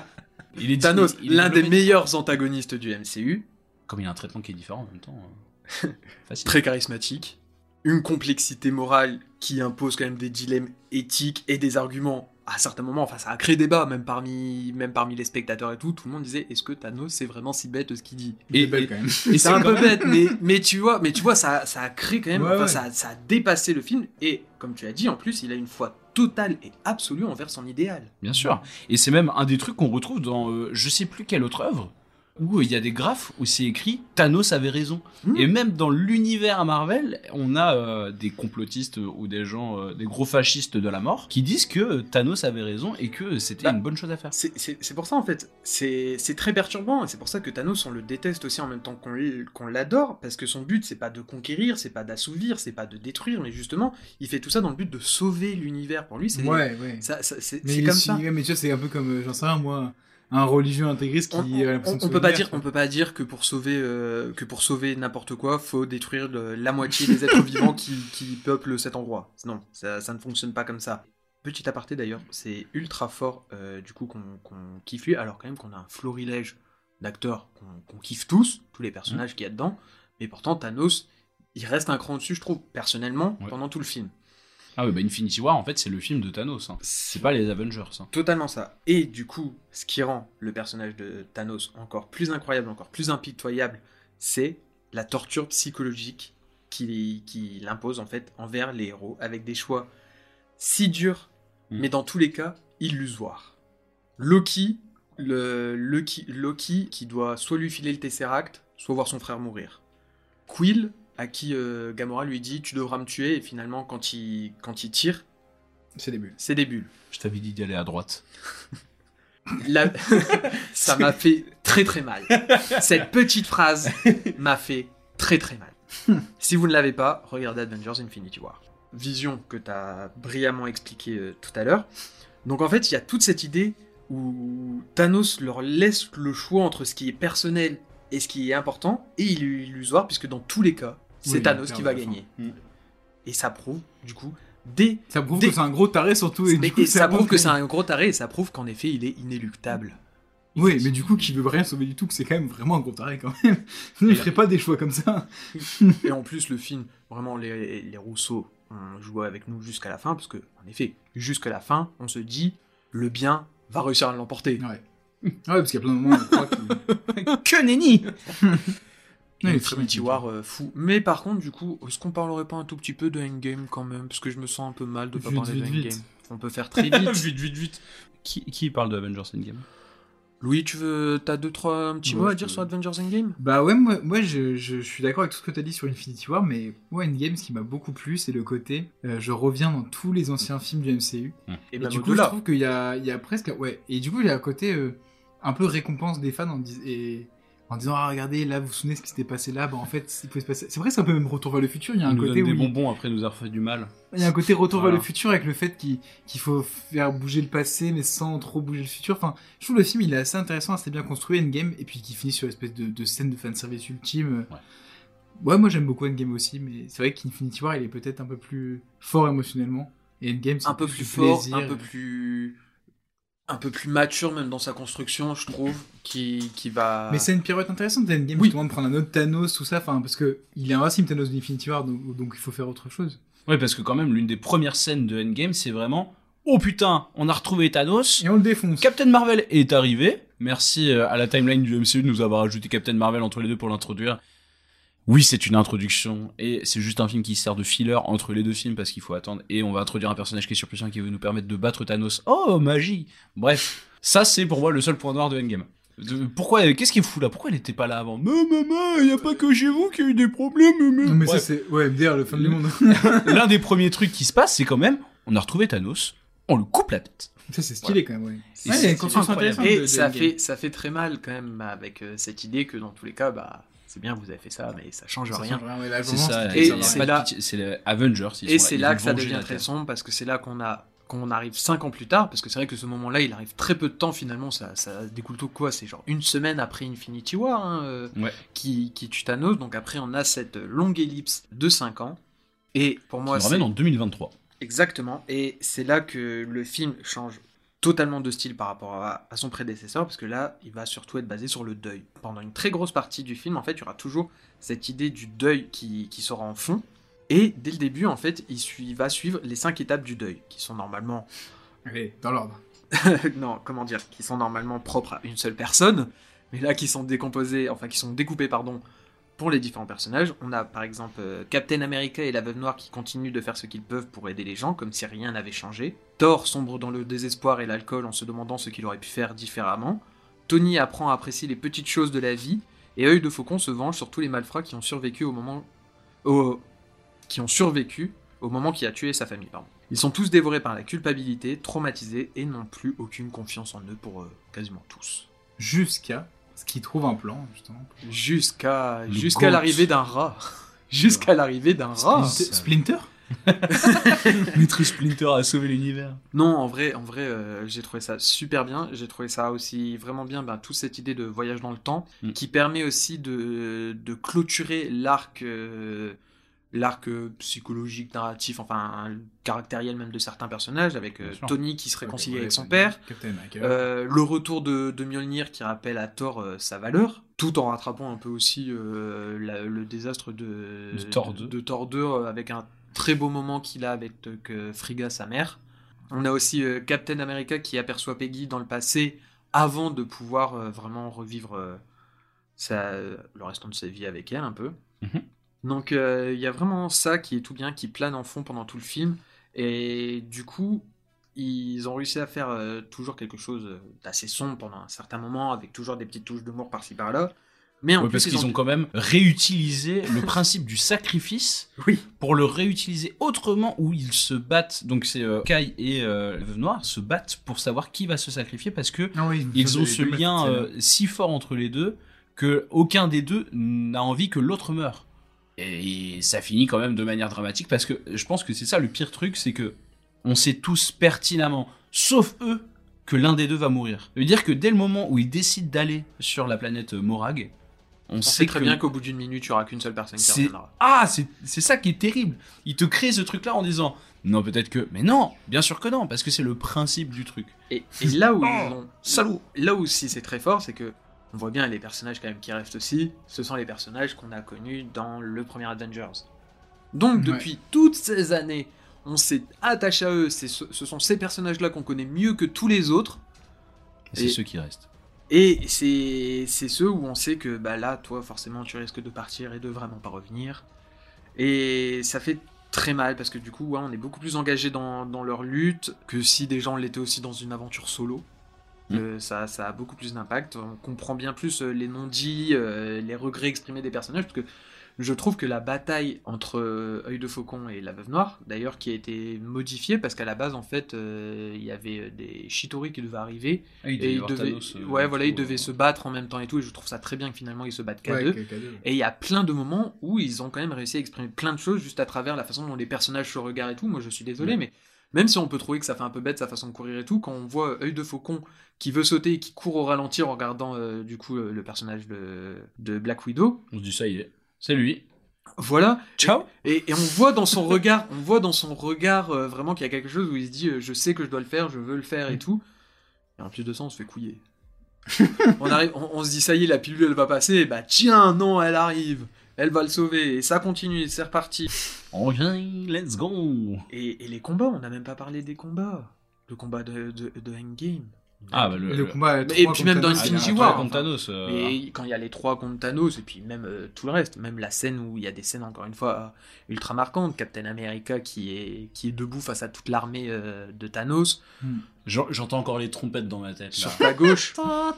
Il est Thanos, il est l'un des développé- meilleurs antagonistes du M C U, Comme il a un traitement qui est différent en même temps. euh, Facile. très charismatique, une complexité morale qui impose quand même des dilemmes éthiques et des arguments à certains moments, enfin ça a créé débat même parmi, même parmi les spectateurs et tout, tout le monde disait est-ce que Thanos c'est vraiment si bête ce qu'il dit? Il Et- est belle et- quand même. Et c'est un peu bête, mais, mais tu vois, mais tu vois ça, ça a créé quand même, Ouais, enfin, ouais. Ça, ça a dépassé le film, et comme tu as dit, en plus il a une foi totale et absolue envers son idéal. Bien sûr. Et c'est même un des trucs qu'on retrouve dans euh, je sais plus quelle autre œuvre où il y a des graphes où c'est écrit Thanos avait raison. Mmh. Et même dans l'univers Marvel, on a euh, des complotistes ou des gens, euh, des gros fascistes de la mort qui disent que Thanos avait raison et que c'était Bah, une bonne chose à faire. C'est- C'est c'est pour ça en fait, c'est c'est très perturbant et c'est pour ça que Thanos on le déteste aussi en même temps qu'on l- qu'on l'adore parce que son but c'est pas de conquérir, c'est pas d'assouvir, c'est pas de détruire, mais justement il fait tout ça dans le but de sauver l'univers. Pour lui c'est Ouais, ouais. ça, ça- c'est Mais c'est il comme est- ça. ouais, mais tu vois, c'est un peu comme, euh, j'en sais rien, moi, un religieux intégriste qui On, a on- l'impression on de sauver peut pas l'univers, dire, quoi. on peut pas dire que pour sauver, euh, que pour sauver n'importe quoi, faut détruire le- la moitié des êtres vivants qui, qui peuplent cet endroit. Non, ça, ça ne fonctionne pas comme ça. Petit aparté d'ailleurs, c'est ultra fort euh, du coup qu'on qu'on kiffe lui, alors quand même qu'on a un florilège d'acteurs qu'on qu'on kiffe tous, tous les personnages qu'il y a dedans, mais pourtant Thanos, il reste un cran au-dessus, je trouve, personnellement, Ouais. pendant tout le film. Ah ouais, bah Infinity War en fait c'est le film de Thanos. Hein. C'est pas les Avengers. Hein. Totalement ça. Et du coup, ce qui rend le personnage de Thanos encore plus incroyable, encore plus impitoyable, c'est la torture psychologique qu'il qu'il impose en fait envers les héros, avec des choix si durs, Mm. mais dans tous les cas illusoires. Loki, le Loki, Loki qui doit soit lui filer le Tesseract, soit voir son frère mourir. Quill, à qui euh, Gamora lui dit tu devras me tuer, et finalement quand il, quand il tire, C'est des bulles. c'est des bulles. Je t'avais dit d'y aller à droite. La- ça m'a fait très très mal. Cette petite phrase m'a fait très très mal. Si vous ne l'avez pas, regardez Avengers Infinity War. Vision que tu as brillamment expliqué euh, tout à l'heure. Donc en fait, il y a toute cette idée où Thanos leur laisse le choix entre ce qui est personnel et ce qui est important, et il est illusoire, puisque dans tous les cas, c'est Oui, Thanos il qui perd va à la fin. gagner. Mm. Et ça prouve, du coup, dès... Ça prouve dès- que c'est un gros taré surtout. Et, mais- du coup, et ça prouve que montre c'est un gros taré, et ça prouve qu'en effet, il est inéluctable. Oui, mais du coup, qui veut rien sauver du tout, que c'est quand même vraiment un gros taré quand même. Il ne ferait pas des choix comme ça. Et en plus, le film, vraiment, les, les Rousseau, ont joué avec nous jusqu'à la fin, parce que, en effet, jusqu'à la fin, on se dit, le bien va réussir à l'emporter. Ouais. Ouais, parce qu'il y a plein de moments où on croit que... que nenni. Ouais, Infinity War euh, fou. Mais par contre, du coup, est-ce qu'on parlerait pas un tout petit peu de Endgame quand même? Parce que je me sens un peu mal de pas Vite, parler vite, de vite. Endgame. On peut faire très vite. vite, vite, vite. Qui, qui parle de Avengers Endgame? Louis, tu veux, t'as deux trois petits Ouais, mots à je dire peux- sur Avengers Endgame? Bah ouais, moi, moi je, je, je suis d'accord avec tout ce que t'as dit sur Infinity War, mais moi Endgame, ce qui m'a beaucoup plu, c'est le côté, euh, je reviens dans tous les anciens films du M C U, Et et, même du coup au-delà. je trouve qu'il y a, il y a presque, ouais, et du coup il y a un côté euh, un peu récompense des fans en, dis- et, en disant ah regardez là vous vous souvenez ce qui s'était passé là, bah en fait il pouvait se passer, c'est vrai c'est un peu même Retour vers le futur, il y a un Il nous côté donne où des il- bonbons après nous avoir fait du mal. il y a un côté retour Voilà. vers le futur avec le fait qu'il qu'il faut faire bouger le passé mais sans trop bouger le futur. Enfin, je trouve le film il est assez intéressant, assez bien construit, Endgame, et puis qui finit sur une espèce de, de scène de fanservice ultime. Ouais. ouais, moi j'aime beaucoup Endgame aussi, mais c'est vrai qu'Infinity War il est peut-être un peu plus fort émotionnellement. Et Endgame c'est Un peu plus du fort, plaisir. un peu plus... un peu plus mature même dans sa construction, je trouve, qui, qui va... Mais c'est une pirouette intéressante d'Endgame, Oui. justement, de prendre un autre Thanos, tout ça, enfin, parce que il est invincible Thanos d'Infinity War, donc, donc il faut faire autre chose. Ouais, parce que quand même, l'une des premières scènes de Endgame, c'est vraiment oh putain, on a retrouvé Thanos. Et on le défonce. Captain Marvel est arrivé. Merci euh, à la timeline du M C U de nous avoir ajouté Captain Marvel entre les deux pour l'introduire. Oui, c'est une introduction, et c'est juste un film qui sert de filler entre les deux films parce qu'il faut attendre, et on va introduire un personnage qui est surpuissant qui veut nous permettre de battre Thanos. Oh, magie! Bref, ça c'est pour moi le seul point noir de Endgame. De- pourquoi, qu'est-ce qui est fou là? Pourquoi elle était pas là avant? Mais maman, y a pas que chez vous qu'il y a eu des problèmes, mais... Non, mais Bref. ça, c'est, ouais, d'ailleurs, le fin du monde. L'un des premiers trucs qui se passe, c'est quand même, on a retrouvé Thanos, on le coupe la tête. Ça, c'est stylé quand même, ouais. Et Ouais, c'est il y a une construction incroyable. intéressante Et de- de ça Endgame. fait, ça fait très mal quand même avec euh, cette idée que dans tous les cas, bah, c'est bien, vous avez fait ça, mais ça change Ça rien. change rien, ouais, là, C'est vraiment, ça, c'était- et ça va c'est pas de là- pitié, c'est les Avengers. ils Et sont c'est ils là veulent que ça venger devient la très Terre. sombre, parce que c'est là qu'on a qu'on arrive cinq ans plus tard, parce que c'est vrai que ce moment-là, il arrive très peu de temps finalement, ça, ça découle tout quoi, c'est genre une semaine après Infinity War, hein, euh, Ouais. qui, qui tue Thanos, donc après on a cette longue ellipse de cinq ans, et pour moi Qui nous ramène c'est... en deux mille vingt-trois. Exactement, et c'est là que le film change totalement de style par rapport à, à son prédécesseur, parce que là, il va surtout être basé sur le deuil. Pendant une très grosse partie du film, en fait, il y aura toujours cette idée du deuil qui, qui sera en fond, et dès le début, en fait, il, suit, il va suivre les cinq étapes du deuil, qui sont normalement... Allez, dans l'ordre. non, comment dire, qui sont normalement propres à une seule personne, mais là, qui sont décomposées, enfin, qui sont découpées, pardon, pour les différents personnages. On a par exemple euh, Captain America et la Veuve Noire qui continuent de faire ce qu'ils peuvent pour aider les gens, comme si rien n'avait changé. Thor sombre dans le désespoir et l'alcool en se demandant ce qu'il aurait pu faire différemment. Tony apprend à apprécier les petites choses de la vie, et Œil de Faucon se venge sur tous les malfrats qui ont survécu au moment... Au... qui ont survécu au moment qui a tué sa famille, pardon. Ils sont tous dévorés par la culpabilité, traumatisés, et n'ont plus aucune confiance en eux pour euh, quasiment tous. Jusqu'à ce qu'ils trouvent un plan, justement. Jusqu'à Le jusqu'à Goat. l'arrivée d'un rat. Jusqu'à l'arrivée d'un rat. Splinter, Splinter Maître Splinter a sauvé l'univers. Non, en vrai, en vrai, euh, j'ai trouvé ça super bien. J'ai trouvé ça aussi vraiment bien, ben, toute cette idée de voyage dans le temps, Mm. qui permet aussi de, de clôturer l'arc, euh, l'arc euh, psychologique, narratif, enfin caractériel même de certains personnages, avec euh, Bien sûr. Tony qui se réconcilie Ouais, avec son Tony, père, Captain America. euh, le retour de, de Mjolnir qui rappelle à Thor euh, sa valeur, tout en rattrapant un peu aussi euh, la- le désastre de, De Thor deux. de Thor deux, euh, avec un très beau moment qu'il a avec euh, que Frigga, sa mère. On a aussi euh, Captain America qui aperçoit Peggy dans le passé avant de pouvoir euh, vraiment revivre euh, sa, le restant de sa vie avec elle un peu. Mhm. Donc euh, il y a vraiment ça qui est tout bien, qui plane en fond pendant tout le film. Et du coup, ils ont réussi à faire euh, toujours quelque chose d'assez sombre pendant un certain moment, avec toujours des petites touches d'humour par-ci par-là. Mais en Ouais, plus, parce ils qu'ils ont quand même réutilisé le principe du sacrifice oui. pour le réutiliser autrement, où ils se battent. Donc c'est euh, Kai et euh, la Veuve Noire se battent pour savoir qui va se sacrifier, parce que Ah oui, ils ça, ont c'est ce deux mecs, lien c'est euh, si fort entre les deux que aucun des deux n'a envie que l'autre meure. Et ça finit quand même de manière dramatique, parce que je pense que c'est ça le pire truc, c'est que on sait tous pertinemment, sauf eux, que l'un des deux va mourir. Ça veut dire que dès le moment où ils décident d'aller sur la planète Morag, on, On sait sait très que- bien qu'au bout d'une minute, il n'y aura qu'une seule personne qui c'est reviendra. ah c'est c'est ça qui est terrible. Il te crée ce truc là en disant non peut-être que mais non bien sûr que non parce que c'est le principe du truc. Et, et là où Oh, ils ont... salaud. Là où si c'est très fort, c'est que on voit bien les personnages quand même qui restent aussi. Ce sont les personnages qu'on a connus dans le premier Avengers. Donc depuis ouais. toutes ces années, on s'est attaché à eux, c'est ce, ce sont ces personnages-là qu'on connaît mieux que tous les autres. Et c'est et, ceux qui restent. Et c'est, c'est ceux où on sait que bah là, toi, forcément, tu risques de partir et de vraiment pas revenir. Et ça fait très mal, parce que du coup, ouais, on est beaucoup plus engagé dans, dans leur lutte que si des gens l'étaient aussi dans une aventure solo. Mmh. Euh, ça, ça a beaucoup plus d'impact. On comprend bien plus euh, les non-dits, euh, les regrets exprimés des personnages, parce que je trouve que la bataille entre euh, Œil de Faucon et la Veuve Noire, d'ailleurs, qui a été modifiée, parce qu'à la base, en fait, il euh, y avait des Chitauri qui devaient arriver, ah, il et ils devaient, Thanos, euh, ouais, voilà, tout, ils devaient euh... se battre en même temps et tout, et je trouve ça très bien que finalement ils se battent qu'à ouais, deux. qu'à deux. Et il y a plein de moments où ils ont quand même réussi à exprimer plein de choses juste à travers la façon dont les personnages se regardent et tout. Moi, je suis désolé, ouais. mais même si on peut trouver que ça fait un peu bête sa façon de courir et tout, quand on voit Œil de Faucon qui veut sauter et qui court au ralenti en regardant euh, du coup le personnage de, de Black Widow, on se dit ça y est, c'est lui. Voilà. Ciao. Et, et on voit dans son regard, on voit dans son regard euh, vraiment qu'il y a quelque chose où il se dit euh, je sais que je dois le faire, je veux le faire et tout. Et en plus de ça, on se fait couiller. on arrive, on, on se dit ça y est, la pilule elle va passer. Et bah tiens, non, elle arrive. Elle va le sauver. Et ça continue, c'est reparti. Ok, let's go. Et, et les combats, on n'a même pas parlé des combats. Le combat de, de, de Endgame. Ah, bah le, le combat. Et puis même dans Infinity War. Contre Thanos. Euh... Mais quand il y a les trois contre Thanos, et puis même euh, tout le reste, même la scène où il y a des scènes encore une fois ultra marquantes. Captain America qui est, qui est debout face à toute l'armée euh, de Thanos. Hmm. J'entends encore les trompettes dans ma tête. Là. Sur ta gauche.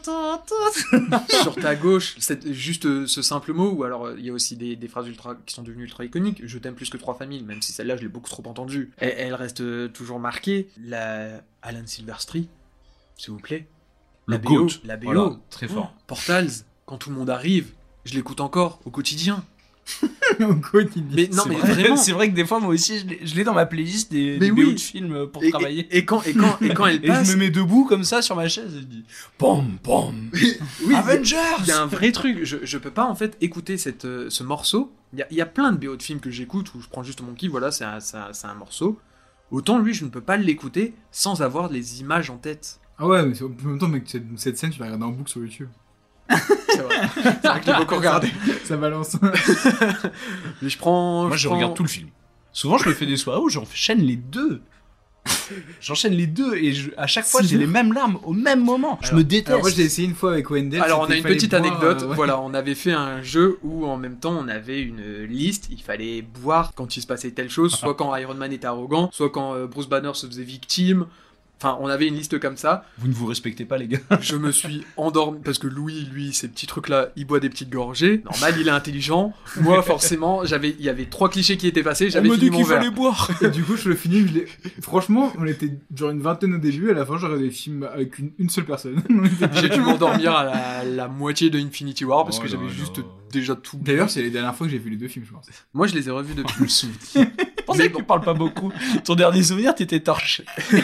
Sur ta gauche, c'est juste euh, ce simple mot, ou alors il y a aussi des, des phrases ultra, qui sont devenues ultra iconiques. Je t'aime plus que trois familles, même si celle-là je l'ai beaucoup trop entendue. Elle, elle reste euh, toujours marquée. La Alan Silvestri, s'il vous plaît. Le la B O, GOAT. La B O. Voilà, très fort. Oh, Portals, quand tout le monde arrive, je l'écoute encore au quotidien. Au quotidien. Mais non, c'est mais vrai, vraiment. C'est vrai que des fois, moi aussi, je l'ai, je l'ai dans ma playlist des, mais des oui. B O de films pour et, travailler. Et, et, quand, et, quand, et quand elle passe. Et je me mets debout comme ça sur ma chaise et je dis Pom, pom. Oui, Avengers. Il y a un vrai truc. Je, je peux pas en fait écouter cette, euh, ce morceau. Il y, a, il y a plein de B O de films que j'écoute où je prends juste mon kiff, voilà, c'est un, c'est un, c'est un morceau. Autant lui, je ne peux pas l'écouter sans avoir les images en tête. Ah ouais, mais en même temps, mec, cette, cette scène, tu la regardes en boucle sur YouTube. C'est vrai. C'est vrai que je l'ai beaucoup regardé. Ça balance. Mais je prends. Moi, je, je prends... regarde tout le film. Souvent, je me fais des soirées où j'enchaîne les deux. J'enchaîne les deux et je, à chaque fois, j'ai les mêmes larmes au même moment. Alors, je me déteste. Alors moi, je l'ai essayé une fois avec Wendell. Alors, on a une petite boire, anecdote. Euh, ouais. Voilà, on avait fait un jeu où en même temps, on avait une liste. Il fallait boire quand il se passait telle chose, soit quand Iron Man était arrogant, soit quand euh, Bruce Banner se faisait victime. Enfin, on avait une liste comme ça. Vous ne vous respectez pas, les gars. Je me suis endormi parce que Louis, lui, ces petits trucs-là, il boit des petites gorgées. Normal, il est intelligent. Moi, forcément, j'avais, il y avait trois clichés qui étaient passés. J'avais on fini me dit mon qu'il verre. fallait boire. Et du coup, je le finis. Je l'ai... Franchement, on était genre une vingtaine au début. À la fin, j'aurais des films avec une, une seule personne. J'ai dû m'endormir à la, la moitié de Infinity War parce oh que là j'avais là. juste déjà tout. D'ailleurs, c'est les dernières fois que j'ai vu les deux films, je pense. Moi, je les ai revus depuis. Je me souviens. Je pensais que tu parles pas beaucoup. Ton dernier souvenir, t'étais torché.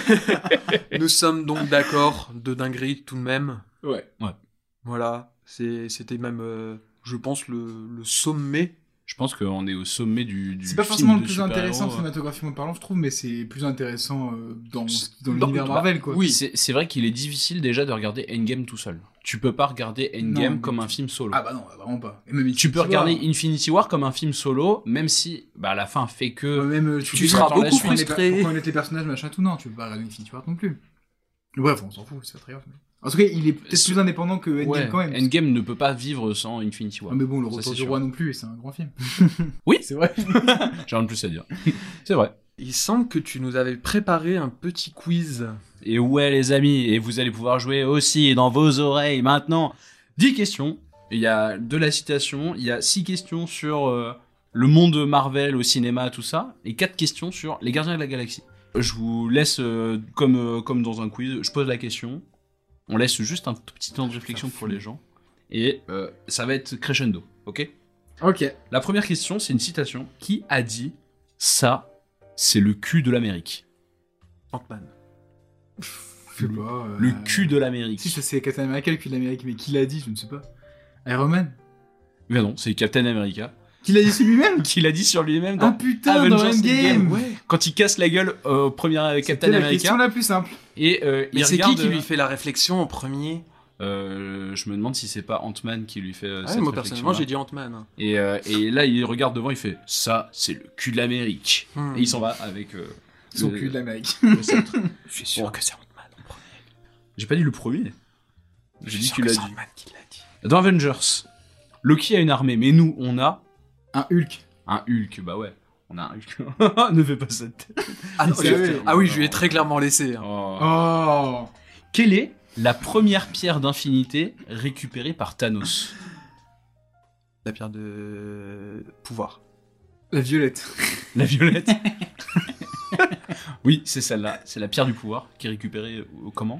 Nous sommes donc d'accord de dinguerie tout de même. Ouais. Ouais. Voilà. C'est, c'était même, euh, je pense, le, le sommet. Je pense qu'on est au sommet du, du c'est pas film forcément le de plus super-héros. intéressant cinématographiquement parlant, je trouve, mais c'est plus intéressant euh, dans, dans Dans- l'univers bah, Marvel, quoi. Oui, c'est, c'est vrai qu'il est difficile déjà de regarder Endgame tout seul. Tu peux pas regarder Endgame Non, comme mais un film solo. Ah bah non, vraiment pas. Et même Tu peux Infinity War, regarder Infinity War comme un film solo, même si bah, la fin fait que ouais, même, euh, tu, dis, seras attends, beaucoup pourquoi on est- frustré. Pourquoi on met les personnages, machin, tout, non, tu peux pas regarder Infinity War non plus. Bref, on s'en fout, c'est pas très grave. mais- En tout cas, il est peut-être C'est- plus indépendant que Endgame Ouais, quand même. Endgame ne peut pas vivre sans Infinity War. Ah, mais bon, le Ça, retour c'est du sûr. roi non plus, et c'est un grand film. Oui, C'est vrai. j'ai rien de plus à dire. C'est vrai. Il semble que tu nous avais préparé un petit quiz. Et ouais, les amis, et vous allez pouvoir jouer aussi dans vos oreilles maintenant. dix questions. Il y a de la citation, il y a six questions sur euh, le monde Marvel au cinéma, tout ça, et quatre questions sur les Gardiens de la Galaxie. Je vous laisse, euh, comme, euh, comme dans un quiz, je pose la question. On laisse juste un tout petit temps de réflexion pour les gens. Et euh, ça va être crescendo, ok ? Ok. La première question, c'est une citation. Qui a dit « Ça, c'est le cul de l'Amérique Ant-Man. » Je sais pas. euh, Le cul de l'Amérique. Si, ça c'est Captain America, le cul de l'Amérique, mais qui l'a dit, je ne sais pas. Iron Man. Mais non, c'est Captain America. Qui l'a dit sur lui-même. Qui l'a dit sur lui-même dans Ah putain, dans Avengers Endgame. Endgame. Quand il casse la gueule au premier Captain C'était la America. question la plus simple. Et euh, Mais il c'est regarde, qui qui lui fait la réflexion en premier ? Euh, je me demande si c'est pas Ant-Man qui lui fait euh, Ah, cette moi réflexion-là. personnellement j'ai dit Ant-Man. Et, euh, et là, il regarde devant, il fait « Ça, c'est le cul de l'Amérique. Hmm. Et il s'en va avec... Euh, Son le- cul de l'Amérique. le sceptre. Je suis sûr que c'est Ant-Man. J'ai pas dit le premier. Je J'ai suis dit sûr qu'il que l'a c'est dit. Ant-Man qui l'a dit. Dans Avengers, Loki a une armée, mais nous, on a... Un Hulk. Un Hulk, bah ouais. On a un Hulk. Ne fais pas cette tête. Ah, non, C'est je- vrai. ah oui, je lui ai très clairement laissé. hein. Oh. Oh. Quelle est la première pierre d'infinité récupérée par Thanos? La pierre de pouvoir. La violette. La violette. Oui, c'est celle-là. C'est la pierre du pouvoir qui est récupérée euh, comment?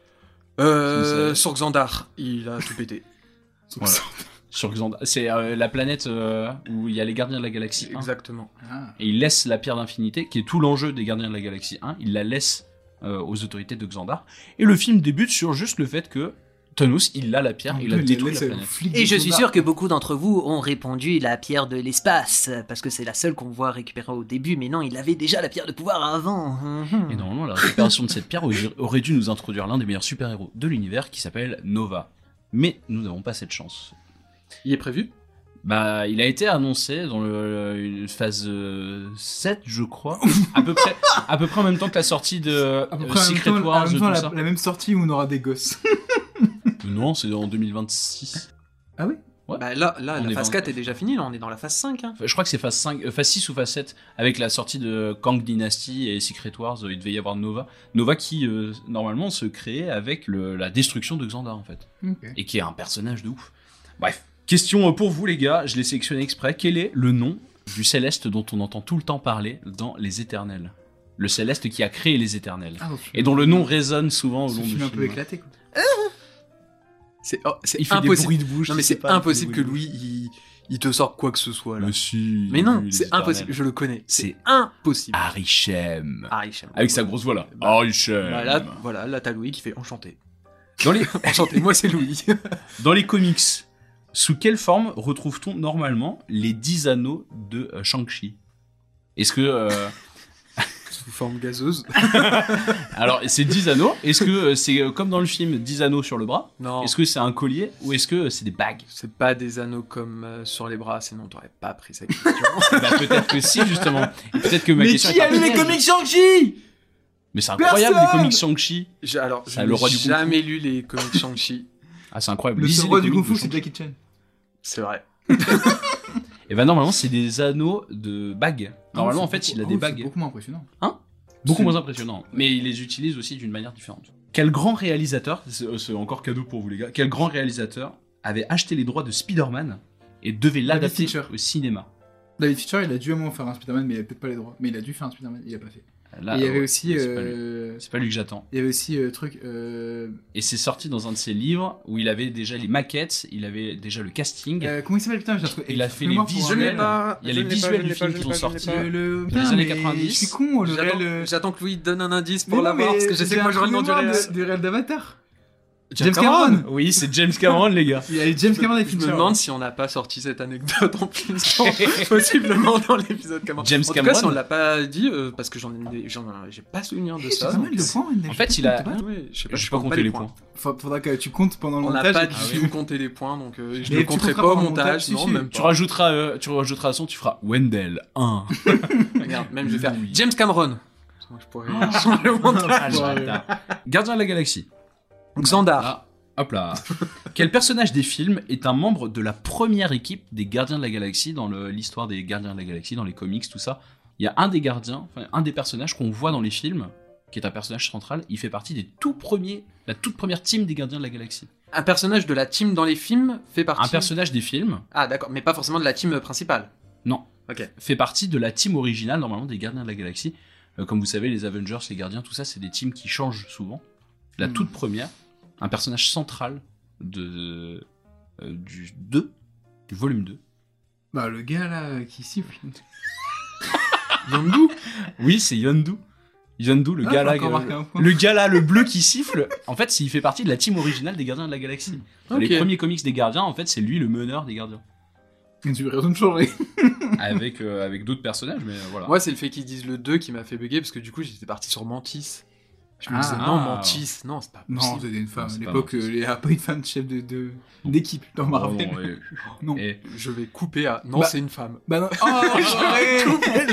Euh, C'est- sur Xandar, il a tout pété. Voilà. Sur Xandar. C'est euh, la planète euh, où il y a les Gardiens de la Galaxie un. Exactement. Ah. Et il laisse la pierre d'infinité, qui est tout l'enjeu des Gardiens de la Galaxie un, il la laisse euh, aux autorités de Xandar. Et le film débute sur juste le fait que Thanos, il a la pierre, il a détruit la planète. Et je suis sûr que beaucoup d'entre vous ont répondu la pierre de l'espace, parce que c'est la seule qu'on voit récupérer au début, mais non, il avait déjà la pierre de pouvoir avant. Mhm. Et normalement, la récupération de cette pierre aurait dû nous introduire l'un des meilleurs super-héros de l'univers qui s'appelle Nova. Mais nous n'avons pas cette chance. Il est prévu? Bah, il a été annoncé dans le, une phase euh, sept, je crois, à peu près, à peu près en même temps que la sortie de À peu euh, près en même Secret temps- en Wars, même tout temps, la, ça. la même sortie où on aura des gosses. Non, c'est en deux mille vingt-six. Ah oui? Ouais. Bah là, là On la est phase dans- quatre est déjà finie, là on est dans la phase cinq. Hein. Je crois que c'est phase cinq, euh, phase six ou phase sept, avec la sortie de Kang Dynasty et Secret Wars, euh, il devait y avoir Nova. Nova qui, euh, normalement, se créait avec le, la destruction de Xandar, en fait. Ok. Et qui est un personnage de ouf. Bref. Question pour vous, les gars, je l'ai sélectionné exprès. Quel est le nom du Céleste dont on entend tout le temps parler dans Les Éternels? Le Céleste qui a créé Les Éternels. Ah, donc, et dont le nom résonne souvent au Ce long du film film. un peu éclaté, quoi. C'est oh, c'est Il fait des impossible. bruits de bouche, non mais je sais c'est pas, il fait impossible des que bruits de Louis il, il te sorte quoi que ce soit là. Mais si, Mais non, Les c'est Éternels. impossible. Je le connais. C'est C'est impossible. Harry Shem. Harry Shem. Avec sa grosse voix là. Harry Shem. Bah là, voilà, là t'as Louis qui fait enchanté. Dans les... enchanté. Moi c'est Louis. Dans les comics, sous quelle forme retrouve-t-on normalement les dix anneaux de euh, Shang-Chi? Est-ce que... euh, Sous forme gazeuse. Alors, c'est dix anneaux. Est-ce que euh, c'est euh, comme dans le film, dix anneaux sur le bras? Non. Est-ce que c'est un collier ou est-ce que euh, c'est des bagues? C'est pas des anneaux comme euh, sur les bras, sinon t'aurais pas pris cette question. Bah, peut-être que si, justement. Et peut-être que ma Mais question qui est a lu les pertinente. comics Shang-Chi? Mais c'est incroyable, Personne les comics Shang-Chi. J'ai- Alors, C'est je le n'ai roi du kung-fu. jamais lu les comics Shang-Chi. Ah, c'est incroyable. Le Lisez seul les roi du comics kung-fu, de c'est Shang-Chi. Jackie Chan. C'est vrai. Et bah, normalement, c'est des anneaux de bagues. Normalement, Ah, en fait, c'est il a beaucoup- des oh, c'est bagues. beaucoup moins impressionnant. Hein Beaucoup C'est- moins impressionnant. Mais il les utilise aussi d'une manière différente. Quel grand réalisateur, c'est c'est encore cadeau pour vous les gars, quel grand réalisateur avait acheté les droits de Spider-Man et devait l'adapter Fincher. au cinéma? David Fincher, il a dû à un moment faire un Spider-Man, mais il avait peut-être pas les droits. Mais il a dû faire un Spider-Man, il a pas fait. Là, Et il y avait ouais, aussi. c'est pas lui. euh, C'est pas lui que j'attends. Il y avait aussi euh, truc. Euh... Et c'est sorti dans un de ses livres où il avait déjà les maquettes, il avait déjà le casting. euh, comment il s'appelle, putain, j'ai retrouvé. Il a fait les Excusez-moi pour un- Je l'ai visuels. pas. Il y a je les l'ai pas, visuels je du l'ai film pas, qui je l'ai sont pas, je l'ai sortis. pas. Le, le... Dans les Putain, années mais quatre-vingt-dix. Je suis con, le J'attends- réel. euh, J'attends que Louis donne un indice Mais pour non, l'avoir, mais parce que je sais j'ai que moi un j'aurai le nom du mémoire réel. de- du réel d'Avatar. James James Cameron. Oui, c'est James Cameron, les gars. Il y a James Cameron et Je Fincher. me demande si on n'a pas sorti cette anecdote en plus, possiblement dans l'épisode Cameron. James en tout Cameron. cas, si on l'a pas dit, euh, parce que j'en ai, j'en ai- j'ai pas souvenir de C'est ça. pas mal donc- de points, Wendell. En fait, Je il a- compte pas. Oui, je sais pas, Je je sais pas compte compter les points. Fa- Faudra que tu comptes pendant le On n'a montage. pas et du tu- tout compté les points, donc euh, je Mais ne tu compterai compteras pas au pendant le montage, montage, non, si, si. même Tu pas. rajouteras, euh, tu rajouteras un son, tu feras Wendell un. Regarde, même je vais faire James Cameron. Je pourrais Ah. changer le montage. Ah, bâtard. Gardien de la Galaxie. Xandar. Ah, hop là. Quel personnage des films est un membre de la première équipe des Gardiens de la Galaxie dans le- l'histoire des Gardiens de la Galaxie, dans les comics, tout ça? Il y a un des gardiens, enfin, un des personnages qu'on voit dans les films, qui est un personnage central. Il fait partie des tout premiers, la toute première team des Gardiens de la Galaxie. Un personnage de la team dans les films fait partie. Un personnage des films, Ah d'accord, mais pas forcément de la team principale. non, Ok. fait partie de la team originale normalement des Gardiens de la Galaxie. Euh, comme vous savez, les Avengers, les Gardiens, tout ça, c'est des teams qui changent souvent. La Hmm. toute première, un personnage central de euh, du deux, du volume deux. Bah, le gars là euh, qui siffle. Yondu. Oui, c'est Yondu. Yondu, le Ah, gars j'ai là, encore euh, marqué un point. le gars là, le bleu qui siffle. En fait, il fait partie de la team originale des Gardiens de la Galaxie. Dans Ok. les premiers comics des Gardiens, en fait, c'est lui le meneur des Gardiens. Tu veux raison de changer. avec euh, avec d'autres personnages, mais euh, voilà. Moi, c'est le fait qu'ils disent le deux qui m'a fait bugger, parce que du coup, j'étais parti sur Mantis. Je me disais, Ah. non, Mantis, non, c'est pas possible. Non, c'était une femme. Non, À c'est pas l'époque, Mantis. il n'y a pas une femme chef de, de, d'équipe dans Marvel. Oh, ouais. Non. Et- Je vais couper à. Non, Bah- c'est une femme. Bah non. Oh, j'aurais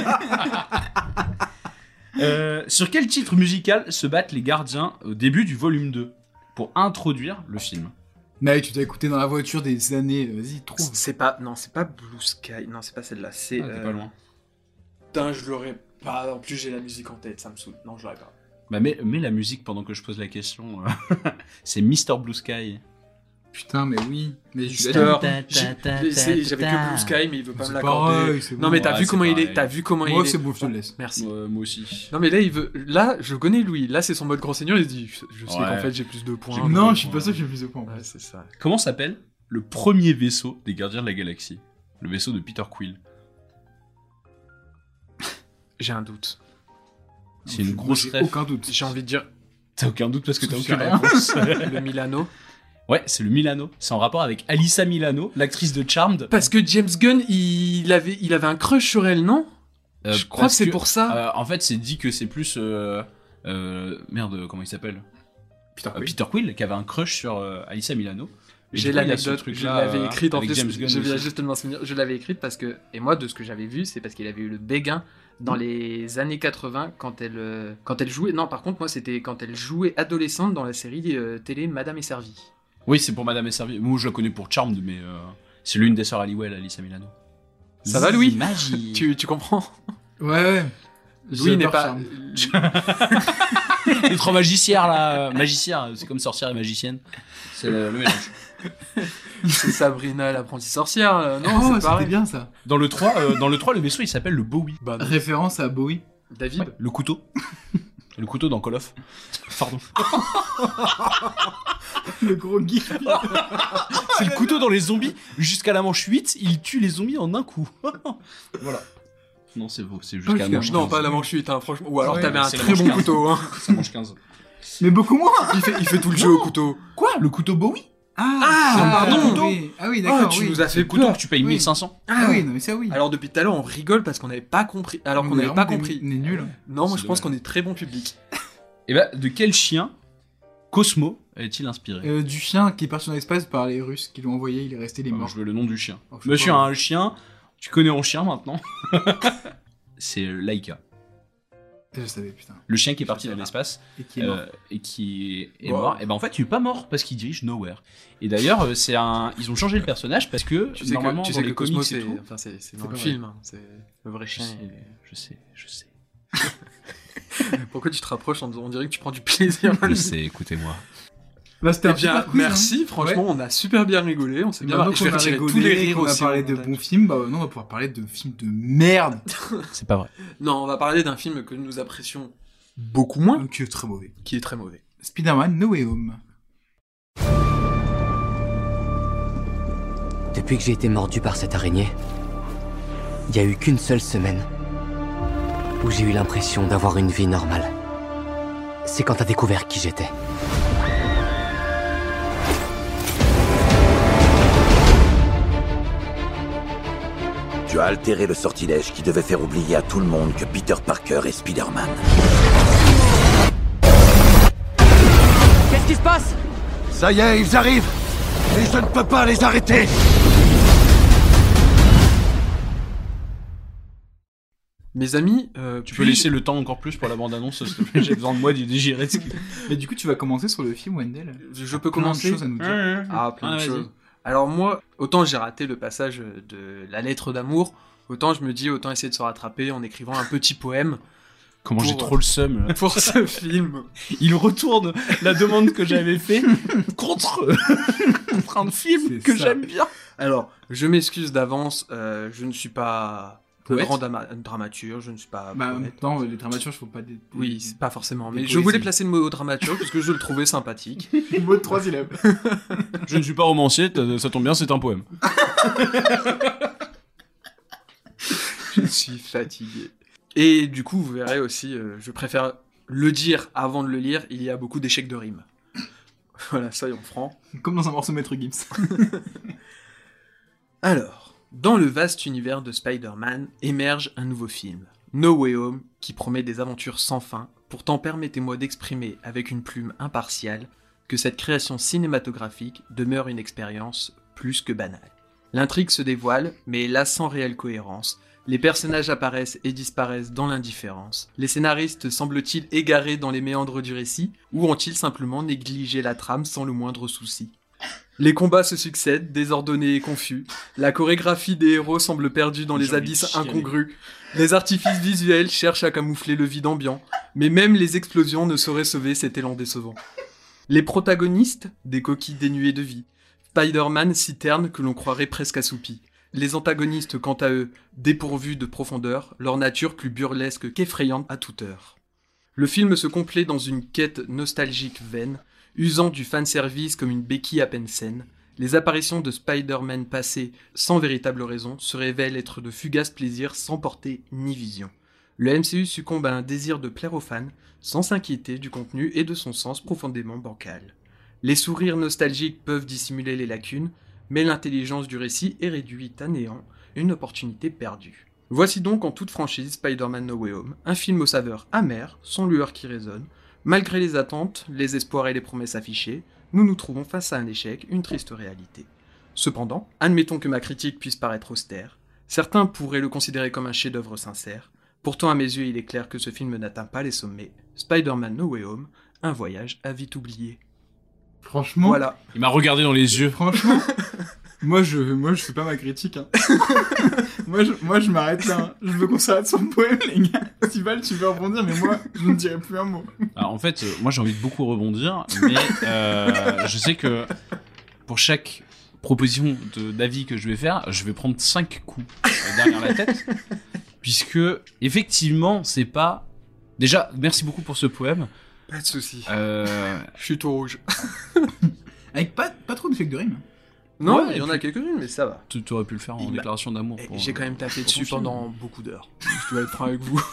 Euh, sur quel titre musical se battent les gardiens au début du volume deux pour introduire le film? Mais tu t'as écouté dans la voiture des années. Vas-y, trouve. C'est pas. Non, c'est pas Blue Sky. Non, c'est pas celle-là. C'est. Ah, t'es euh, pas loin. Putain, je l'aurais pas. En plus, j'ai la musique en tête, ça me saoule. Non, je l'aurais pas. Bah mets, mets la musique pendant que je pose la question. C'est Mister Blue Sky. Putain, mais oui. Mais je Mister. l'ai dit. J'ai- c'est- J'avais que Blue Sky, mais il veut pas me C'est l'accorder. pareil, c'est Non, bon. mais t'as Ouais, vu c'est comment il est. pareil. T'as vu comment Moi, il est. c'est bon, je te le laisse. Merci. Euh, moi aussi. Non, mais là, il veut. Là, je connais Louis. Là, c'est son mode grand seigneur. Il se dit, je je sais Ouais. qu'en fait, j'ai plus de points. Non, donc- je suis pas sûr que j'ai plus de points. Ouais, c'est ça. Comment s'appelle le premier vaisseau des gardiens de la galaxie? Le vaisseau de Peter Quill. J'ai un doute. C'est une Moi, grosse j'ai ref. aucun doute. J'ai envie de dire T'as aucun doute parce que t'as Je sais aucune rien. réponse. le Milano. Ouais, c'est le Milano. C'est en rapport avec Alyssa Milano, l'actrice de Charmed. Parce que James Gunn, il avait, il avait un crush sur elle, non? Euh, Je crois parce que c'est pour ça. euh, en fait, c'est dit que c'est plus. euh, euh, merde, comment il s'appelle? Peter Euh, Peter Quill, qui avait un crush sur euh, Alyssa Milano. Et J'ai du coup, il y a ce l'anecdote, je truc-là, l'avais euh, écrite en avec plus, James Gunn je viens aussi. juste de m'en souvenir, je l'avais écrite parce que, et moi de ce que j'avais vu, c'est parce qu'il avait eu le béguin dans les années quatre-vingts quand elle, euh, quand elle jouait, non par contre moi c'était quand elle jouait adolescente dans la série euh, télé Madame est servie. Oui, c'est pour Madame est servie. Moi, je la connais pour Charmed, mais euh, c'est l'une des sœurs Halliwell, Alyssa Milano. Ça va Louis? Magie. tu, tu comprends? Ouais, ouais. Louis n'est pas... Les trois magicières, là. Magicières, c'est comme sorcière et magicienne. C'est le, le mélange. C'est Sabrina l'apprentie sorcière, euh, non? Oh, c'est c'était pareil. bien ça. Dans le trois, euh, dans le trois, le vaisseau, il s'appelle le Bowie. Bah, non. Référence à Bowie. David? Ouais, le couteau. Le couteau dans Call of. Pardon. Le gros geek. C'est le couteau dans les zombies. Jusqu'à la manche huit, il tue les zombies en un coup. Voilà. Non, c'est faux, c'est jusqu'à la manche Non, quinze. pas la manche huit, hein, franchement. Ou alors Ouais, t'avais un c'est la très manche bon quinze. couteau, hein. C'est la manche quinze. Mais beaucoup moins. Il fait, il fait tout le jeu au couteau. Quoi? Le couteau Bowie? Ah, pardon. Oui. Ah oui, Ah, d'accord. tu oui. nous as C'est fait le couteau peur. que tu payes Oui. mille cinq cents. Ah oui, non mais ça oui. Alors depuis tout à l'heure, on rigole parce qu'on n'avait pas compris. Alors qu'on On est n'avait pas vraiment compris. des- On est nuls. Non, moi C'est je pense dommage. qu'on est très bon public. Et bah, de quel chien Cosmo est-il inspiré? Euh, du chien qui est parti dans l'espace par les Russes qui l'ont envoyé, il est resté, il est Alors, mort. je veux le nom du chien. Oh, je sais Monsieur pas. a un chien. Tu connais mon chien maintenant? C'est Laika. Je savais, putain. Le chien qui est parti dans l'espace Et qui est mort. euh, et qui est Wow. mort. Et ben en fait, il est pas mort parce qu'il dirige Nowhere. Et d'ailleurs, euh, c'est un. Ils ont changé le personnage parce que Tu sais normalement que, tu dans sais les que Cosmo, comics c'est et tout. enfin, c'est c'est dans C'est le pas film. hein. C'est le vrai Je chien. sais, il je sais, je sais. est- Pourquoi tu te rapproches en disant- on dirait que tu prends du plaisir. Je sais, écoutez-moi. Là, c'était Eh un bien, super quiz, merci, hein. franchement, on a super bien rigolé, on s'est bien Maintenant marré. Je vais qu'on a retirer rigolé, tous les rires qu'on a aussi. parlé au de montage. bons films, bah non, on va pouvoir parler de films de merde. C'est pas vrai. Non, on va parler d'un film que nous apprécions beaucoup moins, Qui est très mauvais. qui est très mauvais. Spider-Man No Way Home. Depuis que j'ai été mordu par cette araignée, il n'y a eu qu'une seule semaine où j'ai eu l'impression d'avoir une vie normale. C'est quand t'as découvert qui j'étais. Tu as altéré le sortilège qui devait faire oublier à tout le monde que Peter Parker est Spider-Man. Qu'est-ce qui se passe? Ça y est, ils arrivent. Et je ne peux pas les arrêter. Mes amis, euh, Tu peux laisser le temps encore plus pour la bande-annonce, s'il te plaît. J'ai besoin de moi d'y digérer. ce qui- Mais du coup, tu vas commencer sur le film, Wendell. je peux Plein de commencer. choses à nous dire. Ouais, ouais. Ah, plein Ah, de vas-y. choses. Alors moi, autant j'ai raté le passage de la lettre d'amour, autant je me dis, autant essayer de se rattraper en écrivant un petit poème Comment j'ai Pour- trop le seum. là. pour ce film. Il retourne la demande que j'avais fait contre, contre un film C'est que ça. j'aime bien. Alors, je m'excuse d'avance, euh, je ne suis pas un Poète. grand dama- dramaturge, je ne suis pas Bah, en même poète. temps, les dramaturges font pas des. Oui, c'est pas forcément. des Mais je poésies. voulais placer le mot dramaturge parce que je le trouvais sympathique. des mots de trois syllabes. Je ne suis pas romancier, t- ça tombe bien, c'est un poème. Je suis fatigué. Et du coup, vous verrez aussi, euh, je préfère le dire avant de le lire, il y a beaucoup d'échecs de rime. Voilà, soyons francs. Comme dans un morceau Maître Gims. Alors, dans le vaste univers de Spider-Man émerge un nouveau film, No Way Home, qui promet des aventures sans fin. Pourtant, permettez-moi d'exprimer avec une plume impartiale que cette création cinématographique demeure une expérience plus que banale. L'intrigue se dévoile, mais là sans réelle cohérence. Les personnages apparaissent et disparaissent dans l'indifférence. Les scénaristes semblent-ils égarés dans les méandres du récit, ou ont-ils simplement négligé la trame sans le moindre souci ? Les combats se succèdent, désordonnés et confus. La chorégraphie des héros semble perdue dans les abysses incongrus. Les artifices visuels cherchent à camoufler le vide ambiant, mais même les explosions ne sauraient sauver cet élan décevant. Les protagonistes, des coquilles dénuées de vie. Spider-Man si terne que l'on croirait presque assoupi. Les antagonistes, quant à eux, dépourvus de profondeur, leur nature plus burlesque qu'effrayante à toute heure. Le film se complaît dans une quête nostalgique vaine, usant du fanservice comme une béquille à peine saine. Les apparitions de Spider-Man passés sans véritable raison se révèlent être de fugaces plaisirs sans portée ni vision. Le M C U succombe à un désir de plaire aux fans, sans s'inquiéter du contenu et de son sens profondément bancal. Les sourires nostalgiques peuvent dissimuler les lacunes, mais l'intelligence du récit est réduite à néant, une opportunité perdue. Voici donc en toute franchise Spider-Man No Way Home, un film aux saveurs amères, sans lueur qui résonne. Malgré les attentes, les espoirs et les promesses affichées, nous nous trouvons face à un échec, une triste réalité. Cependant, admettons que ma critique puisse paraître austère, certains pourraient le considérer comme un chef-d'œuvre sincère, pourtant à mes yeux il est clair que ce film n'atteint pas les sommets. Spider-Man No Way Home, un voyage à vite oublié. Franchement, voilà. Il m'a regardé dans les yeux. Franchement, moi je, moi je fais pas ma critique. Hein. moi, je, moi je m'arrête là. Hein. Je veux qu'on s'arrête sur le poème, les gars. Sival, tu veux rebondir, mais moi je ne dirai plus un mot. Alors, en fait, euh, moi j'ai envie de beaucoup rebondir, mais euh, je sais que pour chaque proposition de, d'avis que je vais faire, je vais prendre cinq coups euh, derrière la tête, puisque effectivement, c'est pas. Déjà, merci beaucoup pour ce poème. Pas de soucis. Euh... Je suis tout rouge. Avec pas, pas trop d'effets de rime. Non, Ouais, il y en puis- a quelques-unes, mais ça va. Tu aurais pu le faire en Il m'a- déclaration d'amour. Et pour, j'ai euh, quand même tapé pour dessus ton film. pendant beaucoup d'heures. Je dois être franc avec vous.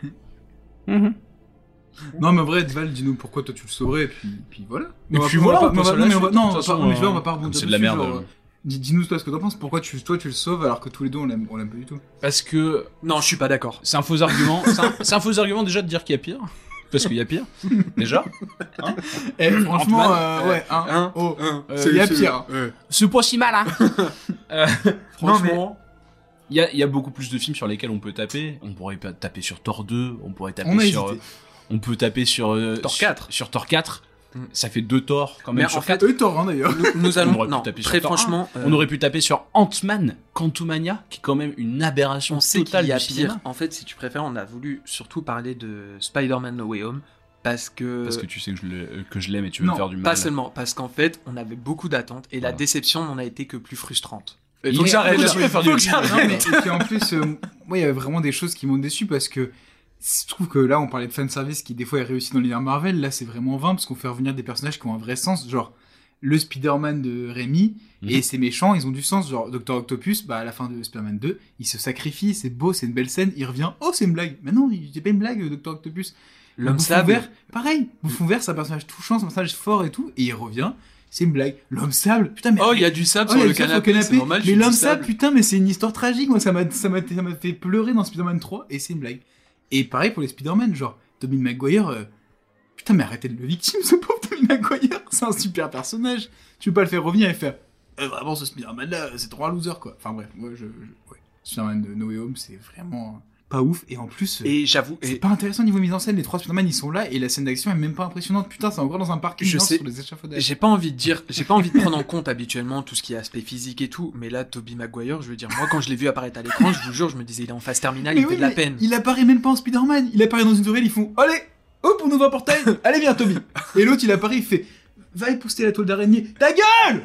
Non, mais en vrai, Val, dis-nous pourquoi toi tu le saurais, et puis, puis voilà. Et Mais on va- puis on voilà, va on pas- passe on à va- la non, mais on va- suite, non, de on toute va façon, pas- mais tu vois, on va euh, pas rebondir c'est de la dessus, merde. genre, dis- Dis-nous toi ce que t'en penses, pourquoi tu, toi tu le sauves alors que tous les deux on l'aime, on l'aime pas du tout. Parce que. Non, je suis pas d'accord. C'est un faux argument. C'est un, c'est un faux argument déjà de dire qu'il y a pire. Parce qu'il y a pire. Déjà. Hein Eh, franchement, Ant-Man, euh, ouais, hein, hein, oh, hein, euh, c'est- il y a c'est- pire. euh, C'est pas si mal, hein. Euh, Franchement, Il y a, il y a beaucoup plus de films sur lesquels on peut taper. On pourrait pas taper sur Thor deux, on pourrait taper On a sur. hésité. euh, on peut taper sur. euh, Thor sur- quatre. Sur Thor quatre. Mm. Ça fait deux Thor quand Mais même en sur fait, quatre. Eux, t'en rends d'ailleurs. nous, nous On allons. aurait pu Non, taper sur très Thor un. franchement, euh, On aurait pu taper sur Ant-Man Quantumania, qui est quand même une aberration on sait totale qu'il y a du pire. cinéma. En fait, si tu préfères, on a voulu surtout parler de Spider-Man No Way Home parce que. Parce que tu sais que je l'ai- que je l'aime et tu veux Non, me faire du mal. Pas seulement, parce qu'en fait, on avait beaucoup d'attentes et la Voilà. déception n'en a été que plus frustrante. Il Faut que est- j'arrête, faut là. que faire Faut du que j'arrête. Non, mais et puis en plus, euh, moi il y avait vraiment des choses qui m'ont déçu parce que je trouve que là on parlait de fanservice qui des fois est réussi dans l'univers Marvel, là c'est vraiment vain parce qu'on fait revenir des personnages qui ont un vrai sens, genre le Spider-Man de Rémi Mhm. et ses méchants ils ont du sens, genre Docteur Octopus, bah à la fin de Spider-Man deux, il se sacrifie, c'est beau, c'est une belle scène, il revient, oh c'est une blague, mais non, c'est pas une blague Docteur Octopus. L'homme Bouffon sable. vert, pareil, Bouffon vert c'est un personnage touchant, c'est un personnage fort et tout, et il revient. C'est une blague. L'homme sable, putain, mais. Oh, il y a du sable Oh, sur il y a le du sable sur canapé, c'est normal, Mais j'ai l'homme du sable, sable. putain, mais c'est une histoire tragique. Moi, ça m'a, ça m'a, ça m'a fait pleurer dans Spider-Man trois, et c'est une blague. Et pareil pour les Spider-Man, genre, Tobey Maguire, euh, putain, mais arrêtez de le victime, ce pauvre Tobey Maguire. C'est un super personnage. Tu peux pas le faire revenir et faire, euh, vraiment, ce Spider-Man-là, c'est trop un loser, quoi. Enfin, bref, moi, je, je ouais. Spider-Man de No Way Home, c'est vraiment pas ouf. Et en plus, euh, Et j'avoue, c'est et pas intéressant niveau mise en scène. Les trois Spider-Man, ils sont là, et la scène d'action est même pas impressionnante. Putain, c'est encore dans un parc Je immense sais. sur les échafaudages. j'ai pas envie de dire, j'ai pas envie de prendre en compte habituellement tout ce qui est aspect physique et tout, mais là, Tobey Maguire, je veux dire, moi, quand je l'ai vu apparaître à l'écran, je vous jure, je me disais, il est en phase terminale, Mais il oui, fait de la mais peine. il apparaît même pas en Spider-Man. Il apparaît dans une ruelle, ils font allez, hop, on ouvre un portail. Allez, viens, Toby. Et l'autre, il apparaît, il fait va épousseter la toile d'araignée. Ta gueule.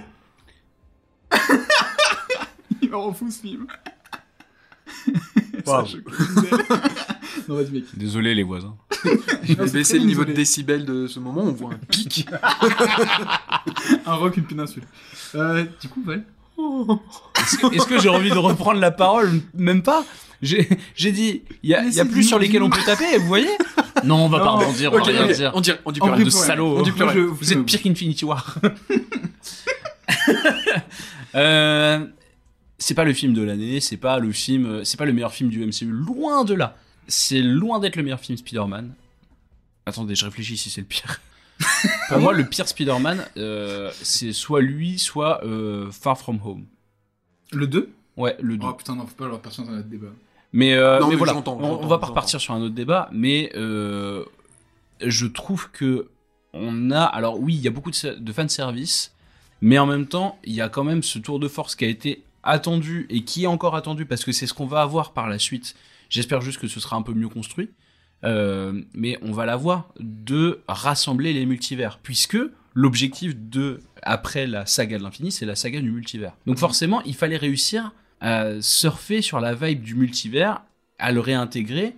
Il me rend fou ce film. Wow. Ça, je- non, vas-y, mec. Désolé les voisins. Je vais c'est baisser très le niveau désolé. de décibels de ce moment, on voit un pic. Un rock, une péninsule. Euh, du coup, Val. Est-ce que, est-ce que j'ai envie de reprendre la parole? Même pas. J'ai, j'ai dit, il y a, il y a plus sur lesquels on peut taper, vous voyez? Non, on va Non, pas rebondir, on ok, va rien ok, dire. on dit, on dit On plus dit rien. De plus rien. salauds. On dit plus Moi, rien. je- Vous êtes je- pire qu'Infinity War. euh, c'est pas le film de l'année, c'est pas le film, c'est pas le meilleur film du M C U, loin de là. c'est loin d'être le meilleur film Spider-Man. Attendez, je réfléchis si c'est le pire. Pour moi, le pire Spider-Man, euh, c'est soit lui, soit euh, Far From Home. Le deux ? Ouais, le deux. Oh putain, non, faut pas leur personne dans notre débat. Mais, euh, Non, mais, mais voilà, j'entends, on, j'entends, on va pas j'entends. repartir sur un autre débat, mais euh, je trouve que on a... Alors oui, il y a beaucoup de, de fanservice, mais en même temps, il y a quand même ce tour de force qui a été attendu et qui est encore attendu, parce que c'est ce qu'on va avoir par la suite. J'espère juste que ce sera un peu mieux construit. Euh, mais on va l'avoir, de rassembler les multivers, puisque l'objectif de, après la saga de l'infini, c'est la saga du multivers. Donc forcément, il fallait réussir à surfer sur la vibe du multivers, à le réintégrer,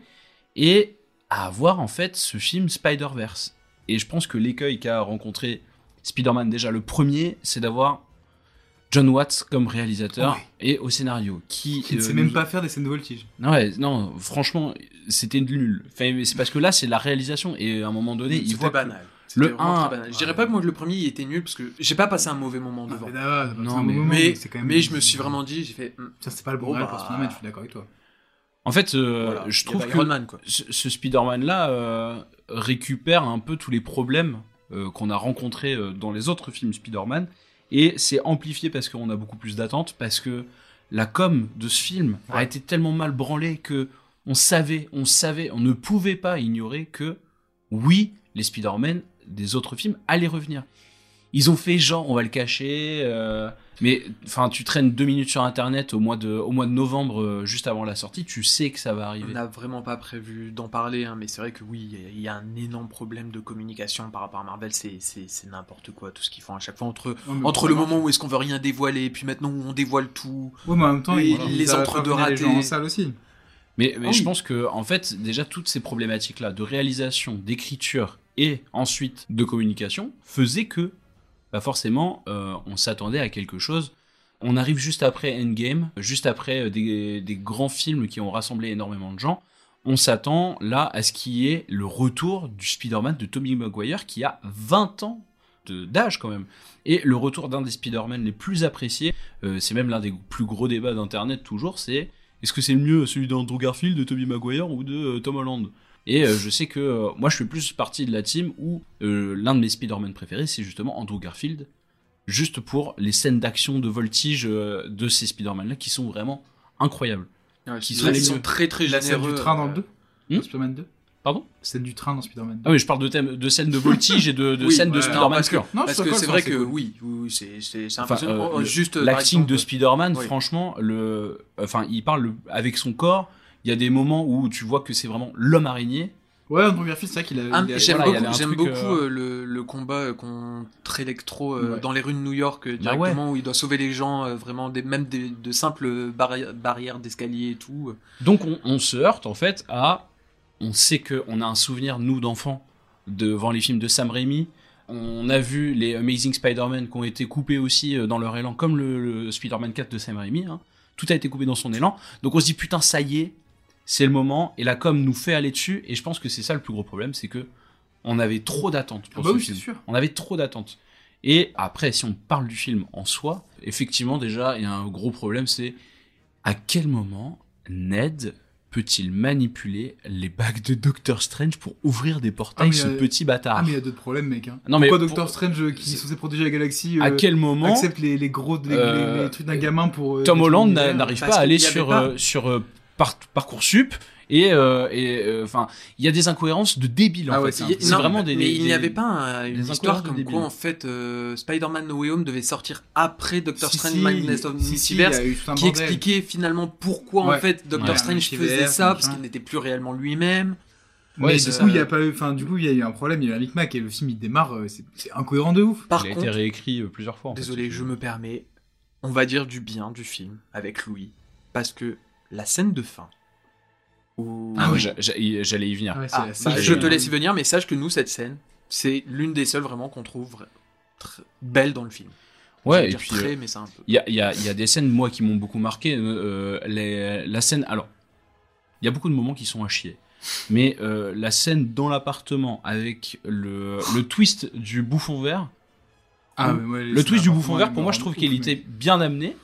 et à avoir en fait ce film Spider-Verse. Et je pense que l'écueil qu'a rencontré Spider-Man, déjà le premier, c'est d'avoir John Watts comme réalisateur Ouais. et au scénario, qui, Qui ne euh, sait même nous- pas faire des scènes de voltige. non, ouais, non, franchement, c'était nul. Enfin, c'est parce que là, c'est la réalisation, et à un moment donné, il C'était voit que banal. C'était le vraiment un, très banal. Je dirais pas que moi le premier il était nul parce que j'ai pas passé un mauvais moment devant. mais là, c'est pas Non, un mais- moment, mais c'est quand même- mais je me suis vraiment dit, j'ai fait. hmm, Ça, c'est pas le bon bon, réel bah, pour Spider-Man, je suis d'accord avec toi. En fait, euh, Voilà, je il y trouve avait que Iron Man, quoi. ce, ce Spider-Man-là euh, récupère un peu tous les problèmes euh, qu'on a rencontrés euh, dans les autres films Spider-Man, et c'est amplifié parce qu'on a beaucoup plus d'attentes, parce que la com de ce film a été tellement mal branlée que on savait, on savait, on ne pouvait pas ignorer que, oui, les Spider-Man des autres films allaient revenir. Ils ont fait genre, on va le cacher, euh, mais enfin, tu traînes deux minutes sur Internet au mois de, au mois de novembre, euh, juste avant la sortie, tu sais que ça va On arriver. n'a vraiment pas prévu d'en parler, hein, mais c'est vrai que oui, il y a- il y, a un énorme problème de communication par rapport à Marvel, c'est, c'est, c'est n'importe quoi, tout ce qu'ils font à chaque fois, entre, Non, mais entre le vraiment, moment où est-ce qu'on veut rien dévoiler, et puis maintenant où on dévoile tout, Ouais, mais en même temps, et ils- les ça va entre-deux faire venir les ratés. gens en salle aussi. Mais, mais Ah je oui. pense que, en fait, déjà, toutes ces problématiques-là de réalisation, d'écriture et ensuite de communication faisaient que, bah forcément, euh, on s'attendait à quelque chose. On arrive juste après Endgame, juste après euh, des, des grands films qui ont rassemblé énormément de gens. On s'attend là à ce qui est le retour du Spider-Man de Tobey Maguire qui a vingt ans de- d'âge quand même. Et le retour d'un des Spider-Man les plus appréciés, euh, c'est même l'un des plus gros débats d'internet toujours, c'est est-ce que c'est le mieux celui d'Andrew Garfield, de Tobey Maguire ou de euh, Tom Holland? Et euh, je sais que euh, moi je fais plus partie de la team où euh, l'un de mes Spider-Man préférés c'est justement Andrew Garfield, juste pour les scènes d'action de voltige euh, de ces Spider-Man là qui sont vraiment incroyables. Ouais, qui là, sont les ils sont mieux. très très La scène généreux. du train dans le deux Hmm Dans Spider-Man deux Pardon? Scène du train dans Spider-Man deux. Ah oui, je parle de, thème, de scènes de voltige et de, de Oui, scènes de ouais, Spider-Man parce que, pur. Non, je parce suis que d'accord, c'est enfin, vrai c'est que cool. oui, oui, oui, c'est, c'est, c'est Enfin, impressionnant. euh, Oh, le- juste par l'acting exemple, de Spider-Man, oui. franchement, le, enfin, il parle le- avec son corps. Il y a des moments où tu vois que c'est vraiment l'homme araignée. Ouais, Andrew Garfield, c'est vrai qu'il a. Ah, il a- j'aime voilà, il y avait beaucoup, un j'aime truc, beaucoup euh, euh, le, le combat euh, contre Electro euh, Ouais. dans les rues de New York euh, Bah ouais. directement où il doit sauver les gens, euh, vraiment des, même des, de simples barri- barrières d'escalier et tout. euh. Donc on, on se heurte en fait à, on sait que on a un souvenir nous d'enfants devant les films de Sam Raimi. On a vu les Amazing Spider-Man qui ont été coupés aussi euh, dans leur élan, comme le, le Spider-Man quatre de Sam Raimi. Hein. Tout a été coupé dans son élan. Donc on se dit putain ça y est, c'est le moment. Et la com nous fait aller dessus. Et je pense que c'est ça le plus gros problème, c'est que on avait trop d'attentes pour Ah bah ce oui, film. c'est sûr. On avait trop d'attentes. Et après, si on parle du film en soi, effectivement déjà il y a un gros problème, c'est à quel moment Ned peut-il manipuler les bagues de Doctor Strange pour ouvrir des portails, Ah, mais ce il y a- petit bâtard. Ah, mais il y a d'autres problèmes, mec. Hein. Non, mais Pourquoi pour- Doctor Strange, euh, qui est censé protéger la galaxie, À euh, quel moment accepte les, les gros les, euh, les- les trucs d'un gamin pour. euh, Tom détruire Holland n'a- l'univers n'arrive parce pas à aller qu'il y avait sur, pas- euh, sur euh, par- Parcoursup et euh, et enfin il y a des incohérences de débiles en Ah ouais, fait. c'est un C'est peu- c'est Non, vraiment des, mais des- il n'y avait pas un- des une histoire incohérences de comme débiles. quoi en fait euh, Spider-Man No Way Home devait sortir après Doctor Si, Strange si, Madness of si, si, il y Multiverse a eu tout un qui bordel. expliquait finalement pourquoi Ouais. en fait Doctor Ouais. Strange Multivers, faisait ça parce machin. qu'il n'était plus réellement lui-même. Ouais, Ouais, du c'est coup, ça. il y a pas eu, enfin, du coup, il y a eu un problème, il y a eu un micmac et le film il démarre, euh, c'est, c'est incohérent de ouf. Par il a contre, été réécrit euh, plusieurs fois. en fait. désolé, je me permets, on va dire du bien du film avec Louis parce que la scène de fin où Ah ouais, j'a- j'a- j'allais y venir. Ouais, c'est Ah, la scène bah, de- je te laisse y venir, mais sache que nous, cette scène, c'est l'une des seules vraiment qu'on trouve vra- tr- belle dans le film. Ouais, Je vais et dire puis, très, euh, mais c'est un peu. Il y a, il y, a, il y a des scènes, moi, qui m'ont beaucoup marqué. Euh, les, la scène... Alors, il y a beaucoup de moments qui sont à chier. Mais euh, la scène dans l'appartement avec le, le twist du bouffon vert... Ah, où- mais ouais, le c'est twist du n'importe bouffon quoi, vert, il pour me moi, je rend trouve ouf, qu'il mais- était bien amené.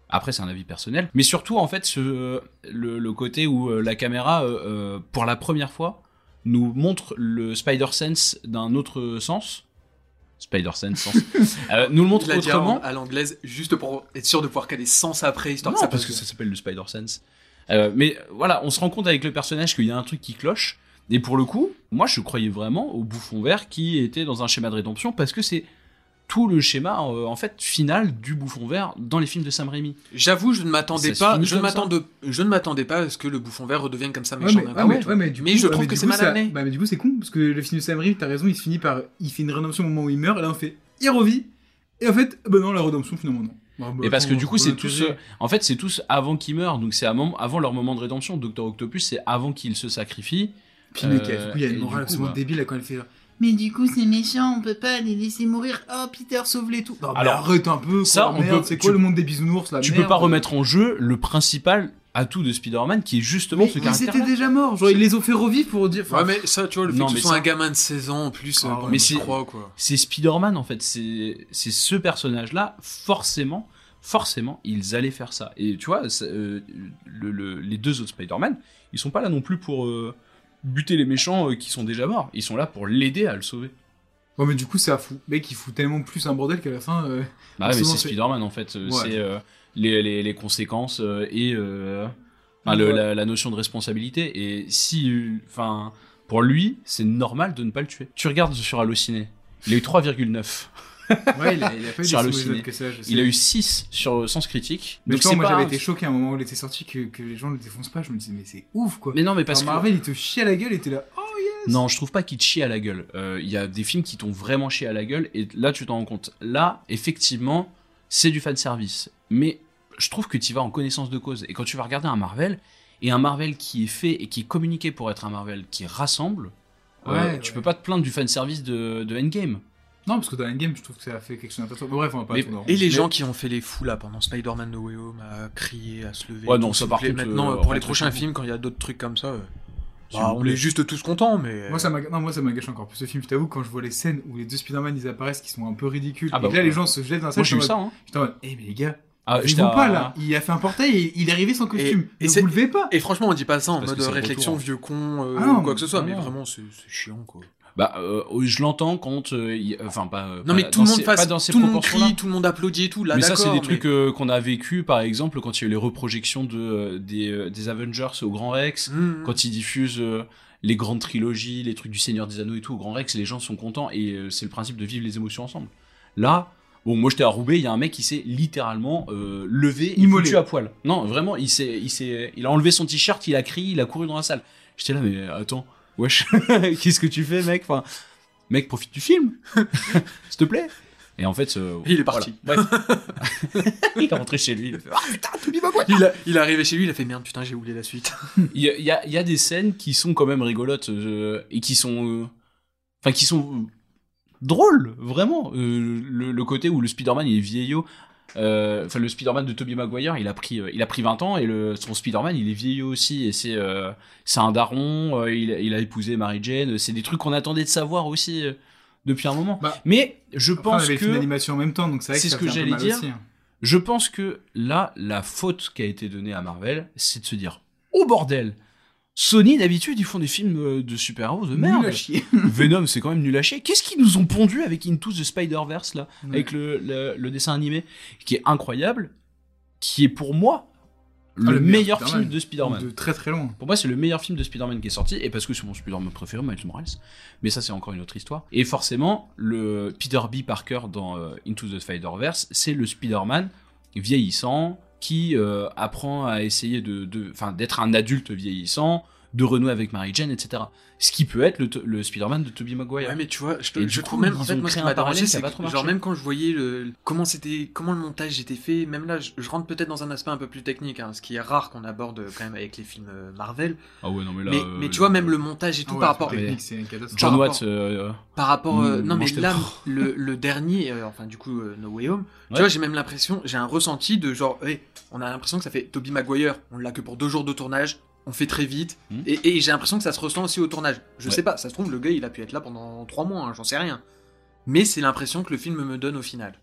Après, c'est un avis personnel. Mais surtout, en fait, ce, le, le côté où euh, la caméra, euh, pour la première fois, nous montre le Spider-Sense d'un autre sens. Spider-Sense, sens. euh, nous le montre Il autrement. À l'anglaise, juste pour être sûr de pouvoir caler sens après, histoire non, que ça parce passe que bien. ça s'appelle le Spider-Sense. Euh, mais voilà, on se rend compte avec le personnage qu'il y a un truc qui cloche. Et pour le coup, moi, je croyais vraiment au Bouffon Vert qui était dans un schéma de rédemption, parce que c'est tout le schéma euh, en fait final du Bouffon Vert dans les films de Sam Raimi. J'avoue, je ne m'attendais Ça pas, finit je ne comme ça. m'attendais, je ne m'attendais pas à ce que le Bouffon Vert redevienne comme ça Ouais, méchant. mais, d'un ouais, coup mais, et tout. ouais, mais du mais coup, je ouais, trouve mais que du c'est coup, mal ça- amené. Bah, mais du coup, c'est con, parce que le film de Sam Raimi, t'as raison, il se finit par. Il fait une rédemption au moment où il meurt, et là on fait. Il revit, et en fait, bah non, la rédemption finalement non. Bah, bah, Et parce que attends, du coup, c'est c'est pas tous, l'intérêt. euh, en fait, c'est tous avant qu'ils meurent, donc c'est à moment- avant leur moment de rédemption. Docteur Octopus, c'est avant qu'il se sacrifie. Puis, mec, Euh, du coup, il y a et une du morale coup, absolument bah, débile là, quand elle fait. Mais du coup, c'est méchant, on peut pas les laisser mourir. Oh, Peter, sauve-les tout. Non, mais Alors, arrête un peu, quoi, ça, on merde, peut- c'est tu- quoi le monde des bisounours là Tu merde. peux pas remettre en jeu le principal atout de Spider-Man qui est justement Mais ce ils caractère. étaient déjà morts, genre ils les ont fait revivre pour dire. Ouais, mais ça, tu vois, le fait Non, que ce mais soit ça- un gamin de seize ans en plus, euh, Ah, bon, mais j'y c'est crois, quoi. c'est Spider-Man en fait, c'est c'est ce personnage-là, forcément, forcément, ils allaient faire ça. Et tu vois, ça, euh, le, le- les deux autres Spider-Man, ils sont pas là non plus pour euh, buter les méchants euh, qui sont déjà morts. Ils sont là pour l'aider à le sauver. Ouais, mais du coup, ça fout. Mec, il fout tellement plus un bordel qu'à la fin. Euh, Bah ouais, mais souvent, c'est Spider-Man en fait. Euh, Ouais. C'est euh, les, les, les conséquences euh, et euh, enfin, le- Ouais. la, la notion de responsabilité. Et si, enfin, pour lui, c'est normal de ne pas le tuer. Tu regardes sur Allociné, il a eu trois virgule neuf. Ouais, il a, il a pas eu sur des si Allociné. mauvaises notes que ça, je sais. Il a eu six sur Sens Critique. Mais Donc tu vois, c'est moi pas j'avais un- été choqué à un moment où il était sorti que, que les gens le défoncent pas. Je me disais, mais c'est ouf quoi. Mais non, mais parce Genre, que- Marvel, il te chie à la gueule et t'es là. Oh yes. Non, je trouve pas qu'il te chie à la gueule. Euh, Il y a des films qui t'ont vraiment chié à la gueule et là tu t'en rends compte. Là, effectivement, c'est du fanservice. Mais je trouve que tu vas en connaissance de cause. Et quand tu vas regarder un Marvel, et un Marvel qui est fait et qui est communiqué pour être un Marvel qui rassemble, euh, Ouais, tu ouais. peux pas te plaindre du fanservice de, de Endgame. Non, parce que dans Endgame, je trouve que ça a fait quelque chose d'intéressant. Mais bref, on va pas. Mais- tourner en rond. Et les Mais- gens qui ont fait les fous là pendant Spider-Man No Way Home à crier, à se lever. Ouais, et non, tout, ça, s'il vous par plaît. contre, Maintenant, euh, pour les rentrez prochains chez vous. films, quand il y a d'autres trucs comme ça, euh, S'il bah, vous on plaît. est juste tous contents, mais. Moi ça, m'a- non, moi ça m'agace encore plus ce film. Je t'avoue, quand je vois les scènes où les deux Spider-Man ils apparaissent qui sont un peu ridicules, Ah bah et que là ouais. les gens se jettent dans la salle. Moi, j'ai eu j'étais en ça, mode- hein. J'étais en mode, eh mais les gars, Ah, ils j'étais vont à- pas là. Il a fait un portail et il est arrivé sans costume. Et Ne c'est- vous levez pas. Et franchement, on dit pas ça en Parce mode que c'est le réflexion retour, hein. vieux con euh, Ah non, ou quoi que ce soit, non, mais non. vraiment, c'est c'est chiant quoi. Bah, euh, je l'entends quand, euh, il- enfin pas. euh, Non, pas mais tout le dans monde ces- fasse, pas dans ces tout le monde proportions-là. crie, tout le monde applaudit et tout. Là, mais ça, d'accord, c'est des mais- trucs euh, qu'on a vécu, par exemple, quand il y a eu les reprojections de, euh, des, euh, des Avengers au Grand Rex, Mhm. quand ils diffusent euh, les grandes trilogies, les trucs du Seigneur des Anneaux et tout au Grand Rex, les gens sont contents et euh, c'est le principe de vivre les émotions ensemble. Là, bon, moi j'étais à Roubaix, il y a un mec qui s'est littéralement euh, levé et Immolé. foutu à poil. Non, vraiment, il s'est, il s'est, il a enlevé son t-shirt, il a crié, il a couru dans la salle. J'étais là, mais attends, wesh, qu'est-ce que tu fais, mec? Enfin, mec, profite du film, s'il te plaît. Et en fait, euh, Il est parti. voilà. Bref. Il est rentré chez lui. Il a fait, ah putain, Tobey Maguire. Il, a- il est arrivé chez lui, il a fait merde, putain, j'ai oublié la suite. Il y a, il y a- il y a des scènes qui sont quand même rigolotes euh, et qui sont, euh, enfin, qui sont euh, drôles, vraiment. Euh, le, le côté où le Spider-Man il est vieillot. euh, Enfin, le Spider-Man de Tobey Maguire, il a pris, euh, il a pris vingt ans et le, son Spider-Man, il est vieillot aussi. Et c'est, euh, c'est un daron. euh, il, il a épousé Mary Jane. C'est des trucs qu'on attendait de savoir aussi euh, depuis un moment. Bah, Mais je Après, on pense avait le que film d'animation en même temps, donc c'est vrai que c'est ça ce que fait un peu j'allais mal dire. aussi, hein. Je pense que là, la faute qui a été donnée à Marvel, c'est de se dire oh bordel, Sony d'habitude ils font des films euh, de super-héros de Nul merde. à chier. Venom c'est quand même nul à chier. Qu'est-ce qu'ils nous ont pondu avec Into the Spider-Verse là, Ouais. avec le, le, le dessin animé qui est incroyable, qui est pour moi le, Ah, le meilleur meilleur Spider-Man. film de Spider-Man. De très très loin. Pour moi, c'est le meilleur film de Spider-Man qui est sorti, et parce que c'est mon Spider-Man préféré, Miles Morales. Mais ça, c'est encore une autre histoire. Et forcément, le Peter B. Parker dans euh, Into the Spider-Verse, c'est le Spider-Man vieillissant qui euh, apprend à essayer de, de, enfin, d'être un adulte vieillissant, de renouer avec Mary Jane, et cetera. Ce qui peut être le, le Spider-Man de Tobey Maguire. Ouais, mais tu vois, je, te- Et je du trouve coup, même, ils en fait, ont moi, ce créé qui un m'a parallèle dérangé, qui a c'est pas que, trop genre, marché. même quand je voyais le, comment c'était, comment le montage était fait, même là, je, je rentre peut-être dans un aspect un peu plus technique, hein, ce qui est rare qu'on aborde quand même avec les films euh, Marvel. Ah ouais, non, mais là. Mais, euh, mais tu vois, même le montage et tout Ah ouais, par c'est rapport. technique, c'est une catastrophe. John par Watts. rapport- euh, Par rapport, euh, Mm, non moi, mais je t'aime. là, le, le dernier, euh, enfin du coup, euh, No Way Home, tu Ouais. vois, j'ai même l'impression, j'ai un ressenti de genre, hey, on a l'impression que ça fait Tobey Maguire, on l'a que pour deux jours de tournage, on fait très vite, Mm. et, et j'ai l'impression que ça se ressent aussi au tournage. Je Ouais. sais pas, ça se trouve, le gars il a pu être là pendant trois mois, hein, j'en sais rien. Mais c'est l'impression que le film me donne au final.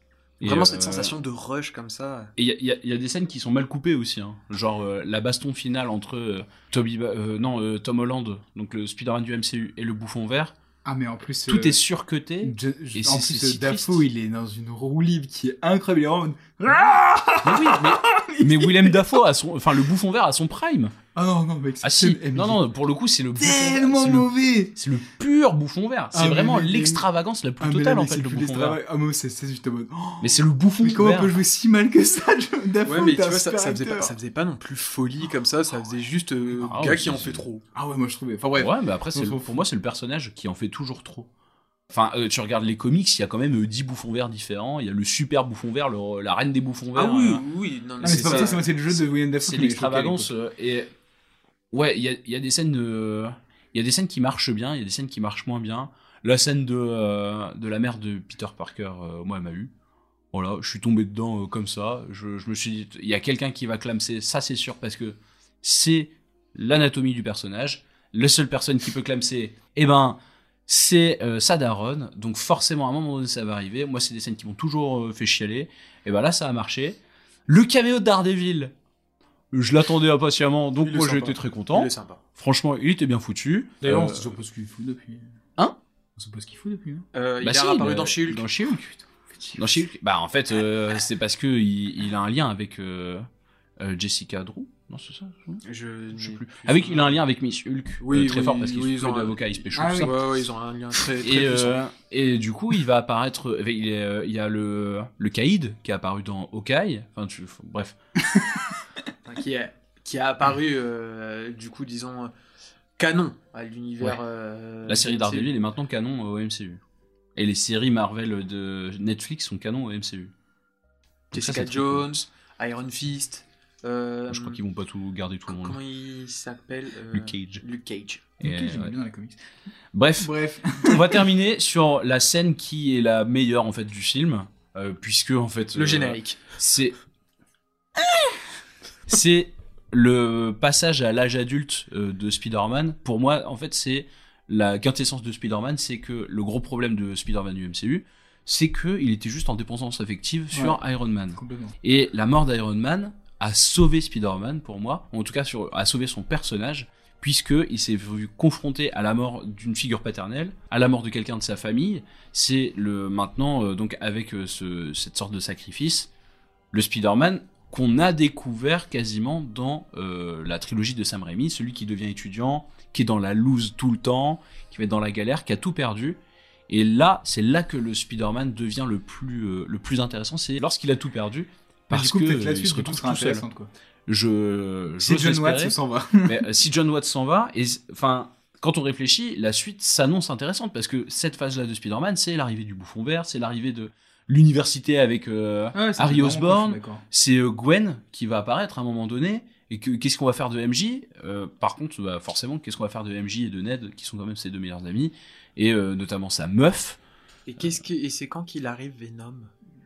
Et Vraiment euh, cette sensation de rush comme ça. Et il y, y, y a des scènes qui sont mal coupées aussi, hein. Genre euh, la baston finale entre euh, Toby, euh, non euh, Tom Holland, donc le Spider-Man du M C U, et le Bouffon Vert. Ah mais en plus tout euh, est surcuté. Je, je, et en c'est, plus c'est si Dafoe triste. il est dans une roue libre qui est incroyable. Il est en mode... Mais oui, mais, mais Willem Dafoe a son, enfin le Bouffon Vert a son prime. Ah non non mec. Ah si, non non pour le coup c'est le bouffon tellement vert, mauvais. Le, c'est le pur Bouffon Vert. C'est ah, vraiment mais, mais, l'extravagance la plus ah, totale là, en fait le Bouffon Vert. Ah moi c'est c'est juste en mode. Oh, mais c'est le Bouffon mais comment Vert. on peut jouer si mal que ça, Dafoe? Ouais mais tu vois ça, ça faisait pas, ça faisait pas non plus folie comme ça. Ça faisait juste euh, ah, gars ouais, qui en c'est... fait trop. Ah ouais moi je trouvais. Enfin bref. Ouais mais après c'est le, pour moi c'est le personnage qui en fait toujours trop. Enfin, euh, tu regardes les comics, il y a quand même euh, dix bouffons verts différents. Il y a le super bouffon vert, le, la reine des bouffons verts. Ah oui, euh, oui. Non, mais c'est, c'est, pas ça, c'est le jeu de William Dafoe. C'est l'extravagance. Euh, et ouais, il y a, y a des scènes, il euh, y a des scènes qui marchent bien, il y a des scènes qui marchent moins bien. La scène de euh, de la mère de Peter Parker, euh, moi, elle m'a eu. Voilà, je suis tombé dedans euh, comme ça. Je, je me suis dit, il y a quelqu'un qui va clamser, ça c'est sûr, parce que c'est l'anatomie du personnage. La seule personne qui peut clamser, eh ben. C'est euh, sa daronne, donc forcément à un moment donné ça va arriver. Moi c'est des scènes qui m'ont toujours euh, fait chialer, et ben là ça a marché. Le caméo de Daredevil, je l'attendais impatiemment, donc moi j'ai été très content. Il est sympa. Franchement il était bien foutu. D'ailleurs euh... on sait toujours pas ce qu'il fout depuis. Hein? On sait pas ce qu'il fout depuis. Hein euh, il bah est si, apparu le... dans She-Hulk. Dans She-Hulk. Dans She-Hulk. Bah en fait euh, c'est parce que il, il a un lien avec euh, euh, Jessica Drew. Non, c'est ça Je, je sais plus. Avec, il a un lien avec Miss Hulk, oui, euh, très oui, fort parce qu'ils oui, sont ont d'avocats, ils se pêchent ah, tout oui. ça. Ouais, ouais, ils ont un lien très, très et, puissant. Euh, et du coup, il va apparaître. Il, est, euh, il y a le le Caïd qui est apparu dans Hawkeye. Enfin, tu, bref. qui est qui a apparu euh, du coup, disons canon à l'univers. Ouais. Euh, La série Daredevil est maintenant canon au M C U. Et les séries Marvel de Netflix sont canon au M C U. Jessica Jones, cool. Iron Fist. Euh, je crois qu'ils vont pas tout garder tout le monde. Comment il s'appelle euh, Luke Cage. Luke Cage. Et Luke Cage, j'aime ouais. bien dans les comics. Bref, Bref. On va terminer sur la scène qui est la meilleure en fait du film, euh, puisque en fait le euh, générique. C'est c'est le passage à l'âge adulte euh, de Spider-Man. Pour moi, en fait, c'est la quintessence de Spider-Man, c'est que le gros problème de Spider-Man du M C U, c'est que il était juste en dépendance affective sur ouais, Iron Man. Complètement. Et la mort d'Iron Man a sauvé Spider-Man pour moi, ou en tout cas sur, a sauvé son personnage, puisqu'il s'est vu confronté à la mort d'une figure paternelle, à la mort de quelqu'un de sa famille. C'est le maintenant, euh, donc avec euh, ce, cette sorte de sacrifice, le Spider-Man qu'on a découvert quasiment dans euh, la trilogie de Sam Raimi, celui qui devient étudiant, qui est dans la loose tout le temps, qui va être dans la galère, qui a tout perdu. Et là, c'est là que le Spider-Man devient le plus, euh, le plus intéressant, c'est lorsqu'il a tout perdu. Parce coup, que peut-être la suite, il se retrouve tout seul. Quoi. Je, si John Watts s'en va. mais euh, si John Watts s'en va, et enfin, quand on réfléchit, la suite s'annonce intéressante parce que cette phase-là de Spider-Man, c'est l'arrivée du Bouffon Vert, c'est l'arrivée de l'université avec euh, ouais, Harry Osborn, c'est euh, Gwen qui va apparaître à un moment donné. Et que, qu'est-ce qu'on va faire de M J euh, Par contre, bah, forcément, qu'est-ce qu'on va faire de M J et de Ned, qui sont quand même ses deux meilleurs amis, et euh, notamment sa meuf. Et qu'est-ce que, et c'est quand qu'il arrive Venom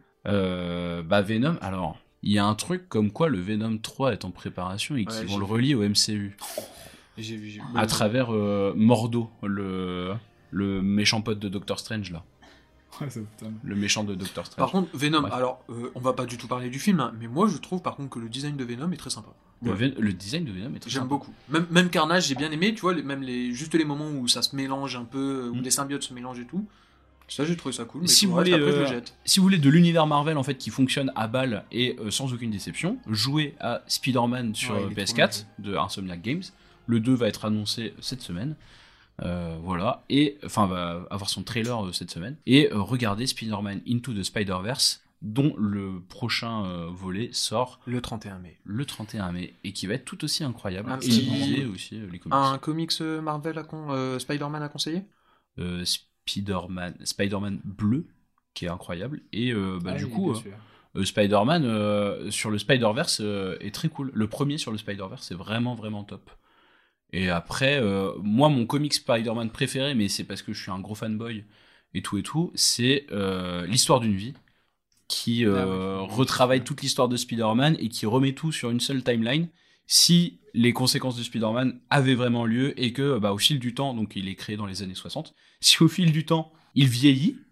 euh, Bah Venom, alors. Il y a un truc comme quoi le Venom trois est en préparation et qu'ils ouais, vont le relier au M C U. J'ai vu, j'ai vu. À travers euh, Mordo, le, le méchant pote de Doctor Strange, là. Ouais, ça, le méchant de Doctor Strange. Par contre, Venom, Bref. alors, euh, on va pas du tout parler du film, hein, mais moi je trouve par contre que le design de Venom est très sympa. Le, ouais. le design de Venom est très J'aime sympa. beaucoup. Même, même Carnage, j'ai bien aimé, tu vois, les, même les, juste les moments où ça se mélange un peu, où mm. les symbiotes se mélangent et tout. Ça, j'ai trouvé ça cool. Mais si, vous voulez, après, euh, si vous voulez de l'univers Marvel en fait qui fonctionne à balle et euh, sans aucune déception, jouez à Spider-Man sur ouais, P S quatre de Insomniac Games. Le deux va être annoncé cette semaine. Euh, voilà. Et enfin, va avoir son trailer euh, cette semaine. Et euh, regardez Spider-Man Into the Spider-Verse, dont le prochain euh, volet sort le trente et un mai. Le trente et un mai. Et qui va être tout aussi incroyable. Un, et qui... aussi euh, les comics. Un comics Marvel à con... euh, Spider-Man à conseiller euh, Spider-Man, Spider-Man bleu, qui est incroyable. Et euh, bah, ah, du coup, euh, euh, Spider-Man euh, sur le Spider-Verse euh, est très cool. Le premier sur le Spider-Verse, c'est vraiment, vraiment top. Et après, euh, moi, mon comic Spider-Man préféré, mais c'est parce que je suis un gros fanboy et tout et tout, c'est euh, l'histoire d'une vie, qui euh, ah, ouais, retravaille toute l'histoire de Spider-Man et qui remet tout sur une seule timeline. Si les conséquences de Spider-Man avaient vraiment lieu et que, bah, au fil du temps, donc il est créé dans les années soixante, si au fil du temps, il vieillit,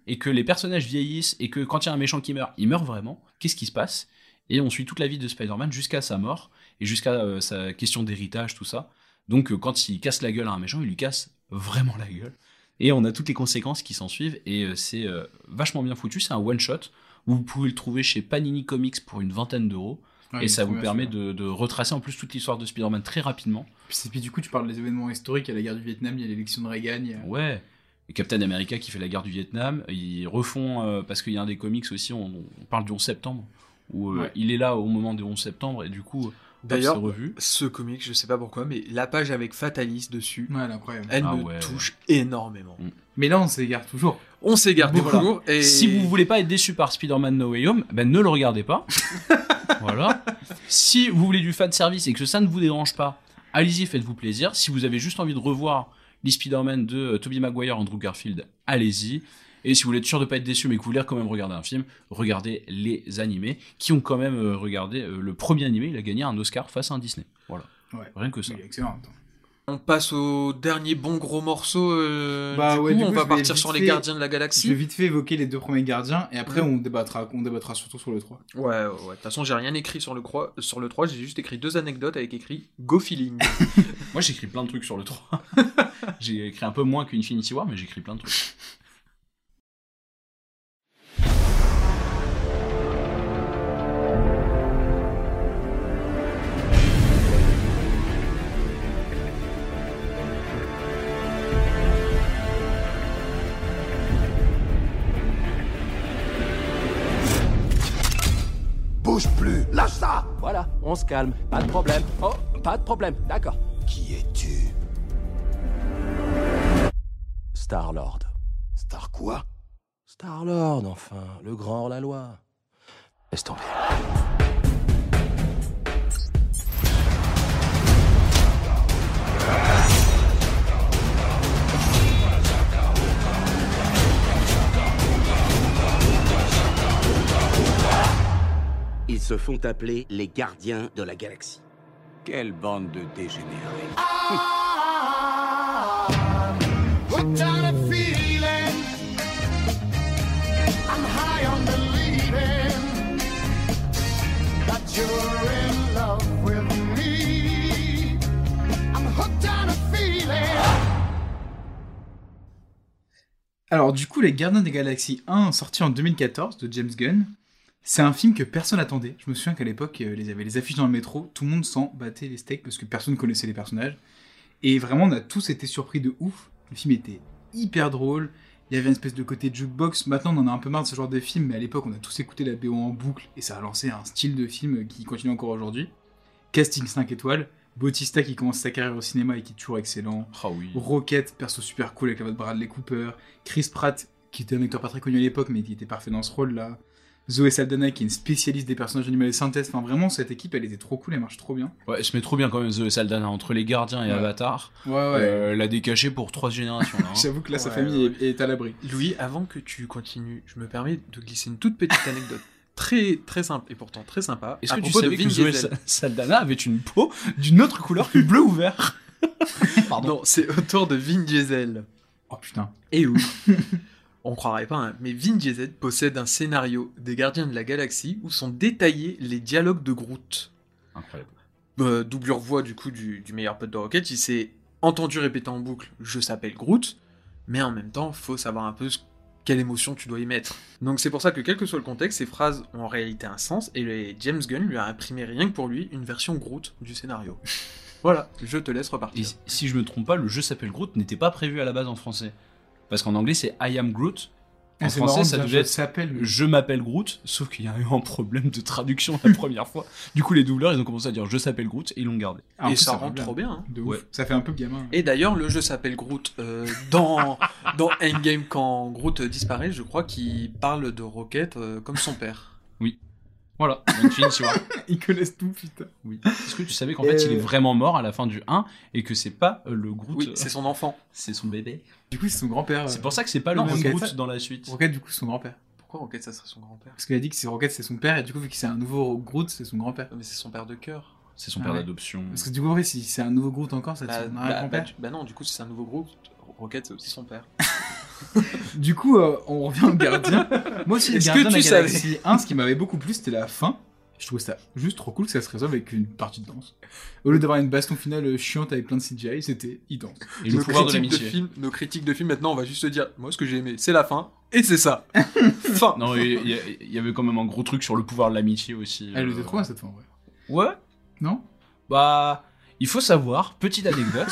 et que les personnages vieillissent, et que quand il y a un méchant qui meurt, il meurt vraiment, qu'est-ce qui se passe ? Et on suit toute la vie de Spider-Man jusqu'à sa mort, et jusqu'à euh, sa question d'héritage, tout ça. Donc euh, quand il casse la gueule à un méchant, il lui casse vraiment la gueule. Et on a toutes les conséquences qui s'en suivent, et euh, c'est euh, vachement bien foutu, c'est un one-shot, vous pouvez le trouver chez Panini Comics pour une vingtaine d'euros, ouais, et ça vous permet de, de retracer en plus toute l'histoire de Spider-Man très rapidement. Et puis du coup tu parles des événements historiques, il y a la guerre du Vietnam, il y a l'élection de Reagan, il y a... Ouais. Et Captain America qui fait la guerre du Vietnam, ils refont, euh, parce qu'il y a un des comics aussi, on, on parle du onze septembre, où euh, ouais. il est là au moment du onze septembre, et du coup, d'ailleurs, revu. Ce comic, je sais pas pourquoi, mais la page avec Fatalis dessus, ouais, elle, incroyable. elle ah, me ouais, touche ouais. énormément. Mm. Mais là, on s'égare toujours. On s'égare bon, toujours. Voilà. Et... Si vous voulez pas être déçu par Spider-Man No Way Home, ben ne le regardez pas. Voilà. Si vous voulez du fan service et que ça ne vous dérange pas, allez-y, faites-vous plaisir. Si vous avez juste envie de revoir les Spider-Man de euh, Tobey Maguire, Andrew Garfield, allez-y. Et si vous voulez être sûr de pas être déçu, mais que vous voulez quand même regarder un film, regardez les animés, qui ont quand même euh, regardé euh, le premier animé, il a gagné un Oscar face à un Disney. Voilà. Ouais. Rien que ça. Il est excellent. On passe au dernier bon gros morceau. Euh, bah, du ouais, coup, du on coup, va partir sur fait, les Gardiens de la Galaxie. Je vais vite fait évoquer les deux premiers Gardiens, et après mmh. on débattra, on débattra surtout sur le trois. Ouais, ouais, ouais. De toute façon, j'ai rien écrit sur le, cro- sur le trois, j'ai juste écrit deux anecdotes avec écrit Go Feeling. Moi, j'ai écrit plein de trucs sur le trois. J'ai écrit un peu moins qu'Infinity War, mais j'ai écrit plein de trucs. Bouge plus, lâche ça! Voilà, on se calme, pas de problème. Oh, pas de problème, d'accord. Qui es-tu? Star-Lord. Star quoi? Star-Lord, enfin, le grand hors-la-loi. Laisse tomber. Ils se font appeler les Gardiens de la Galaxie. Quelle bande de dégénérés. Alors du coup, les Gardiens des Galaxies un, sorti en deux mille quatorze de James Gunn, c'est un film que personne n'attendait. Je me souviens qu'à l'époque, il y avait les affiches dans le métro, tout le monde s'en battait les steaks parce que personne connaissait les personnages. Et vraiment, on a tous été surpris de ouf. Le film était hyper drôle, il y avait une espèce de côté jukebox. Maintenant, on en a un peu marre de ce genre de film, mais à l'époque, on a tous écouté la B O en boucle et ça a lancé un style de film qui continue encore aujourd'hui. Casting cinq étoiles, Bautista qui commence sa carrière au cinéma et qui est toujours excellent. Oh oui. Rocket, perso super cool avec la voix de Bradley Cooper. Chris Pratt, qui était un acteur pas très connu à l'époque, mais qui était parfait dans ce rôle-là. Zoé Saldana, qui est une spécialiste des personnages animés de synthèse. Enfin, vraiment, cette équipe, elle était trop cool, elle marche trop bien. Ouais, elle se met trop bien quand même, Zoé Saldana, entre les Gardiens et ouais. Avatar. Ouais, ouais. Euh, elle a décaché pour trois générations. Là, hein. J'avoue que là, ouais, sa famille ouais. est, est à l'abri. Louis, avant que tu continues, je me permets de glisser une toute petite anecdote. Très, très simple et pourtant très sympa. Est-ce à que tu propos savais de que Vin Zoé Diesel. Saldana avait une peau d'une autre couleur que bleu ouvert? Pardon. Non, c'est autour de Vin Diesel. Oh putain. Et où on croirait pas, hein, mais Vin Diesel possède un scénario des Gardiens de la Galaxie où sont détaillés les dialogues de Groot. Incroyable. Euh, doublure voix du coup du, du meilleur pote de Rocket, il s'est entendu répéter en boucle « Je s'appelle Groot », mais en même temps, faut savoir un peu ce, quelle émotion tu dois y mettre. Donc c'est pour ça que quel que soit le contexte, ces phrases ont en réalité un sens, et le James Gunn lui a imprimé rien que pour lui une version Groot du scénario. Voilà, je te laisse repartir. Et si je me trompe pas, le jeu s'appelle Groot n'était pas prévu à la base en français. Parce qu'en anglais, c'est I am Groot. En ah, français, marrant, ça devait être s'appelle... Je m'appelle Groot, sauf qu'il y a eu un problème de traduction la première fois. Du coup, les doubleurs, ils ont commencé à dire Je s'appelle Groot et ils l'ont gardé. Ah, et ça, ça rend trop bien. Hein. De ouf. Ouais. Ça fait un peu gamin. Et d'ailleurs, le jeu s'appelle Groot. Euh, dans, dans Endgame, quand Groot disparaît, je crois qu'il parle de Rocket euh, comme son père. Oui. Voilà, Infinity War. Ils connaissent tout, putain. Oui. Est-ce que tu savais qu'en fait, euh... il est vraiment mort à la fin du un et que c'est pas euh, le Groot. Oui, c'est son enfant. C'est son bébé. Du coup, c'est son grand-père. C'est pour ça que c'est pas non, le même Rocket, Groot ça... dans la suite. Rocket, du coup, c'est son grand-père. Pourquoi Rocket, ça serait son grand-père? Parce qu'il a dit que c'est Rocket, c'est son père, et du coup, vu que c'est un nouveau Groot, c'est son grand-père. Mais c'est son père de cœur. C'est son ah, père ouais. d'adoption. Parce que du coup, vrai, si c'est un nouveau Groot encore, ça bah, son bah, grand-père. bah, bah non, du coup, si c'est un nouveau Groot, Rocket, c'est aussi son père. Du coup, euh, on revient au gardien. Moi aussi, le Est-ce gardien que de la tu Galaxie savais un, ce qui m'avait beaucoup plu, c'était la fin. Je trouvais ça juste trop cool que ça se résolve avec une partie de danse. Au lieu d'avoir une baston finale chiante avec plein de C G I, c'était e-danse. Et le nos, pouvoir de critiques de l'amitié. film, nos critiques de film, maintenant, on va juste se dire, moi, ce que j'ai aimé, c'est la fin, et c'est ça. Fin. Non, il y, il y avait quand même un gros truc sur le pouvoir de l'amitié aussi. Elle euh, était trop bien cette fin, ouais. Ouais. Non? Bah, il faut savoir, petite anecdote,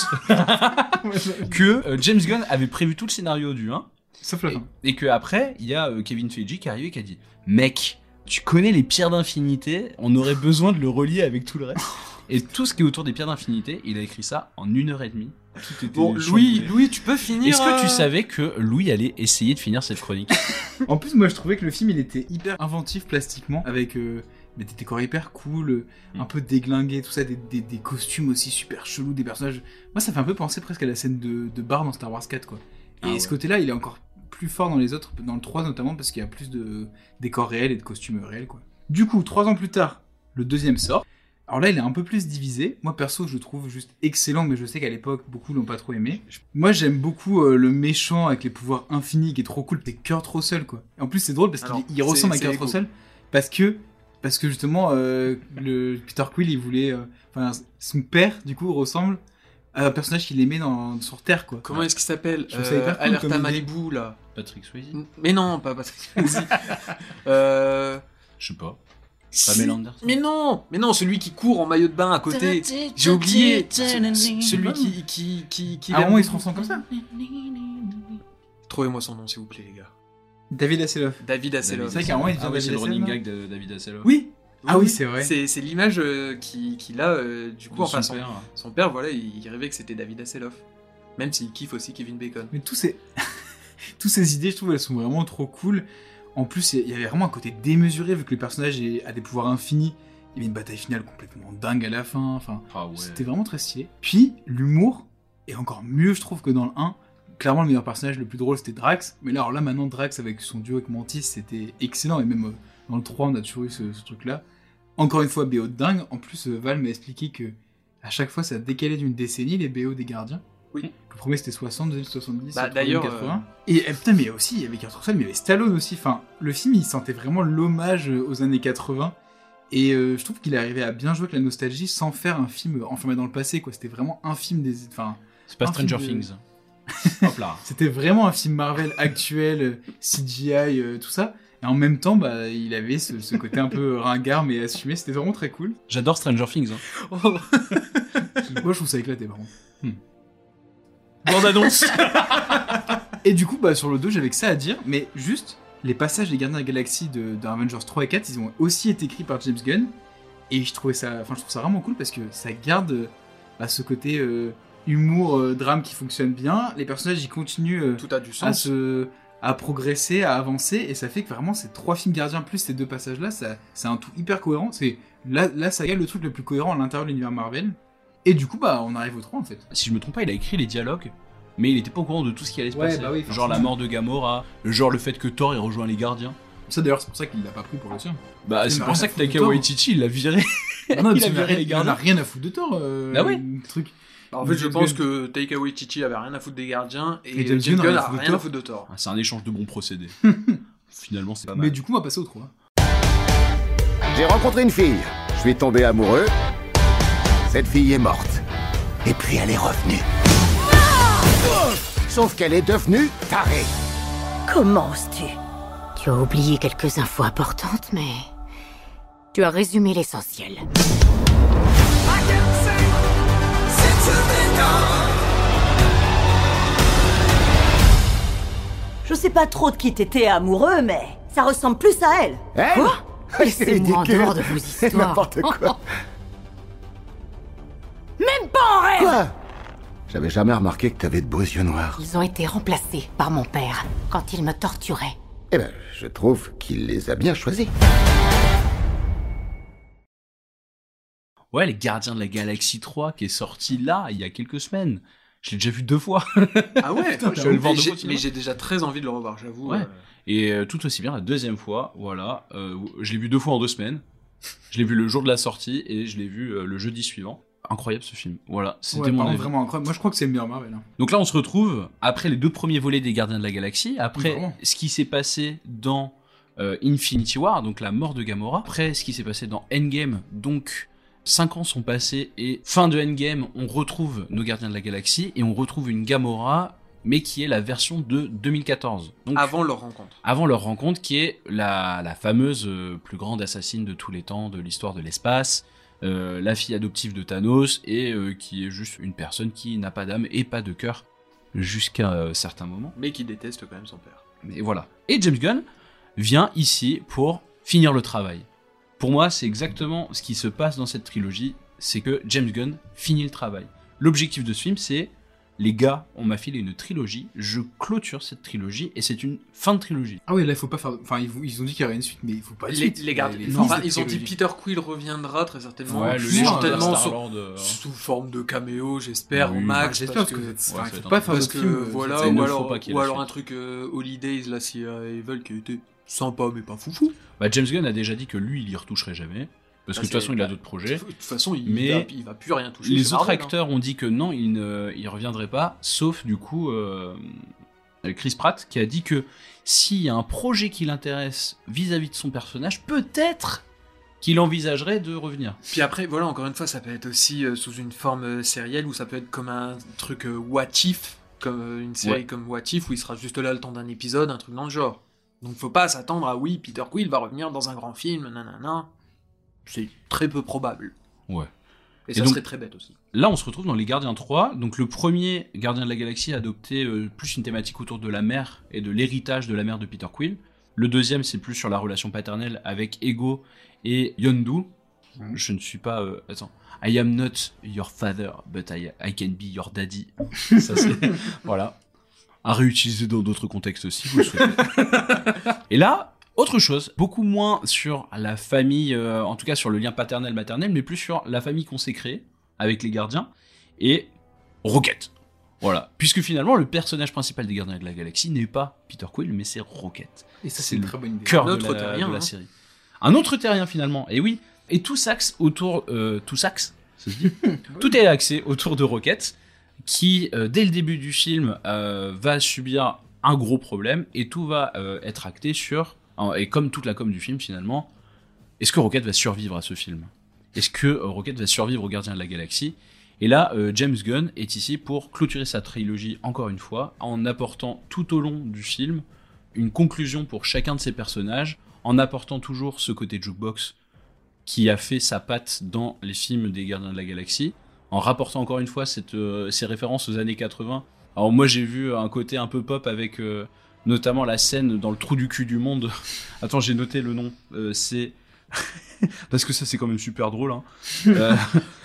que euh, James Gunn avait prévu tout le scénario du un. Sauf la et, fin. et que après, il y a euh, Kevin Feige qui est arrivé et qui a dit, mec, tu connais les pierres d'infinité, on aurait besoin de le relier avec tout le reste. Et tout ce qui est autour des pierres d'infinité, il a écrit ça en une heure et demie. Tout était Bon, Louis, Louis, tu peux finir. Est-ce que tu euh, savais que Louis allait essayer de finir cette chronique? En plus, moi, je trouvais que le film, il était hyper inventif plastiquement, avec euh, mais des décors hyper cool, euh, Mm. un peu déglingués, tout ça, des, des, des costumes aussi super chelous, des personnages. Moi, ça fait un peu penser presque à la scène de, de bar dans Star Wars quatre, quoi. Et Ah ouais. ce côté-là, il est encore plus fort dans les autres, dans le trois notamment, parce qu'il y a plus de décors réels et de costumes réels, quoi. Du coup, trois ans plus tard, le deuxième sort. Alors là, il est un peu plus divisé. Moi, perso, je le trouve juste excellent, mais je sais qu'à l'époque, beaucoup l'ont pas trop aimé. Moi, j'aime beaucoup euh, le méchant avec les pouvoirs infinis qui est trop cool. C'est Kurt Russell, quoi. Et en plus, c'est drôle parce qu'il Alors, il ressemble c'est- à Kurt c'est Ego. Russell parce que, parce que justement, euh, le Peter Quill, il voulait, euh, enfin, son père, du coup, ressemble à un personnage qu'il aimait dans, sur Terre, quoi. Comment est-ce qu'il s'appelle Je trouve ça hyper cool Alerta comme idée. Malibu, là. Patrick Swayze? Mais non, pas Patrick Swayze. euh... Je sais pas. Si. Pamela Anderson. Mais non, mais non, celui qui court en maillot de bain à côté. J'ai oublié. Ce- ce- Celui qui qui qui qui. À un l'aime moment, il se beaucoup. transforme comme ça. Trouvez-moi son nom, s'il vous plaît, les gars. David Hasselhoff. David Hasselhoff. C'est vrai qu'à un moment, il devient Ah oui, c'est le David running Hasselhoff, gag de David Hasselhoff. Oui. Ah oui, c'est vrai. C'est c'est l'image euh, qui- qu'il a, euh, du coup, De enfin, son son, père. son père, voilà, il, il rêvait que c'était David Hasselhoff. Même s'il kiffe aussi Kevin Bacon. Mais tous ces... tous ces idées, je trouve, elles sont vraiment trop cool. En plus, il y avait vraiment un côté démesuré, vu que le personnage est- a des pouvoirs infinis. Il y avait une bataille finale complètement dingue à la fin. Enfin, Ah ouais. c'était vraiment très stylé. Puis, l'humour est encore mieux, je trouve, que dans le un. Clairement, le meilleur personnage, le plus drôle, c'était Drax. Mais là, alors là, maintenant, Drax, avec son duo avec Mantis, c'était excellent. Et même euh, dans le trois, on a toujours eu ce, ce truc-là. Encore une fois, B O de dingue. En plus, euh, Val m'a expliqué que à chaque fois, ça décalait d'une décennie, les B O des gardiens. Oui. Le premier, c'était soixante, le deuxième, soixante-dix, Bah, le troisième, d'ailleurs, quatre-vingts. Et euh, putain, mais aussi, il y avait Kurt Russell, mais il y avait Stallone aussi. Enfin, le film, il sentait vraiment l'hommage euh, aux années quatre-vingts. Et euh, je trouve qu'il arrivait à bien jouer avec la nostalgie sans faire un film euh, enfermé dans le passé, quoi. C'était vraiment un film des... Enfin, C'est pas un Stranger film de- Things. Hop là. C'était vraiment un film Marvel actuel, euh, C G I, euh, tout ça. Et en même temps, bah, il avait ce, ce côté un peu ringard mais assumé. C'était vraiment très cool. J'adore Stranger Things. Hein. Moi, je trouve ça éclaté, par contre. Hmm. Bande annonce. Et du coup, bah, sur le deux, j'avais que ça à dire. Mais juste, les passages des Gardiens de la Galaxie de, de Avengers trois et quatre, ils ont aussi été écrits par James Gunn. Et je trouvais ça, enfin, je trouve ça vraiment cool parce que ça garde euh, bah, ce côté euh, humour, euh, drame qui fonctionne bien. Les personnages, ils continuent euh, Tout a du à, sens. se, à progresser, à avancer. Et ça fait que vraiment, ces trois films Gardiens plus ces deux passages-là, ça, c'est un tout hyper cohérent. C'est la, la saga, le truc le plus cohérent à l'intérieur de l'univers Marvel. Et du coup, bah, on arrive au trois en fait. Si je me trompe pas, il a écrit les dialogues, mais il était pas au courant de tout ce qui allait se Ouais, passer. bah oui, genre la forcément. mort de Gamora, genre le fait que Thor ait rejoint les gardiens. Ça d'ailleurs, c'est pour ça qu'il l'a pas pris pour le sien. Bah, Il c'est en a pour rien ça à que foutre de Taika Thor. Waititi, il l'a viré. Ah non, il parce a qu'il en a viré rien- les il en a gardiens. rien à foutre de Thor. Euh, Ah oui. le truc. Bah, en fait, je James pense Gunn. que Taika Waititi avait rien à foutre des gardiens et, Et James James Gunn Gunn a a rien à foutre de rien à Thor. foutre de Thor. Ah, c'est un échange de bons procédés. Finalement, c'est pas mal. Mais du coup, on va passer au trois. J'ai rencontré une fille. Je suis tombé amoureux. Cette fille est morte. Et puis elle est revenue. Sauf qu'elle est devenue tarée. Comment oses-tu? Tu as oublié quelques infos importantes, mais tu as résumé l'essentiel. Je sais pas trop de qui t'étais amoureux, mais ça ressemble plus à elle. Elle Quoi? C'est Laissez-moi en ridicule. dehors de vos C'est histoires. n'importe quoi. Même pas en rêve! Quoi? J'avais jamais remarqué que t'avais de beaux yeux noirs. Ils ont été remplacés par mon père quand il me torturait. Eh ben, je trouve qu'il les a bien choisis. Ouais, les Gardiens de la Galaxie trois qui est sorti là, il y a quelques semaines. Je l'ai déjà vu deux fois. Ah ouais, Putain, je vais le voir mais deux j'ai- fois au cinéma. mais j'ai déjà très envie de le revoir, j'avoue. Ouais. euh. Et euh, tout aussi bien la deuxième fois, voilà. Euh, je l'ai vu deux fois en deux semaines. Je l'ai vu le jour de la sortie et je l'ai vu euh, le jeudi suivant. incroyable ce film. Voilà, c'était Ouais, mon par avis. contre, vraiment incroyable. Moi, je crois que c'est le meilleur Marvel. Hein. Donc là, on se retrouve après les deux premiers volets des Gardiens de la Galaxie, après Vraiment. ce qui s'est passé dans euh, Infinity War, donc la mort de Gamora, après ce qui s'est passé dans Endgame, donc cinq ans sont passés et fin de Endgame, on retrouve nos Gardiens de la Galaxie et on retrouve une Gamora, mais qui est la version de deux mille quatorze. Donc, Avant leur rencontre. Avant leur rencontre, qui est la, la fameuse euh, plus grande assassine de tous les temps de l'histoire de l'espace, euh, la fille adoptive de Thanos, et euh, qui est juste une personne qui n'a pas d'âme et pas de cœur jusqu'à euh, certains moments. Mais qui déteste quand même son père. Mais voilà. Et James Gunn vient ici pour finir le travail. Pour moi, c'est exactement ce qui se passe dans cette trilogie, c'est que James Gunn finit le travail. L'objectif de ce film, c'est les gars, on m'a filé une trilogie, je clôture cette trilogie et c'est une fin de trilogie. Ah oui, là il faut pas faire. Enfin, ils, ils ont dit qu'il y aurait une suite, mais il faut pas de Les, suite. les gardes, Les- les enfin, fins de ils ont dit trilogie. Peter Quill reviendra très certainement. Ouais, le Plus légendaire certainement Star-Lord, sous, euh, sous forme de caméo, j'espère, Oui. au max. J'espère parce parce que, que, Ouais, enfin, ça il va faut être pas un- faire parce de que film. euh, voilà, ça, il ou ne faut alors, pas qu'il y ait ou la alors un suite. truc euh, Holidays, là, si euh, Evil qui était sympa mais pas foufou. Bah, James Gunn a déjà dit que lui, il y retoucherait jamais. Parce que Bah, de toute façon, c'est- il a bah, d'autres projets. De toute façon, il, Mais va, il va plus rien toucher. Les c'est autres Marvel, hein. acteurs ont dit que non, il ne il reviendrait pas, sauf du coup euh, Chris Pratt qui a dit que s'il y a un projet qui l'intéresse vis-à-vis de son personnage, peut-être qu'il envisagerait de revenir. Puis après, voilà, encore une fois, ça peut être aussi euh, sous une forme euh, sérielle ou ça peut être comme un truc euh, What If, comme euh, une série Ouais. comme What If où il sera juste là le temps d'un épisode, un truc dans le genre. Donc faut pas s'attendre à oui, Peter Quill va revenir dans un grand film, nanana. C'est très peu probable. Ouais. Et, Et ça donc- serait très bête aussi. Là, on se retrouve dans les Gardiens trois. Donc, le premier Gardien de la Galaxie a adopté euh, plus une thématique autour de la mère et de l'héritage de la mère de Peter Quill. Le deuxième, c'est plus sur la relation paternelle avec Ego et Yondu. Je ne suis pas... euh, attends. I am not your father, but I, I can be your daddy. Ça, c'est... voilà. À réutiliser dans d'autres contextes aussi, vous le souhaitez. Et là... Autre chose, beaucoup moins sur la famille, euh, en tout cas sur le lien paternel-maternel, mais plus sur la famille qu'on s'est créée avec les gardiens et Rocket. Voilà. Puisque finalement, le personnage principal des Gardiens de la Galaxie n'est pas Peter Quill, mais c'est Rocket. Et ça, c'est une très bonne idée. Cœur Un de autre la, terrien, de la hein. série. Un autre terrien finalement, et oui. Et tout s'axe autour... Euh, tout s'axe ça se dit Tout est axé autour de Rocket, qui, euh, dès le début du film, euh, va subir un gros problème, et tout va euh, être acté sur... Et comme toute la com du film finalement, est-ce que Rocket va survivre à ce film ? Est-ce que euh, Rocket va survivre aux Gardiens de la Galaxie ? Et là, euh, James Gunn est ici pour clôturer sa trilogie encore une fois, en apportant tout au long du film une conclusion pour chacun de ses personnages, en apportant toujours ce côté jukebox qui a fait sa patte dans les films des Gardiens de la Galaxie, en rapportant encore une fois cette, euh, ces références aux années quatre-vingts. Alors moi j'ai vu un côté un peu pop avec... Euh, notamment la scène dans le trou du cul du monde. Attends, j'ai noté le nom. Euh, c'est... Parce que ça, c'est quand même super drôle. Hein. Euh...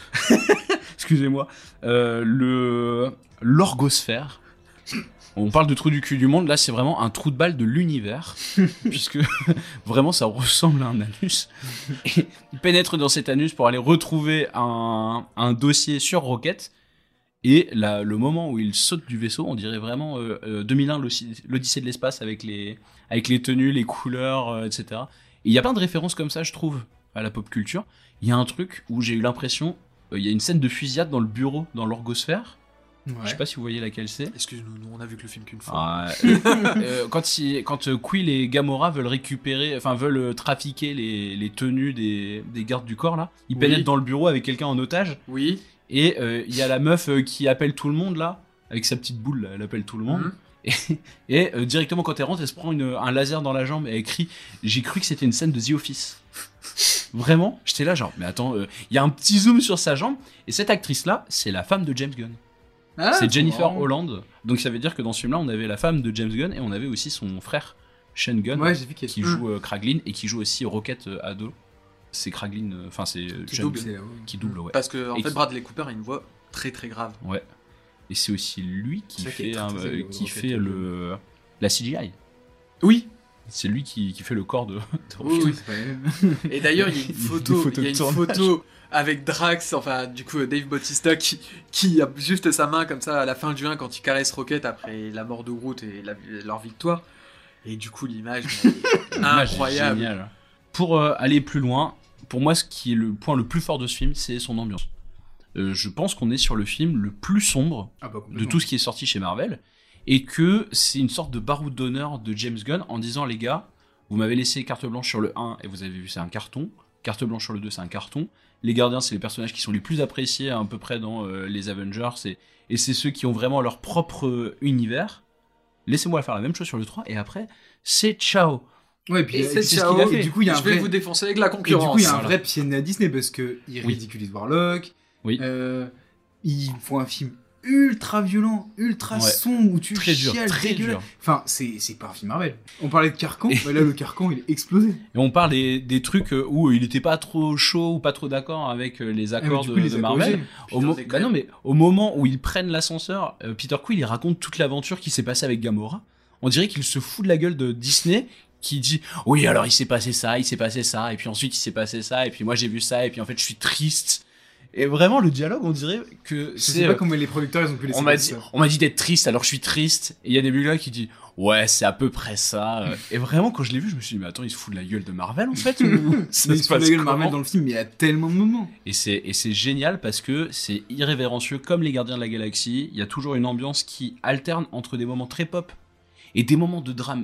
Excusez-moi. Euh, le... L'orgosphère. On parle de trou du cul du monde. Là, c'est vraiment un trou de balle de l'univers. Puisque vraiment, ça ressemble à un anus. Et il pénètre dans cet anus pour aller retrouver un, un dossier sur Rocket. Et là, le moment où il saute du vaisseau, on dirait vraiment euh, euh, deux mille un, l'Odyssée de l'espace avec les, avec les tenues, les couleurs, euh, et cetera. Et il y a plein de références comme ça, je trouve, à la pop culture. Il y a un truc où j'ai eu l'impression, euh, il y a une scène de fusillade dans le bureau, dans l'orgosphère. Ouais. Je sais pas si vous voyez laquelle c'est. Excuse-nous, nous on a vu que le film qu'une fois. Ah, euh, euh, quand il, quand euh, Quill et Gamora veulent récupérer, enfin veulent euh, trafiquer les, les tenues des, des gardes du corps là, ils Oui. pénètrent dans le bureau avec quelqu'un en otage. Oui. Et il euh, y a la meuf euh, qui appelle tout le monde là, avec sa petite boule, là, elle appelle tout le monde. Mhm. Et, et euh, directement quand elle rentre, elle se prend une, un laser dans la jambe et elle crie. J'ai cru que c'était une scène de The Office. Vraiment, j'étais là genre, mais attends, il euh, y a un petit zoom sur sa jambe. Et cette actrice là, c'est la femme de James Gunn. Ah, c'est Jennifer marrant. Holland. Donc ça veut dire que dans ce film là, on avait la femme de James Gunn et on avait aussi son frère, Shane Gunn, Ouais, j'ai vu qu'il y a- qui joue euh, Kraglin et qui joue aussi Rocket euh, ado. C'est Kraglin, enfin c'est euh, Qui Shane double. Gunn C'est, ouais. qui double, ouais. Parce que en Et fait, qui- Bradley Cooper a une voix très très grave. Ouais. Et c'est aussi lui qui C'est ça qui est fait, très, un- très euh, élevé, qui en fait, fait le- le la C G I. Oui. C'est lui qui, qui fait le corps de. de Oui, Rocket. oui. Et d'ailleurs, il y a une photo, il y a une de tournage. photo avec Drax, enfin du coup Dave Bautista qui, qui a juste sa main comme ça à la fin du un quand il caresse Rocket après la mort de Groot et la- leur victoire. Et du coup l'image est L'image est incroyable. géniale. Pour euh, aller plus loin, pour moi, ce qui est le point le plus fort de ce film, c'est son ambiance. euh, je pense qu'on est sur le film le plus sombre ah bah, de tout ce qui est sorti chez Marvel, et que c'est une sorte de baroud d'honneur de James Gunn en disant les gars, vous m'avez laissé carte blanche sur le un et vous avez vu c'est un carton, carte blanche sur le deux c'est un carton, les gardiens c'est les personnages qui sont les plus appréciés à peu près dans euh, les Avengers, et, et c'est ceux qui ont vraiment leur propre euh, univers, laissez-moi faire la même chose sur le trois, et après c'est ciao. Ouais, et puis et c'est c'est ce ciao, qu'il a fait. Et du coup, il y a un je vais vrai... vous défoncer avec la Et concurrence. du coup, il y a un Voilà. vrai pied de nez à Disney parce que ils Oui. ridiculisent Warlock. Oui. Euh, ils font un film ultra violent, ultra Ouais. sombre où tu Très dur, chiales, très dégueulasse. dur. Enfin, c'est c'est pas un film Marvel. On parlait de carcan, bah là le carcan il est explosé. Et on parle des, des trucs euh, où il était pas trop chaud ou pas trop d'accord avec euh, les accords du de, coup, les de a Marvel. corrigés. Au, mo- bah non, mais au moment où ils prennent l'ascenseur, euh, Peter Quill il raconte toute l'aventure qui s'est passée avec Gamora. On dirait qu'il se fout de la gueule de Disney, qui dit oui alors il s'est passé ça, il s'est passé ça, et puis ensuite il s'est passé ça, et puis moi j'ai vu ça, et puis en fait je suis triste. Et vraiment le dialogue on dirait que Je c'est sais pas euh, comment les producteurs ils ont pu laisser on m'a comme dit, ça. on m'a dit d'être triste, alors je suis triste. Et il y a des bulles qui disent ouais, c'est à peu près ça. euh. Et vraiment, quand je l'ai vu, je me suis dit mais attends, il se fout de la gueule de Marvel en fait. Ou ça Mais se il se fout de passe la gueule de Marvel comment dans le film, mais il y a tellement de moments. Et c'est et c'est génial parce que c'est irrévérencieux comme les Gardiens de la Galaxie. Il y a toujours une ambiance qui alterne entre des moments très pop et des moments de drame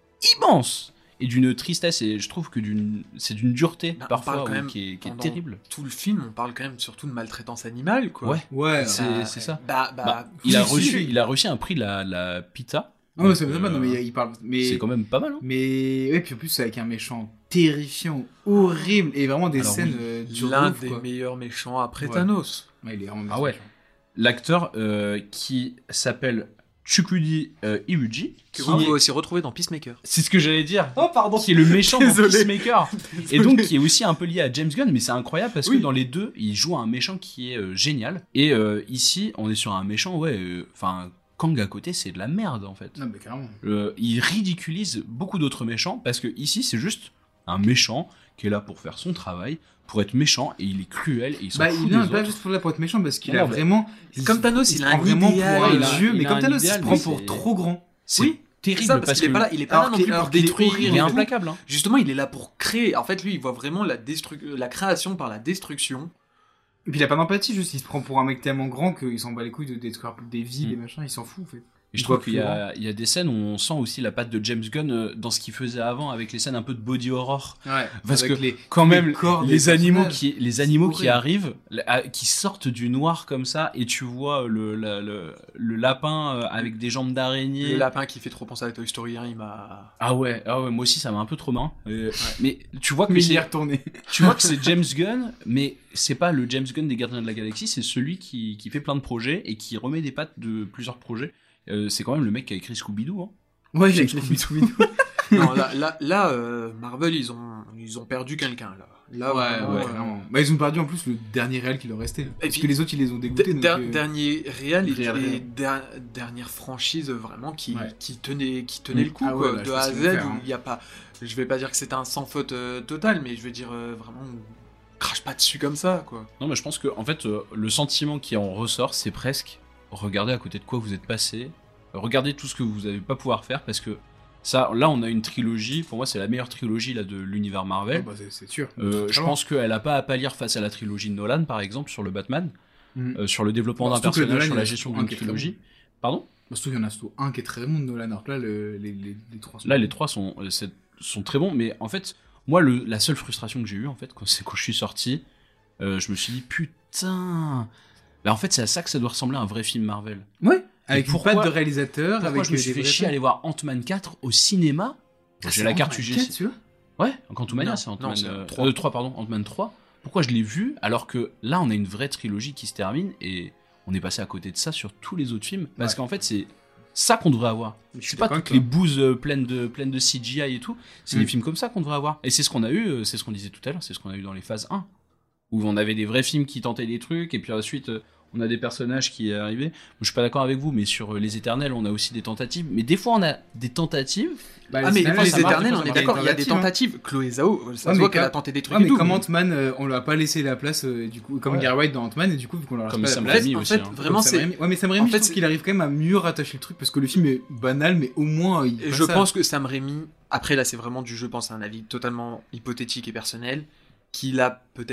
immense et d'une tristesse. Et je trouve que d'une c'est d'une dureté Bah, on parfois parle quand ou même qui est, qui est pendant terrible. Tout le film, on parle quand même surtout de maltraitance animale, quoi. Ouais, Ouais, c'est Bah, c'est ça. Bah, bah, Bah, il a si, reçu si. il a reçu un prix de la la Pita. Ah ouais, Donc, c'est pas mal, non, mais il parle. Mais... C'est quand même pas mal. Hein. Mais ouais, puis en plus, c'est avec un méchant terrifiant, horrible, et vraiment des Alors, scènes oui. euh, du l'un ouf, des quoi. meilleurs méchants après Ouais. Thanos. Ouais, il est vraiment Ah ouais. méchant. L'acteur euh, qui s'appelle Chukwudi euh, Iwuji, Que qui vous est- pouvez aussi retrouver dans Peacemaker. c'est ce que j'allais dire. Oh, pardon. Qui est le méchant dans Désolé. Peacemaker. Et donc qui est aussi un peu lié à James Gunn, mais c'est incroyable parce Oui. que dans les deux, il joue un méchant qui est euh, génial. Et euh, ici, on est sur un méchant, ouais, enfin. Kang à côté, c'est de la merde en fait. Non, mais carrément. Euh, il ridiculise beaucoup d'autres méchants parce que ici, c'est juste un méchant qui est là pour faire son travail, pour être méchant, et il est cruel et il s'en Bah, fout il des est pas autres. juste pour là pour être méchant parce qu'il Non, a mais- vraiment. Comme Thanos, il se a prend un vraiment idéal, pour un il a- dieu, il mais a comme un Thanos, il idéal, se prend mais pour c'est- trop grand. C'est Oui. terrible C'est ça, parce, parce qu'il est que pas là, il est pas là alors non qu'il- plus alors pour qu'il est détruire. horrible, il est et tout. implacable. Hein. Justement, il est là pour créer. En fait, lui, il voit vraiment la, destru- la création par la destruction. Et puis il a pas d'empathie, juste il se prend pour un mec tellement grand qu'il s'en bat les couilles de détruire des vies, Mm. des machins, il s'en fout en fait. Et je Il trouve voit qu'il y plus grand. a, il y a des scènes où on sent aussi la patte de James Gunn euh, dans ce qu'il faisait avant avec les scènes un peu de body horror. Ouais, Parce avec que les- quand tous les même corps des les animaux personnages. qui les animaux qui horrible. arrivent, la- à- qui sortent du noir comme ça et tu vois le la- le, le lapin euh, avec des jambes d'araignée. Le lapin qui fait trop penser à Toy Story un, il m'a. Ah ouais, ah ouais, moi aussi ça m'a un peu trop main. Euh, Mais tu vois que Mais il y c'est est retourné. tu vois que c'est James Gunn, mais c'est pas le James Gunn des Gardiens de la Galaxie, c'est celui qui, qui fait plein de projets et qui remet des pattes de plusieurs projets. Euh, c'est quand même le mec qui a écrit Scooby-Doo. Hein. Ouais, j'ai J'ai écrit écrit Scooby-Doo. Non, là, là, là euh, Marvel, ils ont, ils ont perdu quelqu'un là. Là, Ouais, vraiment, ouais, euh, clairement. Bah, ils ont perdu en plus le dernier réel qui leur restait. Parce puis- que les autres, ils les ont dégoûtés. donc, Der- euh, Dernier réel et, Réel, et réel. der- dernière franchise vraiment qui, Ouais. qui tenait, qui tenait Mm. le coup, Ah ouais, quoi, bah, je de sais A ce à qu'ils Z, vont faire, où hein. il y a pas. Je vais pas dire que c'est un sans faute euh, total, mais je veux dire euh, vraiment, on crache pas dessus comme ça, quoi. Non, mais je pense que en fait, euh, le sentiment qui en ressort, c'est presque regardez à côté de quoi vous êtes passé, euh, regardez tout ce que vous n'allez pas pouvoir faire parce que ça, là, on a une trilogie. Pour moi, c'est la meilleure trilogie là de l'univers Marvel. Ah bah, c'est- c'est sûr. Euh, je Clairement. pense qu'elle a pas à pâlir face à la trilogie de Nolan, par exemple, sur le Batman, Mhm. euh, sur le développement Bon, d'un surtout que personnage, Nolan, sur il la a gestion surtout un d'une qui est très trilogie. bon. Pardon. Bah, surtout qu'il y en a surtout un qui est très bon de Nolan, alors que là, le- les, les, les trois sont. Là, les trois sont, euh, c'est- sont très bons, mais en fait, moi, le, la seule frustration que j'ai eue, en fait, quand, c'est quand je suis sorti, euh, je me suis dit, putain. Bah, en fait, c'est à ça que ça doit ressembler à un vrai film Marvel. Ouais, Et avec une pourquoi- patte de réalisateur, Pourquoi avec je me euh, suis des fait vrais chier à faits. aller voir Ant-Man quatre au cinéma. Ah, J'ai c'est la carte Ant-Man U G quatre, C. celui-là Ouais, Quantumania, Non, c'est non, Ant-Man c'est euh, trois. euh, trois, pardon, Ant-Man trois. Pourquoi je l'ai vu alors que là, on a une vraie trilogie qui se termine et on est passé à côté de ça sur tous les autres films parce Ouais. qu'en fait, c'est ça qu'on devrait avoir. Je suis C'est pas d'accord toutes avec les bouses euh, pleines de pleines de C G I et tout. C'est Mm. des films comme ça qu'on devrait avoir. Et c'est ce qu'on a eu, euh, c'est ce qu'on disait tout à l'heure, c'est ce qu'on a eu dans les phases un où on avait des vrais films qui tentaient des trucs et puis ensuite euh, on a des personnages qui arrivaient. Moi, je suis pas d'accord avec vous, mais sur euh, les Éternels, on a aussi des tentatives. Mais des fois, on a des tentatives. Bah, Ah, mais Éternels, les ça marche, éternels, ça on est marche. d'accord, il y a des hein. tentatives. Chloé Zhao, ça Ouais, se mais voit qu'elle comme- a tenté des trucs Ouais, et mais tout. comme Ant-Man, euh, on lui a pas laissé la place, euh, du coup, comme Ouais. Gary White dans Ant-Man, et du coup, vu qu'on leur laisse Comme pas Sam la place. Raimi en aussi. fait, hein. vraiment, Comme Sam c'est. Raimi. Ouais, mais Sam en Raimi, fait, je trouve qu'il arrive quand même à mieux rattacher le truc parce que le film est banal, mais au moins, il. Et passe je ça. pense que Sam Raimi, après là c'est vraiment du jeu, je pense, c'est un avis totalement hypothétique et personnel, qu'il a peut-être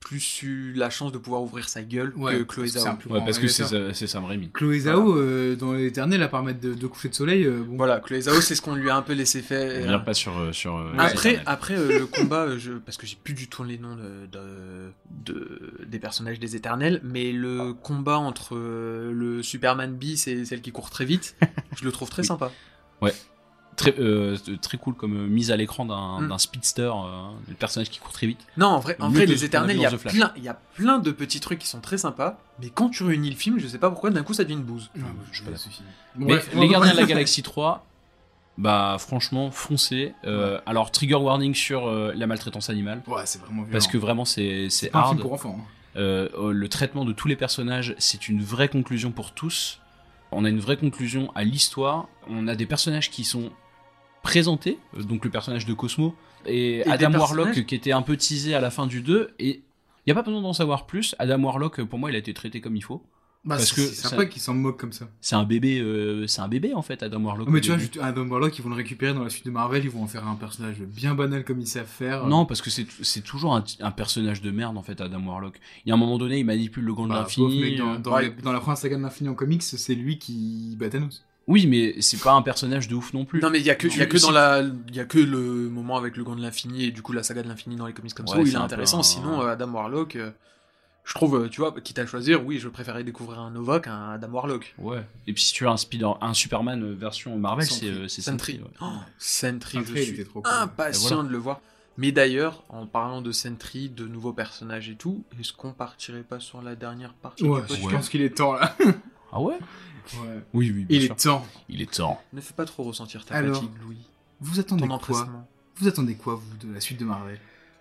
plus eu la chance de pouvoir ouvrir sa gueule Ouais, que Chloé parce que Zhao. c'est un plus Ouais, grand parce que c'est, réalisateur. ça- c'est Sam Raimi. Chloé Zhao, euh, dans l'éternel, à permettre de, de coucher de soleil, euh, bon. Voilà, Chloé Zhao, c'est ce qu'on lui a un peu laissé faire. On vient pas sur euh, sur. euh, Après, Eternal. après euh, le combat, euh, je, parce que j'ai plus du tout les noms de, de, de- des personnages des Éternels, mais le combat entre euh, le Superman Beast et celle qui court très vite, je le trouve très Oui. sympa. Ouais. Très, euh, très cool comme euh, mise à l'écran d'un, Mm. d'un speedster, euh, le personnage qui court très vite. Non, en vrai, en Mieux vrai que les ce qu'on a Éternels, vu il y, a dans The Flash. plein- il y a plein de petits trucs qui sont très sympas, mais quand tu réunis le film, je sais pas pourquoi, d'un coup ça devient une bouse. Non, Je suis pas d'accord. Bon, Mais bref, on les va- Gardiens de la Galaxie trois, bah franchement, foncez. Euh, alors, trigger warning sur euh, la maltraitance animale. Ouais, c'est vraiment violent. Parce que vraiment, c'est, c'est C'est pas un hard. film pour enfants, hein. Euh, euh, le traitement de tous les personnages, c'est une vraie conclusion pour tous. On a une vraie conclusion à l'histoire. On a des personnages qui sont présentés, euh, donc le personnage de Cosmo et, Et Adam des Warlock personnages- qui était un peu teasé à la fin du deux. Et il n'y a pas besoin d'en savoir plus. Adam Warlock, pour moi, il a été traité comme il faut. Bah, parce c'est, que c'est ça- sympa qu'ils s'en moquent comme ça. c'est un bébé, euh, c'est un bébé en fait, Adam Warlock. Mais au tu vois, début. juste Adam Warlock, ils vont le récupérer dans la suite de Marvel, ils vont en faire un personnage bien banal comme ils savent faire. Non, parce que c'est, c'est toujours un, un personnage de merde en fait, Adam Warlock. Il y a un moment donné, il manipule le gant de Bah, l'infini. bof, mec, dans, euh, dans, ouais. les- dans la première saga de l'infini en comics, c'est lui qui bat Thanos. Oui, mais c'est pas un personnage de ouf non plus. Non mais il y a que, il y a Tu- que si- dans la, il y a que le moment avec le gant de l'infini et du coup la saga de l'infini dans les comics comme ça Ouais, où il c'est est un intéressant. peu un- Sinon euh, Adam Warlock, euh, je trouve, euh, tu vois, quitte à choisir, oui, je préférais découvrir un Nova qu'un Adam Warlock. Ouais. Et puis si tu as un Spider, un Superman euh, version Marvel, c'est Sentry. euh, c'est Sentry. Sentry. ouais. Oh, Sentry, Sentry, je il suis était trop cool. impatient Et voilà. de le voir. Mais d'ailleurs, en parlant de Sentry, de nouveaux personnages et tout, est-ce qu'on partirait pas sur la dernière partie Ouais, du je podcast pense qu'il est temps là. Ah ouais. Ouais. Oui, oui. bien Il sûr. est temps. Il est temps. Ne fais pas trop ressentir ta Alors, fatigue, Louis. Vous attendez Ton quoi empressement. Vous attendez quoi, vous, de la suite de Marvel?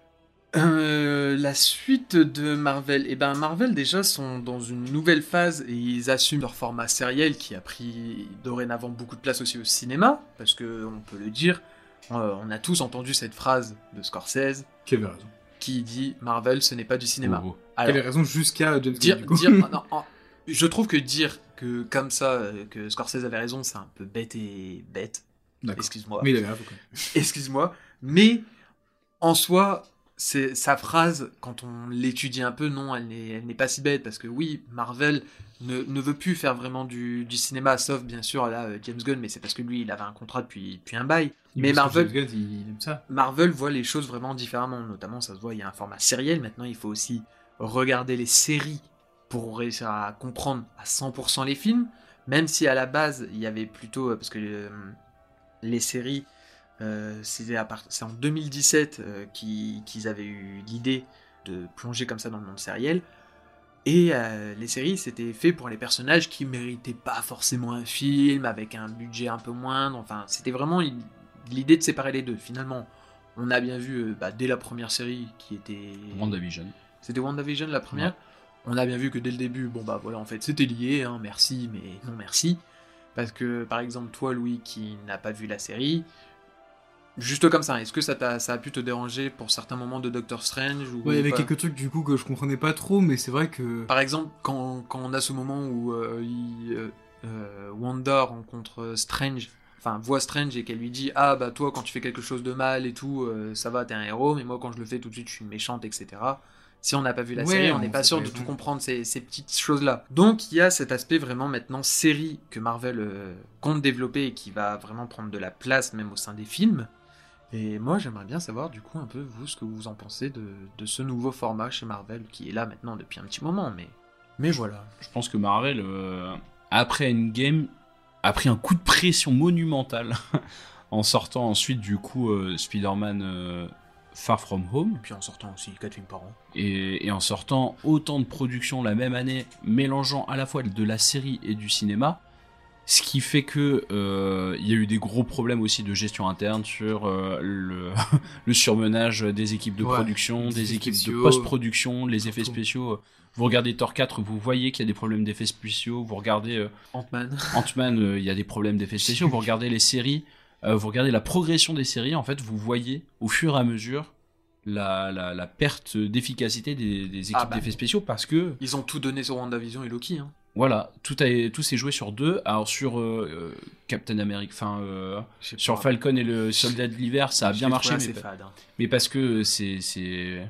Euh, la suite de Marvel, et ben Marvel déjà sont dans une nouvelle phase et ils assument leur format sériel qui a pris dorénavant beaucoup de place aussi au cinéma, parce que on peut le dire, euh, on a tous entendu cette phrase de Scorsese Qui avait raison. qui dit Marvel ce n'est pas du cinéma. Oh, oh. Qui avait raison jusqu'à James Gunn, dire, du coup. dire, non, non, je trouve que dire que comme ça euh, que Scorsese avait raison, c'est un peu bête et bête. D'accord. Excuse-moi. Mais il avait raison quand même. Excuse-moi, mais en soi, c'est sa phrase, quand on l'étudie un peu, non, elle n'est, elle n'est pas si bête, parce que oui, Marvel ne, ne veut plus faire vraiment du, du cinéma, sauf bien sûr là, euh, James Gunn, mais c'est parce que lui, il avait un contrat depuis, depuis un bail. Mais Parce que Marvel, James Gunn, il, il aime ça. Marvel voit les choses vraiment différemment, notamment ça se voit, il y a un format sériel, maintenant il faut aussi regarder les séries pour réussir à comprendre à cent pour cent les films, même si à la base, il y avait plutôt, euh, parce que euh, les séries, euh, c'était à part... c'est en deux mille dix-sept euh, qu'ils, qu'ils avaient eu l'idée de plonger comme ça dans le monde sériel, et euh, les séries, c'était fait pour les personnages qui méritaient pas forcément un film, avec un budget un peu moindre, enfin, c'était vraiment une- l'idée de séparer les deux. Finalement, on a bien vu, euh, bah, dès la première série, qui était... WandaVision. C'était WandaVision la première. Ouais. On a bien vu que dès le début, bon bah voilà, en fait, c'était lié, hein, merci, mais non merci. Parce que, par exemple, toi, Louis, qui n'a pas vu la série, juste comme ça, est-ce que ça, t'a, ça a pu te déranger pour certains moments de Doctor Strange ou Ouais, il y avait pas quelques trucs du coup que je comprenais pas trop, mais c'est vrai que. Par exemple, quand, quand on a ce moment où euh, il, euh, euh, Wanda rencontre Strange, enfin voit Strange et qu'elle lui dit ah bah toi quand tu fais quelque chose de mal et tout, euh, ça va, t'es un héros, mais moi quand je le fais tout de suite je suis une méchante, et cetera. Si on n'a pas vu la Ouais, série, on on n'est pas sait sûr pas de tout. tout comprendre ces, ces petites choses-là. Donc il y a cet aspect vraiment maintenant série que Marvel euh, compte développer et qui va vraiment prendre de la place même au sein des films. Et moi j'aimerais bien savoir du coup un peu vous ce que vous en pensez de, de ce nouveau format chez Marvel qui est là maintenant depuis un petit moment, mais, mais voilà. Je pense que Marvel, euh, après Endgame, a pris un coup de pression monumental en sortant ensuite du coup euh, Spider-Man euh, Far From Home. Et puis en sortant aussi quatre films par an. Et, et en sortant autant de productions la même année, mélangeant à la fois de la série et du cinéma, ce qui fait que euh, il y a eu des gros problèmes aussi de gestion interne sur euh, le, le surmenage des équipes de Ouais, production, les des effets équipes de spéciaux, post-production, les effets surtout. spéciaux. Vous regardez Thor quatre, vous voyez qu'il y a des problèmes d'effets spéciaux. Vous regardez euh, Ant-Man. Ant-Man, euh, il y a des problèmes d'effets spéciaux. Vous regardez les séries, euh, vous regardez la progression des séries. En fait, vous voyez au fur et à mesure la, la, la perte d'efficacité des, des équipes Ah bah. d'effets spéciaux parce que Ils ont tout donné sur WandaVision et Loki. Hein. voilà, tout, a, tout s'est joué sur deux. Alors sur euh, euh, Captain America, enfin euh, Je sais sur pas. Falcon et le Soldat de l'hiver, ça a Je bien l'ai marché, trouvé mais, assez fade, hein. mais parce que c'est c'est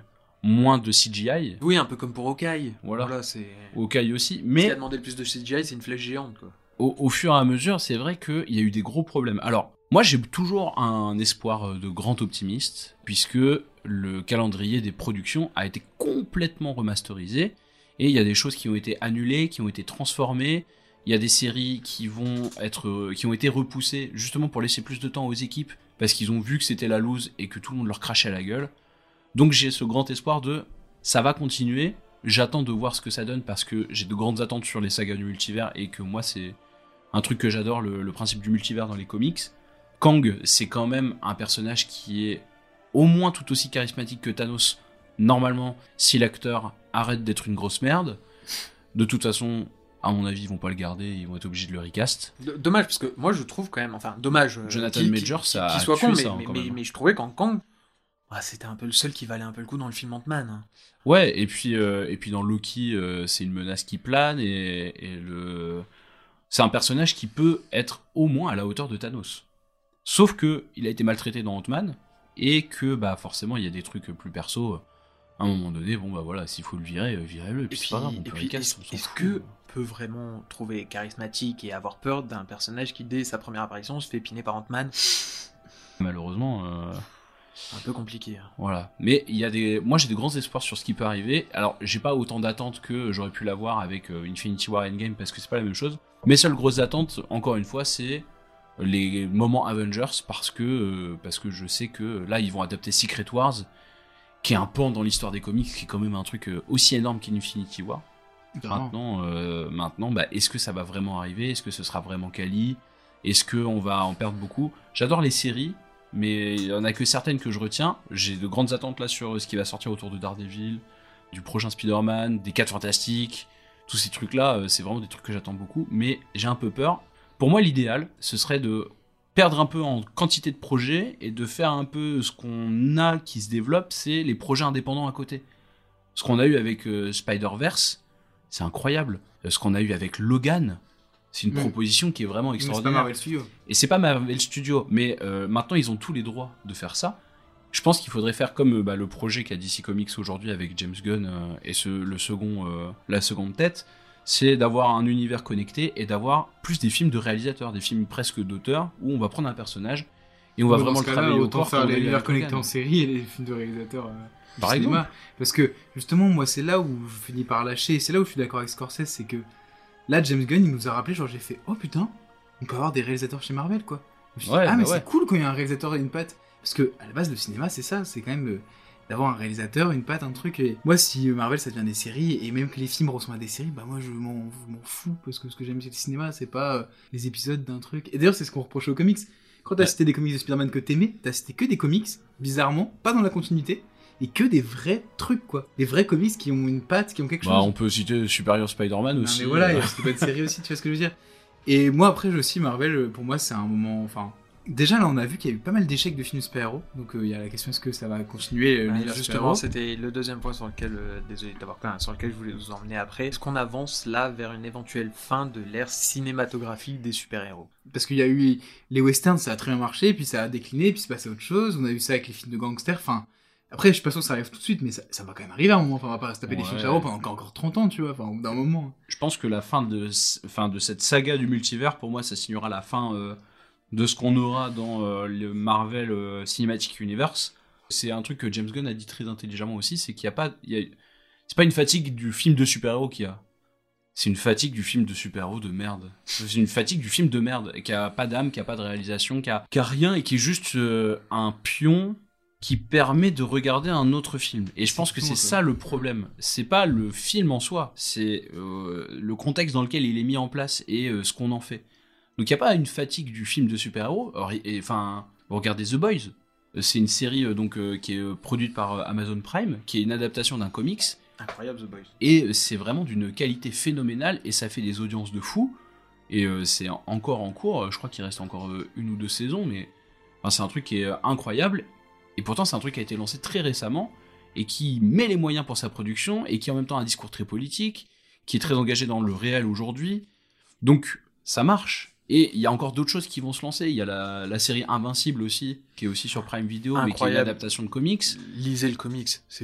moins de C G I. Oui, un peu comme pour Hawkeye. Voilà, voilà c'est... Hawkeye aussi. Ce Mais qui a demandé le plus de C G I, c'est une flèche géante, quoi. Au, au fur et à mesure, c'est vrai qu'il y a eu des gros problèmes. Alors, moi, j'ai toujours un espoir de grand optimiste, puisque le calendrier des productions a été complètement remasterisé, et il y a des choses qui ont été annulées, qui ont été transformées. Il y a des séries qui vont être, qui ont été repoussées justement pour laisser plus de temps aux équipes, parce qu'ils ont vu que c'était la loose et que tout le monde leur crachait à la gueule. Donc j'ai ce grand espoir de ça va continuer. J'attends de voir ce que ça donne parce que j'ai de grandes attentes sur les sagas du multivers et que moi c'est un truc que j'adore, le, le principe du multivers dans les comics. Kang, c'est quand même un personnage qui est au moins tout aussi charismatique que Thanos. Normalement, si l'acteur arrête d'être une grosse merde, de toute façon, à mon avis, ils vont pas le garder, ils vont être obligés de le recast. D- dommage, parce que moi je trouve quand même, enfin, dommage. Jonathan qui, Majors, qui, ça qui a soit tué con, ça, mais, hein, mais, quand mais, même. mais je trouvais qu'en Kang, ah, c'était un peu le seul qui valait un peu le coup dans le film Ant-Man. Hein. Ouais, et puis, euh, et puis dans Loki, euh, c'est une menace qui plane, et, et le... c'est un personnage qui peut être au moins à la hauteur de Thanos. Sauf que il a été maltraité dans Ant-Man, et que bah forcément il y a des trucs plus perso. À un moment donné, bon bah voilà, s'il faut le virer, virez-le, et puis, Et c'est puis, pas grave, on et peut puis recast, est-ce, on s'en est-ce fout. que peut vraiment trouver charismatique et avoir peur d'un personnage qui, dès sa première apparition, se fait piner par Ant-Man? Malheureusement... Euh... Un peu compliqué. Hein. Voilà. Mais il y a des, moi j'ai de grands espoirs sur ce qui peut arriver. Alors j'ai pas autant d'attentes que j'aurais pu l'avoir avec euh, Infinity War Endgame parce que c'est pas la même chose. Mes seules grosses attentes, encore une fois, c'est les moments Avengers parce que euh, parce que je sais que là ils vont adapter Secret Wars, qui est un pan dans l'histoire des comics, qui est quand même un truc euh, aussi énorme qu'Infinity War. Vraiment. Maintenant, euh, maintenant, bah, est-ce que ça va vraiment arriver? Est-ce que ce sera vraiment quali? Est-ce qu'on va en perdre beaucoup? J'adore les séries. Mais il y en a que certaines que je retiens. J'ai de grandes attentes là sur ce qui va sortir autour de Daredevil, du prochain Spider-Man, des quatre Fantastiques, tous ces trucs-là, c'est vraiment des trucs que j'attends beaucoup. Mais j'ai un peu peur. Pour moi, l'idéal, ce serait de perdre un peu en quantité de projets et de faire un peu ce qu'on a qui se développe, c'est les projets indépendants à côté. Ce qu'on a eu avec euh, Spider-Verse, c'est incroyable. Ce qu'on a eu avec Logan, c'est une Mmh. proposition qui est vraiment Mais extraordinaire. c'est pas Marvel Studios. Et c'est pas Marvel Studios, mais euh, maintenant ils ont tous les droits de faire ça. Je pense qu'il faudrait faire comme euh, bah, le projet qu'a D C Comics aujourd'hui avec James Gunn euh, et ce, le second, euh, la seconde tête, c'est d'avoir un univers connecté et d'avoir plus des films de réalisateurs, des films presque d'auteurs où on va prendre un personnage et on va Dans vraiment ce le cas-là, travailler au autant corps. faire comme on a eu l'univers avec connecté Logan. en série et les films de réalisateurs euh, Par au cinéma. exemple. Parce que justement, moi, c'est là où je finis par lâcher. Et c'est là où je suis d'accord avec Scorsese, c'est que là, James Gunn, il nous a rappelé, genre, j'ai fait, oh putain, on peut avoir des réalisateurs chez Marvel, quoi. Je me suis dit, Ouais, ah, mais bah c'est ouais. cool quand il y a un réalisateur et une patte. Parce que à la base, le cinéma, c'est ça, c'est quand même euh, d'avoir un réalisateur, une patte, un truc. Et moi, si euh, Marvel, ça devient des séries, et même que les films ressemblent à des séries, bah moi, je m'en, je m'en fous, parce que ce que j'aime chez le cinéma, c'est pas euh, les épisodes d'un truc. Et d'ailleurs, c'est ce qu'on reproche aux comics. Quand t'as Ouais. cité des comics de Spider-Man que t'aimais, t'as cité que des comics, bizarrement, pas dans la continuité, et que des vrais trucs, quoi. Des vrais comics qui ont une patte, qui ont quelque Bah, chose. on peut citer Superior Spider-Man Non, aussi. mais voilà, il y euh. a cette série aussi, tu vois ce que je veux dire. Et moi, après, j'ai aussi Marvel, pour moi, c'est un moment. Enfin, déjà, là, on a vu qu'il y a eu pas mal d'échecs de films super-héros. Donc, euh, il y a la question est-ce que ça va continuer euh, Ouais, l'univers justement, super-héros. c'était le deuxième point sur lequel, euh, désolé d'avoir plein, sur lequel je voulais vous emmener après. Est-ce qu'on avance là vers une éventuelle fin de l'ère cinématographique des super-héros? Parce qu'il y a eu les westerns, ça a très bien marché, puis ça a décliné, puis c'est passé à autre chose. On a eu ça avec les films de gangsters. Enfin, après, je suis pas sûr que ça arrive tout de suite, mais ça, ça va quand même arriver à un moment. Enfin, on va pas se taper des Ouais. films super-héros pendant encore, encore trente ans, tu vois. Enfin, au bout d'un moment. Je pense que la fin de, fin de cette saga du multivers, pour moi, ça signera la fin euh, de ce qu'on aura dans euh, le Marvel euh, Cinematic Universe. C'est un truc que James Gunn a dit très intelligemment aussi, c'est qu'il n'y a pas... il y a- c'est pas une fatigue du film de super-héros qu'il y a. C'est une fatigue du film de super-héros de merde. C'est une fatigue du film de merde, qui a pas d'âme, qui a pas de réalisation, qui a, qui a rien, et qui est juste euh, un pion qui permet de regarder un autre film. Et je pense que tout, c'est ça. ça le problème. C'est pas le film en soi, c'est euh, le contexte dans lequel il est mis en place et euh, ce qu'on en fait. Donc il n'y a pas une fatigue du film de super-héros. Alors, et- et, Enfin, regardez The Boys. Euh, C'est une série euh, donc, euh, qui est euh, produite par euh, Amazon Prime, qui est une adaptation d'un comics. Incroyable, The Boys. Et c'est vraiment d'une qualité phénoménale et ça fait des audiences de fou. Et euh, c'est en- encore en cours, je crois qu'il reste encore euh, une ou deux saisons, mais enfin, c'est un truc qui est euh, incroyable. Et pourtant, c'est un truc qui a été lancé très récemment et qui met les moyens pour sa production et qui en même temps a un discours très politique, qui est très engagé dans le réel aujourd'hui. Donc, ça marche. Et il y a encore d'autres choses qui vont se lancer. Il y a la, la série Invincible aussi, qui est aussi sur Prime Video, mais qui est une Incroyable. adaptation de comics. Lisez le comics, c'est fou.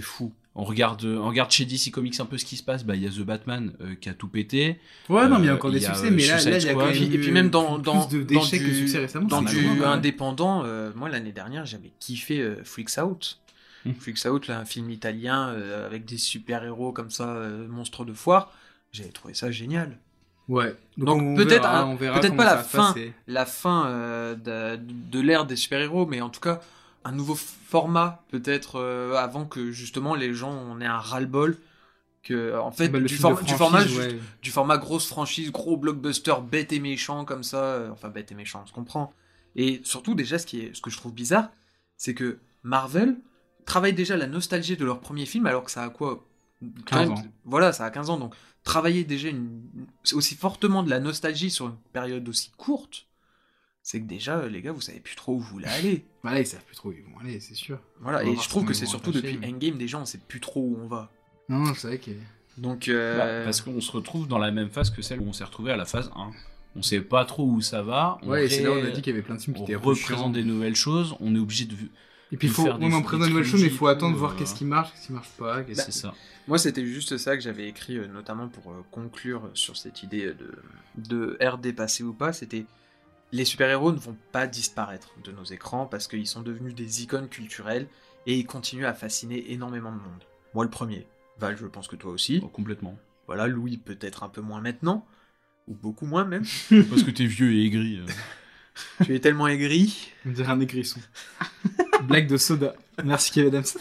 On regarde, on regarde chez D C Comics un peu ce qui se passe. Bah, il y a The Batman euh, qui a tout pété. Ouais, euh, non, mais il y a encore des y a, succès, euh, mais là, là, il y a quand même Et puis même dans, plus dans, de- dans d'échecs du, que succès récemment, dans c'est du malheureux, ouais. indépendant, euh, moi l'année dernière j'avais kiffé euh, Freaks Out. Hmm. Freaks Out, là, un film italien euh, avec des super-héros comme ça, euh, monstres de foire. J'avais trouvé ça génial. Ouais. Donc, Donc, on peut-être verra- un- on verra peut-être comment pas ça la va se fin, passer. la fin euh, de, de l'ère des super-héros, mais en tout cas un nouveau format peut-être euh, avant que justement les gens on ait un ras-le-bol. Que, en fait, Bah, le du, film de for- du franchise, format, ouais. juste- du format grosse franchise, gros blockbuster, bête et méchant comme ça, euh, enfin bête et méchant, on se comprend. Et surtout, déjà, ce, qui est, ce que je trouve bizarre, c'est que Marvel travaille déjà la nostalgie de leur premier film, alors que ça a quoi quand quinze même, ans. Voilà, ça a quinze ans, donc travailler déjà une, aussi fortement de la nostalgie sur une période aussi courte, c'est que déjà, les gars, vous savez plus trop où vous voulez aller. Voilà, ils savent plus trop où ils vont aller, c'est sûr. Voilà, On va et voir je trouve comment que ils c'est vont surtout attacher, depuis mais- Endgame, déjà, on sait plus trop où on va. Non, c'est vrai que. Donc, euh, Bah, parce qu'on se retrouve dans la même phase que celle où on s'est retrouvé à la phase un. On sait pas trop où ça va. On Ouais, et c'est là où on a ré- dit qu'il y avait plein de films qui on étaient un peu chiants. représente des nouvelles choses. On est obligé de. Et puis, il de faut. faire Oui, mais on des- présente des une nouvelle chose, mais il faut trilogies et attendre tout, voir euh, qu'est-ce qui marche, qu'est-ce qui marche pas. qu'est-ce- Bah, C'est ça. Moi, c'était juste ça que j'avais écrit, euh, notamment pour euh, conclure sur cette idée de, de ère dépassée ou pas. C'était les super-héros ne vont pas disparaître de nos écrans parce qu'ils sont devenus des icônes culturelles et ils continuent à fasciner énormément de monde. Moi, le premier. Val, je pense que toi aussi. Oh, complètement. Voilà, Louis, peut-être un peu moins maintenant. Ou beaucoup moins, même. Parce que t'es vieux et aigri. euh. Tu es tellement aigri. On dirait un aigrisson. Blague de soda. Merci Kevin Adams.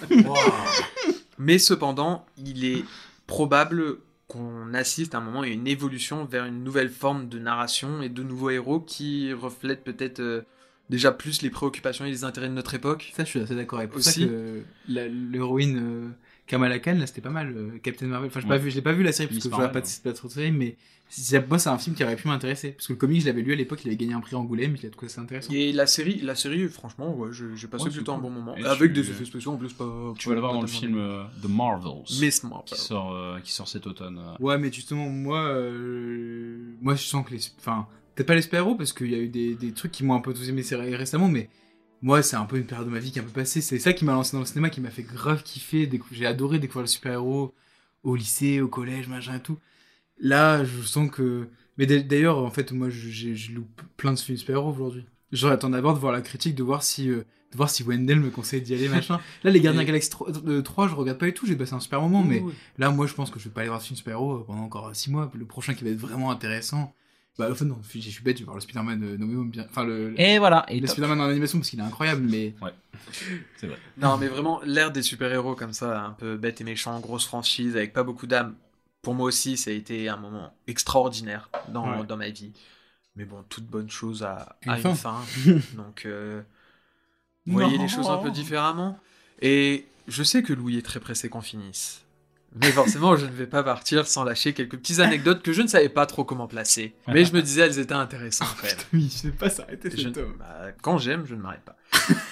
Mais cependant, il est probable qu'on assiste à un moment à une évolution vers une nouvelle forme de narration et de nouveaux héros qui reflètent peut-être euh, déjà plus les préoccupations et les intérêts de notre époque. Ça, je suis assez d'accord. Et pour Aussi. ça que la- l'héroïne euh, Kamala Khan, là, c'était pas mal. euh, Captain Marvel. Enfin, je l'ai Ouais. pas vu, je l'ai pas vu la série parce Miss que je regarde pas, Marvel, pas trop de séries, mais c'est- moi, c'est un film qui aurait pu m'intéresser parce que le comic, je l'avais lu à l'époque, il avait gagné un prix Angoulême, je l'ai trouvé assez intéressant. Et la série, la série franchement, ouais, j'ai j'ai passé Ouais, plutôt c'est un cool. bon moment. Et Avec tu- des effets spéciaux en plus, pas. Tu vas le voir pas dans le tellement film euh, The Marvels. Miss Marvel. Qui sort, euh, qui sort cet automne. euh. Ouais, mais justement, moi, euh, moi, je sens que les, enfin, peut-être pas les super-héros parce qu'il y a eu des, des trucs qui m'ont un peu enthousiasmé ré- récemment, mais moi, c'est un peu une période de ma vie qui est un peu passée. C'est ça qui m'a lancé dans le cinéma, qui m'a fait grave kiffer. Décou- J'ai adoré découvrir le super-héros au lycée, au collège, machin et tout. Là, je sens que, mais d'a- d'ailleurs, en fait, moi, je, j'ai- je loue plein de films super-héros aujourd'hui. J'aurais attendre d'abord de voir la critique, de voir si, euh, de voir si Wendell me conseille d'y aller, machin. Là, les Gardiens Et- Galaxy trois, euh, trois, je regarde pas du tout, j'ai passé un super moment, Oui, mais oui. là, moi, je pense que je vais pas aller voir ce film super-héros euh, pendant encore six mois. Le prochain qui va être vraiment intéressant. Bah, en fait, non, je suis bête, je vais voir le Spider-Man euh, No Way Home bien. Enfin, le, Et voilà. Et le top. Spider-Man en animation parce qu'il est incroyable, mais. Ouais. C'est vrai. Non, mais vraiment, l'ère des super-héros comme ça, un peu bête et méchant, grosse franchise, avec pas beaucoup d'âme. Pour moi aussi, ça a été un moment extraordinaire dans, Ouais. dans ma vie. Mais bon, toute bonne chose a, Une a fin. une fin. Donc, euh, voyez Non. les choses un peu différemment. Et je sais que Louis est très pressé qu'on finisse. Mais forcément, je ne vais pas partir sans lâcher quelques petites anecdotes que je ne savais pas trop comment placer. Mais je me disais, elles étaient intéressantes quand même. Oui, je sais pas s'arrêter Je cet ne- homme. bah, quand j'aime, je ne m'arrête pas.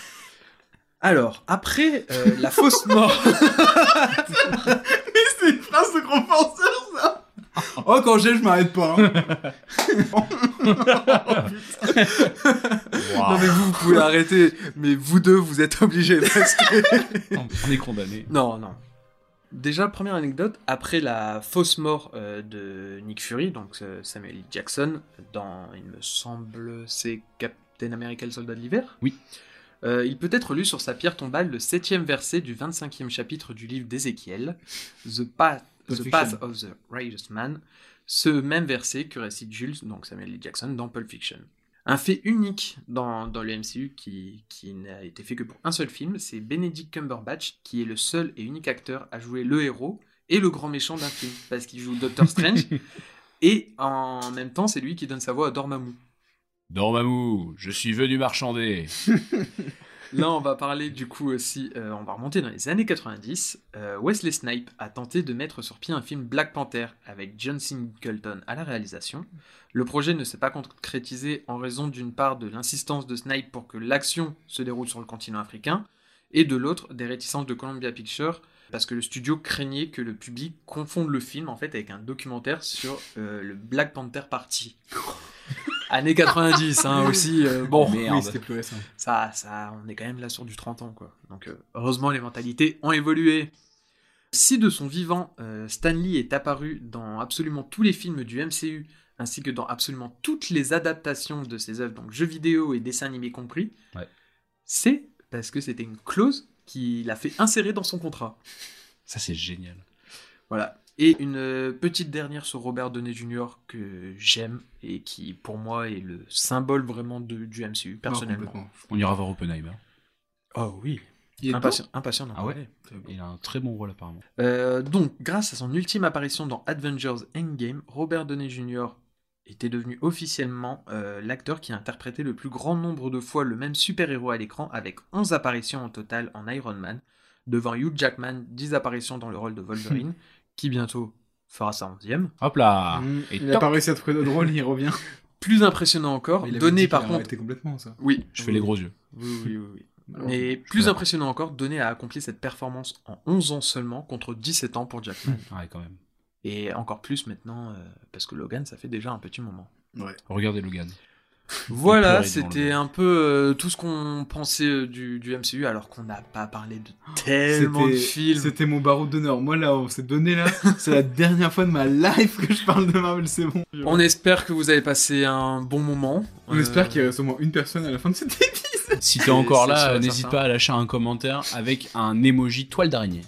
Alors, après euh, la fausse mort. Mais c'est une phrase de grand penseur, ça! Oh, quand j'ai, je m'arrête pas. Hein. Non mais vous, vous pouvez arrêter, mais vous deux, vous êtes obligés parce que... On est condamné. Non, non. Déjà, première anecdote, après la fausse mort euh, de Nick Fury, donc euh, Samuel L. Jackson, dans, il me semble, c'est Captain America le soldat de l'hiver. Oui. Euh, il peut être lu sur sa pierre tombale le septième verset du vingt-cinquième chapitre du livre d'Ézéchiel, The Path, Pulp The Fiction. Path of the Righteous Man, ce même verset que récite Jules, donc Samuel L. Jackson, dans Pulp Fiction. Un fait unique dans, dans le M C U qui, qui n'a été fait que pour un seul film, c'est Benedict Cumberbatch qui est le seul et unique acteur à jouer le héros et le grand méchant d'un film, parce qu'il joue Doctor Strange, et en même temps c'est lui qui donne sa voix à Dormammu. Dormammu, je suis venu marchander. Là, on va parler du coup aussi, euh, on va remonter dans les années quatre-vingt-dix. Euh, Wesley Snipes a tenté de mettre sur pied un film Black Panther avec John Singleton à la réalisation. Le projet ne s'est pas concrétisé en raison d'une part de l'insistance de Snipes pour que l'action se déroule sur le continent africain, et de l'autre des réticences de Columbia Pictures, parce que le studio craignait que le public confonde le film en fait avec un documentaire sur euh, le Black Panther Party. Années quatre-vingt-dix, hein, aussi. euh, bon, Merde. Oui, c'était plus récent. ça, ça, on est quand même là sur du trente ans, quoi. Donc, euh, heureusement, les mentalités ont évolué. Si de son vivant, euh, Stan Lee est apparu dans absolument tous les films du M C U, ainsi que dans absolument toutes les adaptations de ses œuvres, donc jeux vidéo et dessins animés compris, ouais. c'est parce que c'était une clause qu'il a fait insérer dans son contrat. Ça, c'est génial. Voilà. Et une petite dernière sur Robert Downey junior que j'aime et qui, pour moi, est le symbole vraiment de, du M C U, personnellement. Non, on ira voir Oppenheimer. Oh oui. Il est impatient, impatient d'en Ah ouais. parler. Il a un très bon rôle apparemment. Euh, donc, grâce à son ultime apparition dans Avengers Endgame, Robert Downey junior était devenu officiellement euh, l'acteur qui a interprété le plus grand nombre de fois le même super-héros à l'écran, avec onze apparitions au total en Iron Man, devant Hugh Jackman, dix apparitions dans le rôle de Wolverine, qui bientôt fera sa onzième. Hop là. Mmh, Et il a pas réussi à trouver d'autres rôles, il revient. Plus impressionnant encore, Mais il avait donné dit par qu'il contre... arrêtait complètement, ça. Oui. Je fais les gros yeux. Oui, oui, oui. oui. Alors, Mais je plus suis impressionnant encore, Downey a accompli cette performance en onze ans seulement, contre dix-sept ans pour Jackman. Ouais, quand même. Et encore plus maintenant, euh, parce que Logan, ça fait déjà un petit moment. Ouais. Regardez Logan. Voilà, Il pleurait devant c'était Logan. un peu euh, tout ce qu'on pensait euh, du, du M C U, alors qu'on n'a pas parlé de tellement de C'était- films. C'était mon barreau d'honneur. Moi, là, on s'est donné là. C'est la dernière fois de ma life que je parle de Marvel, c'est bon. On espère que vous avez passé un bon moment. On Euh, espère qu'il reste au moins une personne à la fin de cet épisode. Si t'es encore c'est sûr là, et n'hésite certain. pas à lâcher un commentaire avec un emoji toile d'araignée.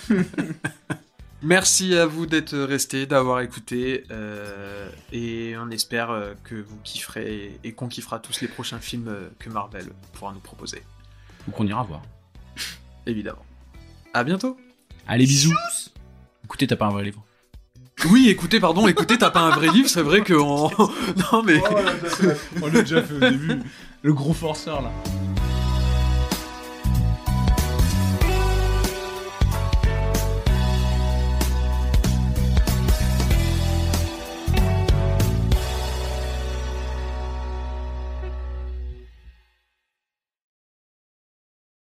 Merci à vous d'être restés, d'avoir écouté, euh, et on espère euh, que vous kifferez et qu'on kiffera tous les prochains films euh, que Marvel pourra nous proposer. Ou qu'on ira voir. Évidemment. À bientôt. Allez, bisous. Écoutez, t'as pas un vrai livre. Oui, écoutez, pardon, écoutez, t'as pas un vrai livre, c'est vrai que on... non mais. On l'a déjà fait au début. Le gros forceur là.